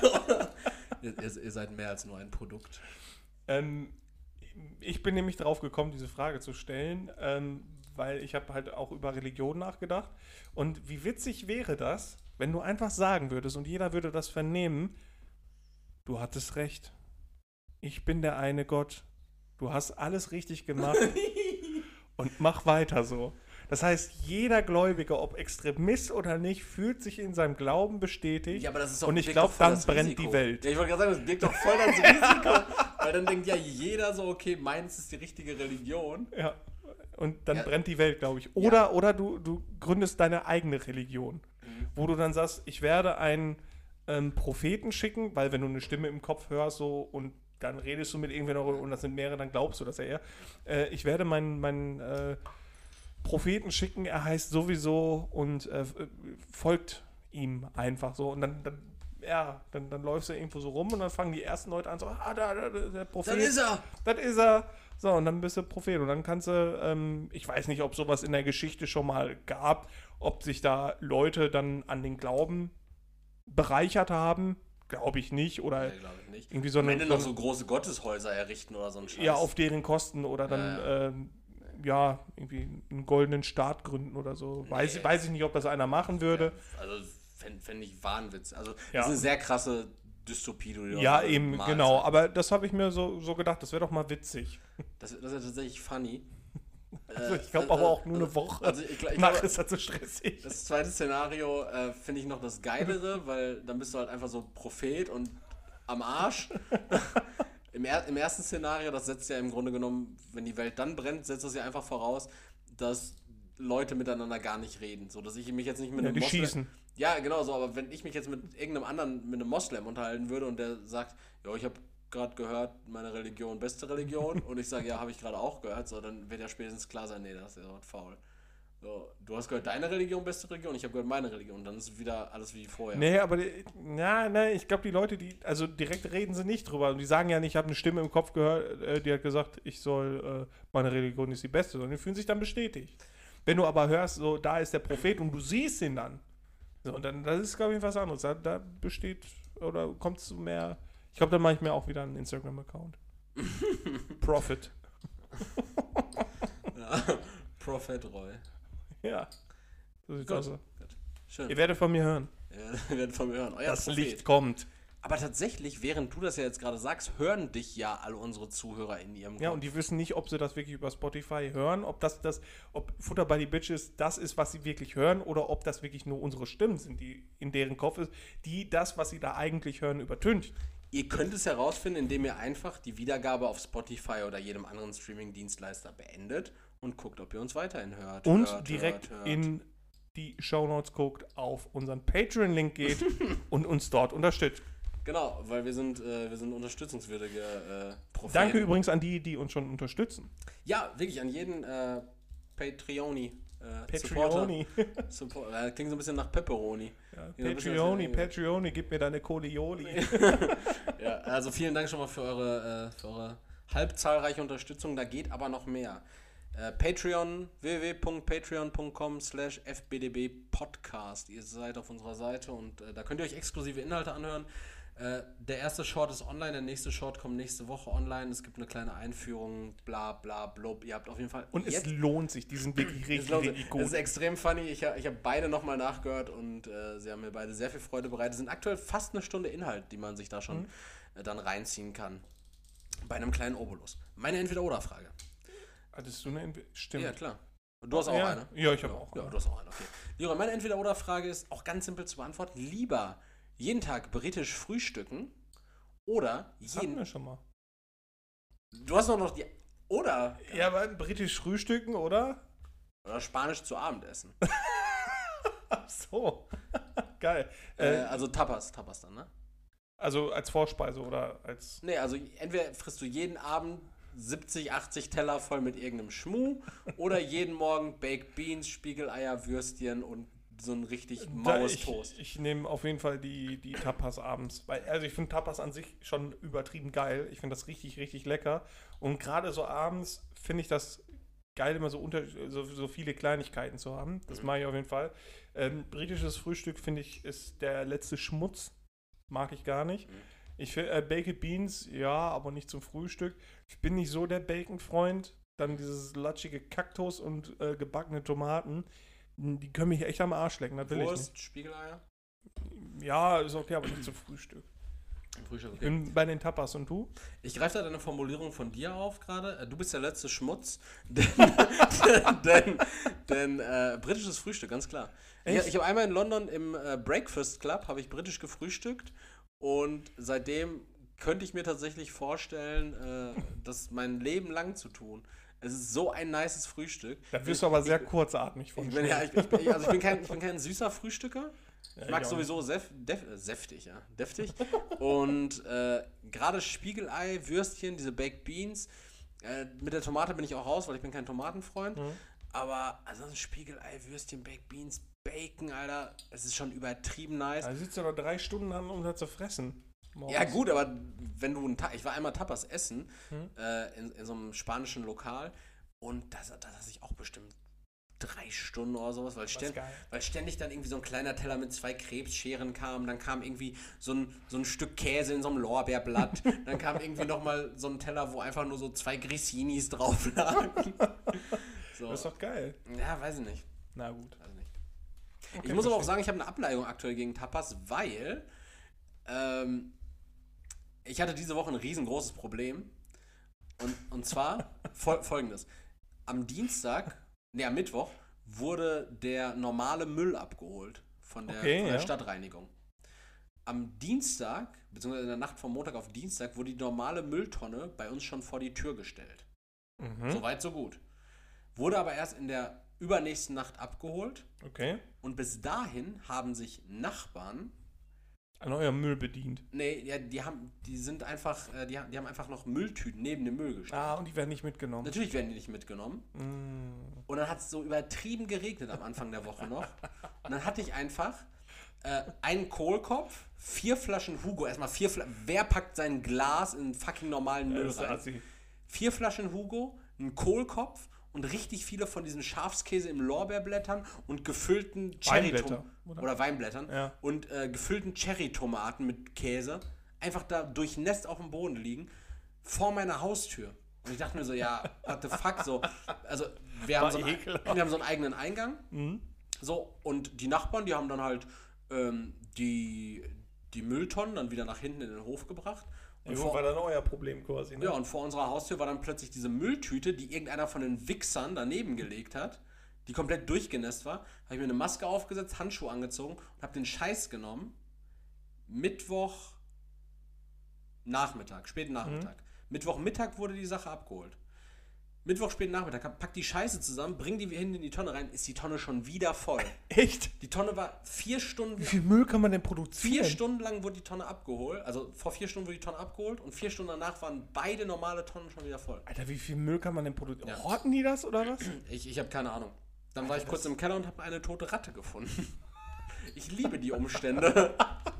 ihr, ihr, ihr seid mehr als nur ein Produkt. Ähm, ich bin nämlich drauf gekommen, diese Frage zu stellen, ähm, weil ich habe halt auch über Religion nachgedacht. Und wie witzig wäre das, wenn du einfach sagen würdest und jeder würde das vernehmen, du hattest recht. Ich bin der eine Gott. Du hast alles richtig gemacht und mach weiter so. Das heißt, jeder Gläubige, ob Extremist oder nicht, fühlt sich in seinem Glauben bestätigt. Ja, aber das ist doch, und ich birgt glaube, doch voll dann das brennt Risiko. die Welt. Ja, ich wollte gerade sagen, das birgt doch voll das Risiko. Weil dann denkt ja jeder so, okay, meins ist die richtige Religion. Ja. Und dann Ja. brennt die Welt, glaube ich. Oder, oder du, du gründest deine eigene Religion, Mhm. wo du dann sagst, ich werde einen ähm, Propheten schicken, weil wenn du eine Stimme im Kopf hörst so und dann redest du mit irgendwen und das sind mehrere, dann glaubst du das ja eher. Äh, ich werde meinen meinen äh, Propheten schicken, er heißt sowieso und äh, folgt ihm einfach so und dann, dann ja, dann, dann läufst du irgendwo so rum und dann fangen die ersten Leute an so, ah, da, da, da der Prophet. Dann ist er! Das ist er. So, und dann bist du Prophet. Und dann kannst du, ähm, ich weiß nicht, ob sowas in der Geschichte schon mal gab, ob sich da Leute dann an den Glauben bereichert haben. Glaube ich nicht. Oder Nee, glaube ich nicht. irgendwie so Am eine, Ende so noch so große Gotteshäuser errichten oder so ein Scheiß. ja, auf deren Kosten oder dann, Ja, ja, ähm, ja irgendwie einen goldenen Staat gründen oder so. Weiß, Nee. weiß ich nicht, ob das einer machen würde. Also fände fänd ich Wahnwitz. Also das Ja. ist eine sehr krasse Dystopie du dir Ja, auch eben, malst. genau. Aber das habe ich mir so, so gedacht, das wäre doch mal witzig. Das, das ist ja tatsächlich funny. Also Äh, ich glaube äh, aber auch äh, nur eine Woche. Also ich, ich Nachher glaube, ist das so stressig. das zweite Szenario äh, finde ich noch das Geilere, weil dann bist du halt einfach so Prophet und am Arsch. Im, er, Im ersten Szenario, das setzt ja im Grunde genommen, wenn die Welt dann brennt, setzt das ja einfach voraus, dass Leute miteinander gar nicht reden. So, dass ich mich jetzt nicht mit Ja, einem die Moslem... schießen. Ja, genau so, aber wenn ich mich jetzt mit irgendeinem anderen, mit einem Moslem unterhalten würde und der sagt, ja, ich habe gerade gehört, meine Religion, beste Religion, und ich sage, ja, habe ich gerade auch gehört, so, dann wird ja spätestens klar sein, nee, das ist ja faul. So, du hast gehört, deine Religion, beste Religion, ich habe gehört, meine Religion, dann ist wieder alles wie vorher. Nee, aber die, na, na, ich glaube, die Leute, die, also direkt reden sie nicht drüber. Die sagen ja nicht, ich habe eine Stimme im Kopf gehört, äh, die hat gesagt, ich soll, äh, meine Religion ist die beste, sondern die fühlen sich dann bestätigt. Wenn du aber hörst, so, da ist der Prophet und du siehst ihn dann, so, und dann, das ist, glaube ich, was anderes. Da, da besteht, oder kommt es zu mehr, ich glaube, dann mache ich mir auch wieder einen Instagram-Account. Prophet. Ja, Prophet Roy. Ja, so sieht's Gut, aus. gut. Schön. Ihr werdet von mir hören. Ja, wir werden von mir hören. Euer Das Prophet. Licht kommt. Aber tatsächlich, während du das ja jetzt gerade sagst, hören dich ja alle unsere Zuhörer in ihrem Ja, Kopf. und die wissen nicht, ob sie das wirklich über Spotify hören, ob das, das, ob Futter by the Bitches das ist, was sie wirklich hören, oder ob das wirklich nur unsere Stimmen sind, die in deren Kopf ist, die das, was sie da eigentlich hören, übertönt. Ihr könnt es herausfinden, indem ihr einfach die Wiedergabe auf Spotify oder jedem anderen Streaming-Dienstleister beendet und guckt, ob ihr uns weiterhin hört. Und hört, direkt hört, hört. in die Shownotes guckt, auf unseren Patreon-Link geht und uns dort unterstützt. Genau, weil wir sind, äh, wir sind unterstützungswürdige äh, Propheten. Danke übrigens an die, die uns schon unterstützen. Ja, wirklich an jeden äh, Patreoni. Äh, Patreoni. Supporter. Support, äh, klingt so ein bisschen nach Pepperoni. Ja, Ja, ein bisschen Patreoni, was- Patreoni, gib mir deine Kohlioli. Ja, also vielen Dank schon mal für eure, äh, für eure halb zahlreiche Unterstützung. Da geht aber noch mehr. Äh, Patreon, w w w punkt patreon punkt com slash f b d b podcast. Ihr seid auf unserer Seite und äh, da könnt ihr euch exklusive Inhalte anhören. Äh, der erste Short ist online, der nächste Short kommt nächste Woche online. Es gibt eine kleine Einführung, bla bla blub. Ihr habt auf jeden Fall... Und es lohnt sich, die sind wirklich Es richtig, lohnt richtig sich. gut. Das ist extrem funny. Ich, ha- ich habe beide nochmal nachgehört und äh, sie haben mir beide sehr viel Freude bereitet. Es sind aktuell fast eine Stunde Inhalt, die man sich da schon Mhm. äh, dann reinziehen kann. Bei einem kleinen Obolus. Meine Entweder-Oder-Frage. Hattest du eine Entwe- Stimmt. Ja, klar. Und du hast auch Ja. eine? Ja, ich habe auch Ja, eine. du hast auch eine, okay. Leroy, meine Entweder-Oder-Frage ist auch ganz simpel zu beantworten. Lieber jeden Tag britisch frühstücken oder Das hatten jeden... wir schon mal. Du hast doch noch die... Oder... Ja, aber britisch frühstücken, oder? Oder Spanisch zu Abend essen. Ach so. Geil. Äh, Äh, also Tapas, Tapas dann, ne? also als Vorspeise oder als... Nee, also entweder frisst du jeden Abend siebzig, achtzig Teller voll mit irgendeinem Schmuh oder jeden Morgen Baked Beans, Spiegeleier, Würstchen und so ein richtig Da, maues ich Toast. ich nehme auf jeden Fall die, die Tapas abends. Weil, also ich finde Tapas an sich schon übertrieben geil. Ich finde das richtig, richtig lecker. Und gerade so abends finde ich das geil, immer so, unter, so, so viele Kleinigkeiten zu haben. Das Mhm. mache ich auf jeden Fall. Ähm, britisches Frühstück, finde ich, ist der letzte Schmutz. Mag ich gar nicht. Mhm. Ich finde, äh, Baked Beans, ja, aber nicht zum Frühstück. Ich bin nicht so der Bacon-Freund. Dann dieses latschige Kaktus und äh, gebackene Tomaten. Die können mich echt am Arsch lecken, das will ich nicht. Wurst, Spiegeleier? Ja, ist okay, aber nicht zum Frühstück. Im Frühstück, Ich okay. bin bei den Tapas und du? Ich greife da deine Formulierung von dir auf gerade. Äh, Du bist der letzte Schmutz. Denn, denn, denn äh, britisches Frühstück, ganz klar. Ich, Echt? ich habe einmal in London im äh, Breakfast Club, habe ich britisch gefrühstückt. Und seitdem könnte ich mir tatsächlich vorstellen, äh, das mein Leben lang zu tun. Es ist so ein nices Frühstück. Da wirst du aber sehr ich, kurzatmig von. ich bin, ja, ich, ich, bin- also ich, bin kein, ich bin kein süßer Frühstücker. Ja, Ich mag ich auch sowieso sef, def, äh, säftig, ja. Deftig. Und äh, gerade Spiegelei, Würstchen, diese Baked Beans. Äh, mit der Tomate bin ich auch raus, weil ich bin kein Tomatenfreund. Mhm. Aber ansonsten Spiegelei, Würstchen, Baked Beans, Bacon, Alter. Es ist schon übertrieben nice. Da sitzt du aber drei Stunden an, um das zu fressen. Morgens. Ja gut, aber wenn du ein Ta ich war einmal Tapas essen Hm. äh, in, in so einem spanischen Lokal und da da saß ich auch bestimmt drei Stunden oder sowas, weil, Das ist ständ, geil. weil ständig dann irgendwie so ein kleiner Teller mit zwei Krebsscheren kam, dann kam irgendwie so ein, so ein Stück Käse in so einem Lorbeerblatt, dann kam irgendwie nochmal so ein Teller, wo einfach nur so zwei Grissinis drauf lagen. So. Das ist doch geil. Ja, weiß ich nicht. Na gut. Weiß ich nicht. Okay, ich muss aber auch verstehe. sagen, ich habe eine Abneigung aktuell gegen Tapas, weil ähm, ich hatte diese Woche ein riesengroßes Problem. Und, und zwar fol- folgendes. Am Dienstag, nee, am Mittwoch, wurde der normale Müll abgeholt von der, Okay, von der ja. Stadtreinigung. Am Dienstag, beziehungsweise in der Nacht vom Montag auf Dienstag, wurde die normale Mülltonne bei uns schon vor die Tür gestellt. Mhm. So weit, so gut. Wurde aber erst in der übernächsten Nacht abgeholt. Okay. Und bis dahin haben sich Nachbarn, An eurem Müll bedient. nee, ja, die haben, die sind einfach, äh, die, haben- die haben einfach noch Mülltüten neben dem Müll gestellt. Ah, und die werden nicht mitgenommen. Natürlich werden die nicht mitgenommen. Mm. Und dann hat es so übertrieben geregnet am Anfang der Woche noch. Und dann hatte ich einfach äh, einen Kohlkopf, vier Flaschen Hugo. Erstmal vier Flaschen. Wer packt sein Glas in einen fucking normalen Müll Das ist rein? assi. Vier Flaschen Hugo, einen Kohlkopf und richtig viele von diesen Schafskäse im Lorbeerblättern und gefüllten Weinblätter, Cherry-Tomaten. oder? Oder Weinblättern. Ja. Und äh, gefüllten Cherry-Tomaten mit Käse. Einfach da durchnässt auf dem Boden liegen. Vor meiner Haustür. Und ich dachte mir so, ja, what the fuck, so. Also, wir haben, War so einen, ekelhaft. wir haben so einen eigenen Eingang. Mhm. So, und die Nachbarn, die haben dann halt ähm, die, die Mülltonnen dann wieder nach hinten in den Hof gebracht. Und Ja, vor, war dann euer Problem quasi, ne? ja, und vor unserer Haustür war dann plötzlich diese Mülltüte, die irgendeiner von den Wichsern daneben gelegt hat, die komplett durchgenässt war. Habe ich mir eine Maske aufgesetzt, Handschuhe angezogen und habe den Scheiß genommen. Mittwoch Nachmittag, späten Nachmittag. Mittwochmittag wurde die Sache abgeholt. Mittwoch späten Nachmittag, pack die Scheiße zusammen, bring die hinten in die Tonne rein, ist die Tonne schon wieder voll. Echt? Die Tonne war vier Stunden... Wie viel Müll kann man denn produzieren? Vier Stunden lang wurde die Tonne abgeholt, also vor vier Stunden wurde die Tonne abgeholt und vier Stunden danach waren beide normale Tonnen schon wieder voll. Alter, wie viel Müll kann man denn produzieren? Ja. Horten die das oder was? Ich, ich habe keine Ahnung. Dann war Alter, ich kurz das- im Keller und habe eine tote Ratte gefunden. Ich liebe die Umstände.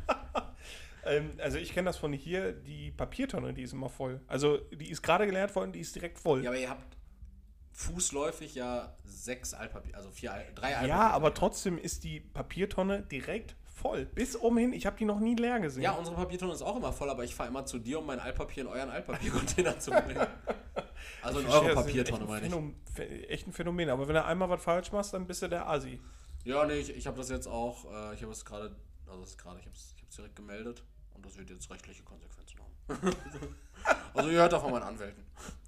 ähm, also ich kenne das von hier, die Papiertonne, die ist immer voll. Also die ist gerade geleert worden, die ist direkt voll. Ja, aber ihr habt fußläufig ja sechs Altpapier, also vier, Al- drei Altpapier. Ja, aber trotzdem ist die Papiertonne direkt voll. Bis oben hin, ich habe die noch nie leer gesehen. Ja, unsere Papiertonne ist auch immer voll, aber ich fahre immer zu dir, um mein Altpapier in euren Altpapiercontainer zu bringen. Also in Ich verstehe, eure das ist Papiertonne, echt ein meine ich. Phänomen, ph- echt ein Phänomen. Aber wenn du einmal was falsch machst, dann bist du der Assi. Ja, nee, ich, ich habe das jetzt auch, äh, ich habe es gerade, also das ist gerade, ich habe es ich hab's direkt gemeldet und das wird jetzt rechtliche Konsequenzen haben. Also ihr hört auch von meinen Anwälten.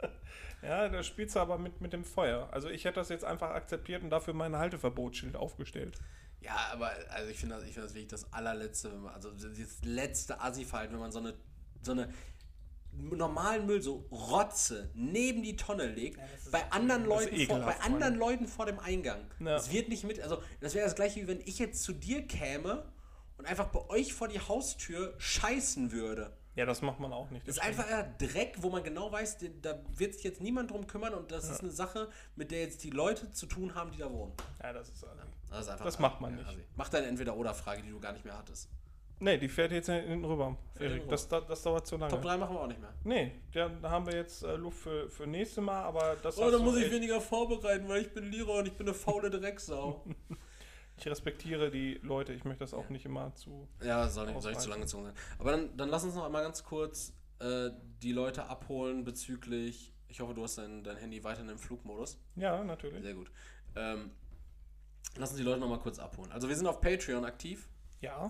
Ja, da spielst du aber mit, mit dem Feuer. Also ich hätte das jetzt einfach akzeptiert und dafür mein Halteverbotsschild aufgestellt. Ja, aber also ich finde das, ich finde das wirklich das allerletzte, wenn man, also das letzte Assi-Verhalten, wenn man so eine, so eine normalen Müll, so Rotze neben die Tonne legt, das ist- bei anderen das ist Leuten vor, bei ekelhaft, anderen Freunde. Leuten vor dem Eingang. Ja. Das wird nicht mit, also das wäre das gleiche, wie wenn ich jetzt zu dir käme und einfach bei euch vor die Haustür scheißen würde. Ja, das macht man auch nicht. Das ist stimmt. einfach eher Dreck, wo man genau weiß, die- da wird sich jetzt niemand drum kümmern und das ist eine Sache, mit der jetzt die Leute zu tun haben, die da wohnen. Ja, das ist Assi. Das, ist einfach Das macht man nicht. Assi. Mach deine Entweder-Oder-Frage, die du gar nicht mehr hattest. Nee, die fährt jetzt hinten rüber. Fährt Erik. hinten Das, das, das dauert zu lange. Top drei machen wir auch nicht mehr. Nee, da da haben wir jetzt äh, Luft für, für nächste Mal, aber das Oh, hast dann du muss ich echt- weniger vorbereiten, weil ich bin Lehrer und ich bin eine faule Drecksau. Ich respektiere die Leute, ich möchte das auch nicht immer zu. Ja, soll nicht, soll nicht Ausreichen. zu lange gezogen sein. Aber dann, dann lass uns noch einmal ganz kurz äh, die Leute abholen bezüglich, ich hoffe, du hast dein, dein Handy weiterhin im Flugmodus. Ja, natürlich. Sehr gut. Ähm, lass uns die Leute noch mal kurz abholen. Also wir sind auf Patreon aktiv. Ja,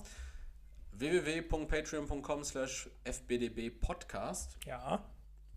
w w w punkt patreon punkt com slash f b d b podcast. ja.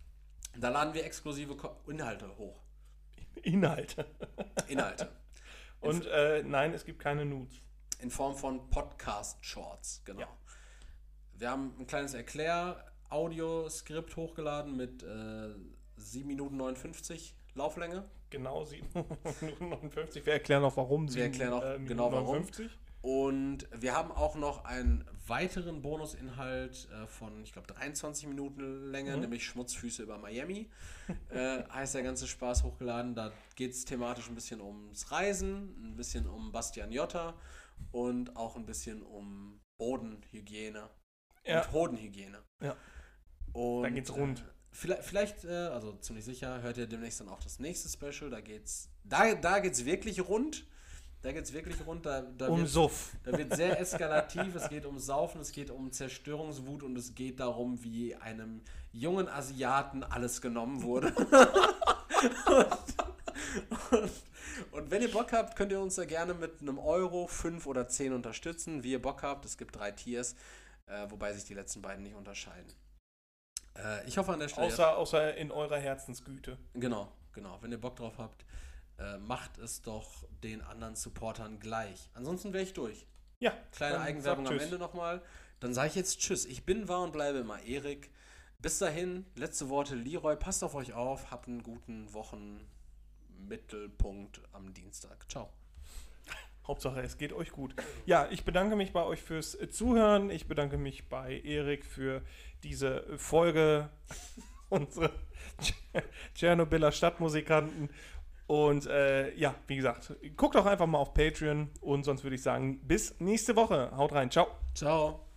Da laden wir exklusive Ko Inhalte hoch. Inhalte. Inhalte. Und äh, nein, es gibt keine Nudes. In Form von Podcast-Shorts, genau. Ja. Wir haben ein kleines Erklär-Audio-Skript hochgeladen mit äh, sieben Minuten neunundfünfzig Lauflänge. Genau sieben Minuten neunundfünfzig. Wir erklären auch warum. Wir sieben, erklären auch Minuten genau warum. neunundfünfzig. Und wir haben auch noch einen weiteren Bonusinhalt äh, von, ich glaube, dreiundzwanzig Minuten Länge, Mhm. nämlich Schmutzfüße über Miami. äh, heißt der ganze Spaß hochgeladen. Da geht es thematisch ein bisschen ums Reisen, ein bisschen um Bastian Jotta und auch ein bisschen um Bodenhygiene Ja. und Hodenhygiene. Ja. Und, Da geht's rund. Äh, vielleicht, vielleicht äh, also ziemlich sicher, hört ihr demnächst dann auch das nächste Special. Da geht's, da, da geht's wirklich rund. Da geht's wirklich rund. Da, da Um wird, Suff. da wird sehr eskalativ. Es geht um Saufen, es geht um Zerstörungswut und es geht darum, wie einem jungen Asiaten alles genommen wurde. und, und, und wenn ihr Bock habt, könnt ihr uns da gerne mit einem Euro, fünf oder zehn unterstützen, wie ihr Bock habt. Es gibt drei Tiers, äh, wobei sich die letzten beiden nicht unterscheiden. Äh, ich hoffe an der Stelle. Außer, außer in eurer Herzensgüte. Genau, genau. Wenn ihr Bock drauf habt, äh, macht es doch den anderen Supportern gleich. Ansonsten wäre ich durch. Ja. Kleine Eigenwerbung am Ende nochmal. Dann sage ich jetzt Tschüss. Ich bin, war und bleibe immer Erik. Bis dahin, letzte Worte, Leroy. Passt auf euch auf. Habt einen guten Wochenmittelpunkt am Dienstag. Ciao. Hauptsache, es geht euch gut. Ja, ich bedanke mich bei euch fürs Zuhören. Ich bedanke mich bei Erik für diese Folge unserer Tschernobyler Stadtmusikanten. Und äh, ja, wie gesagt, guckt auch einfach mal auf Patreon. Und sonst würde ich sagen, bis nächste Woche. Haut rein. Ciao. Ciao.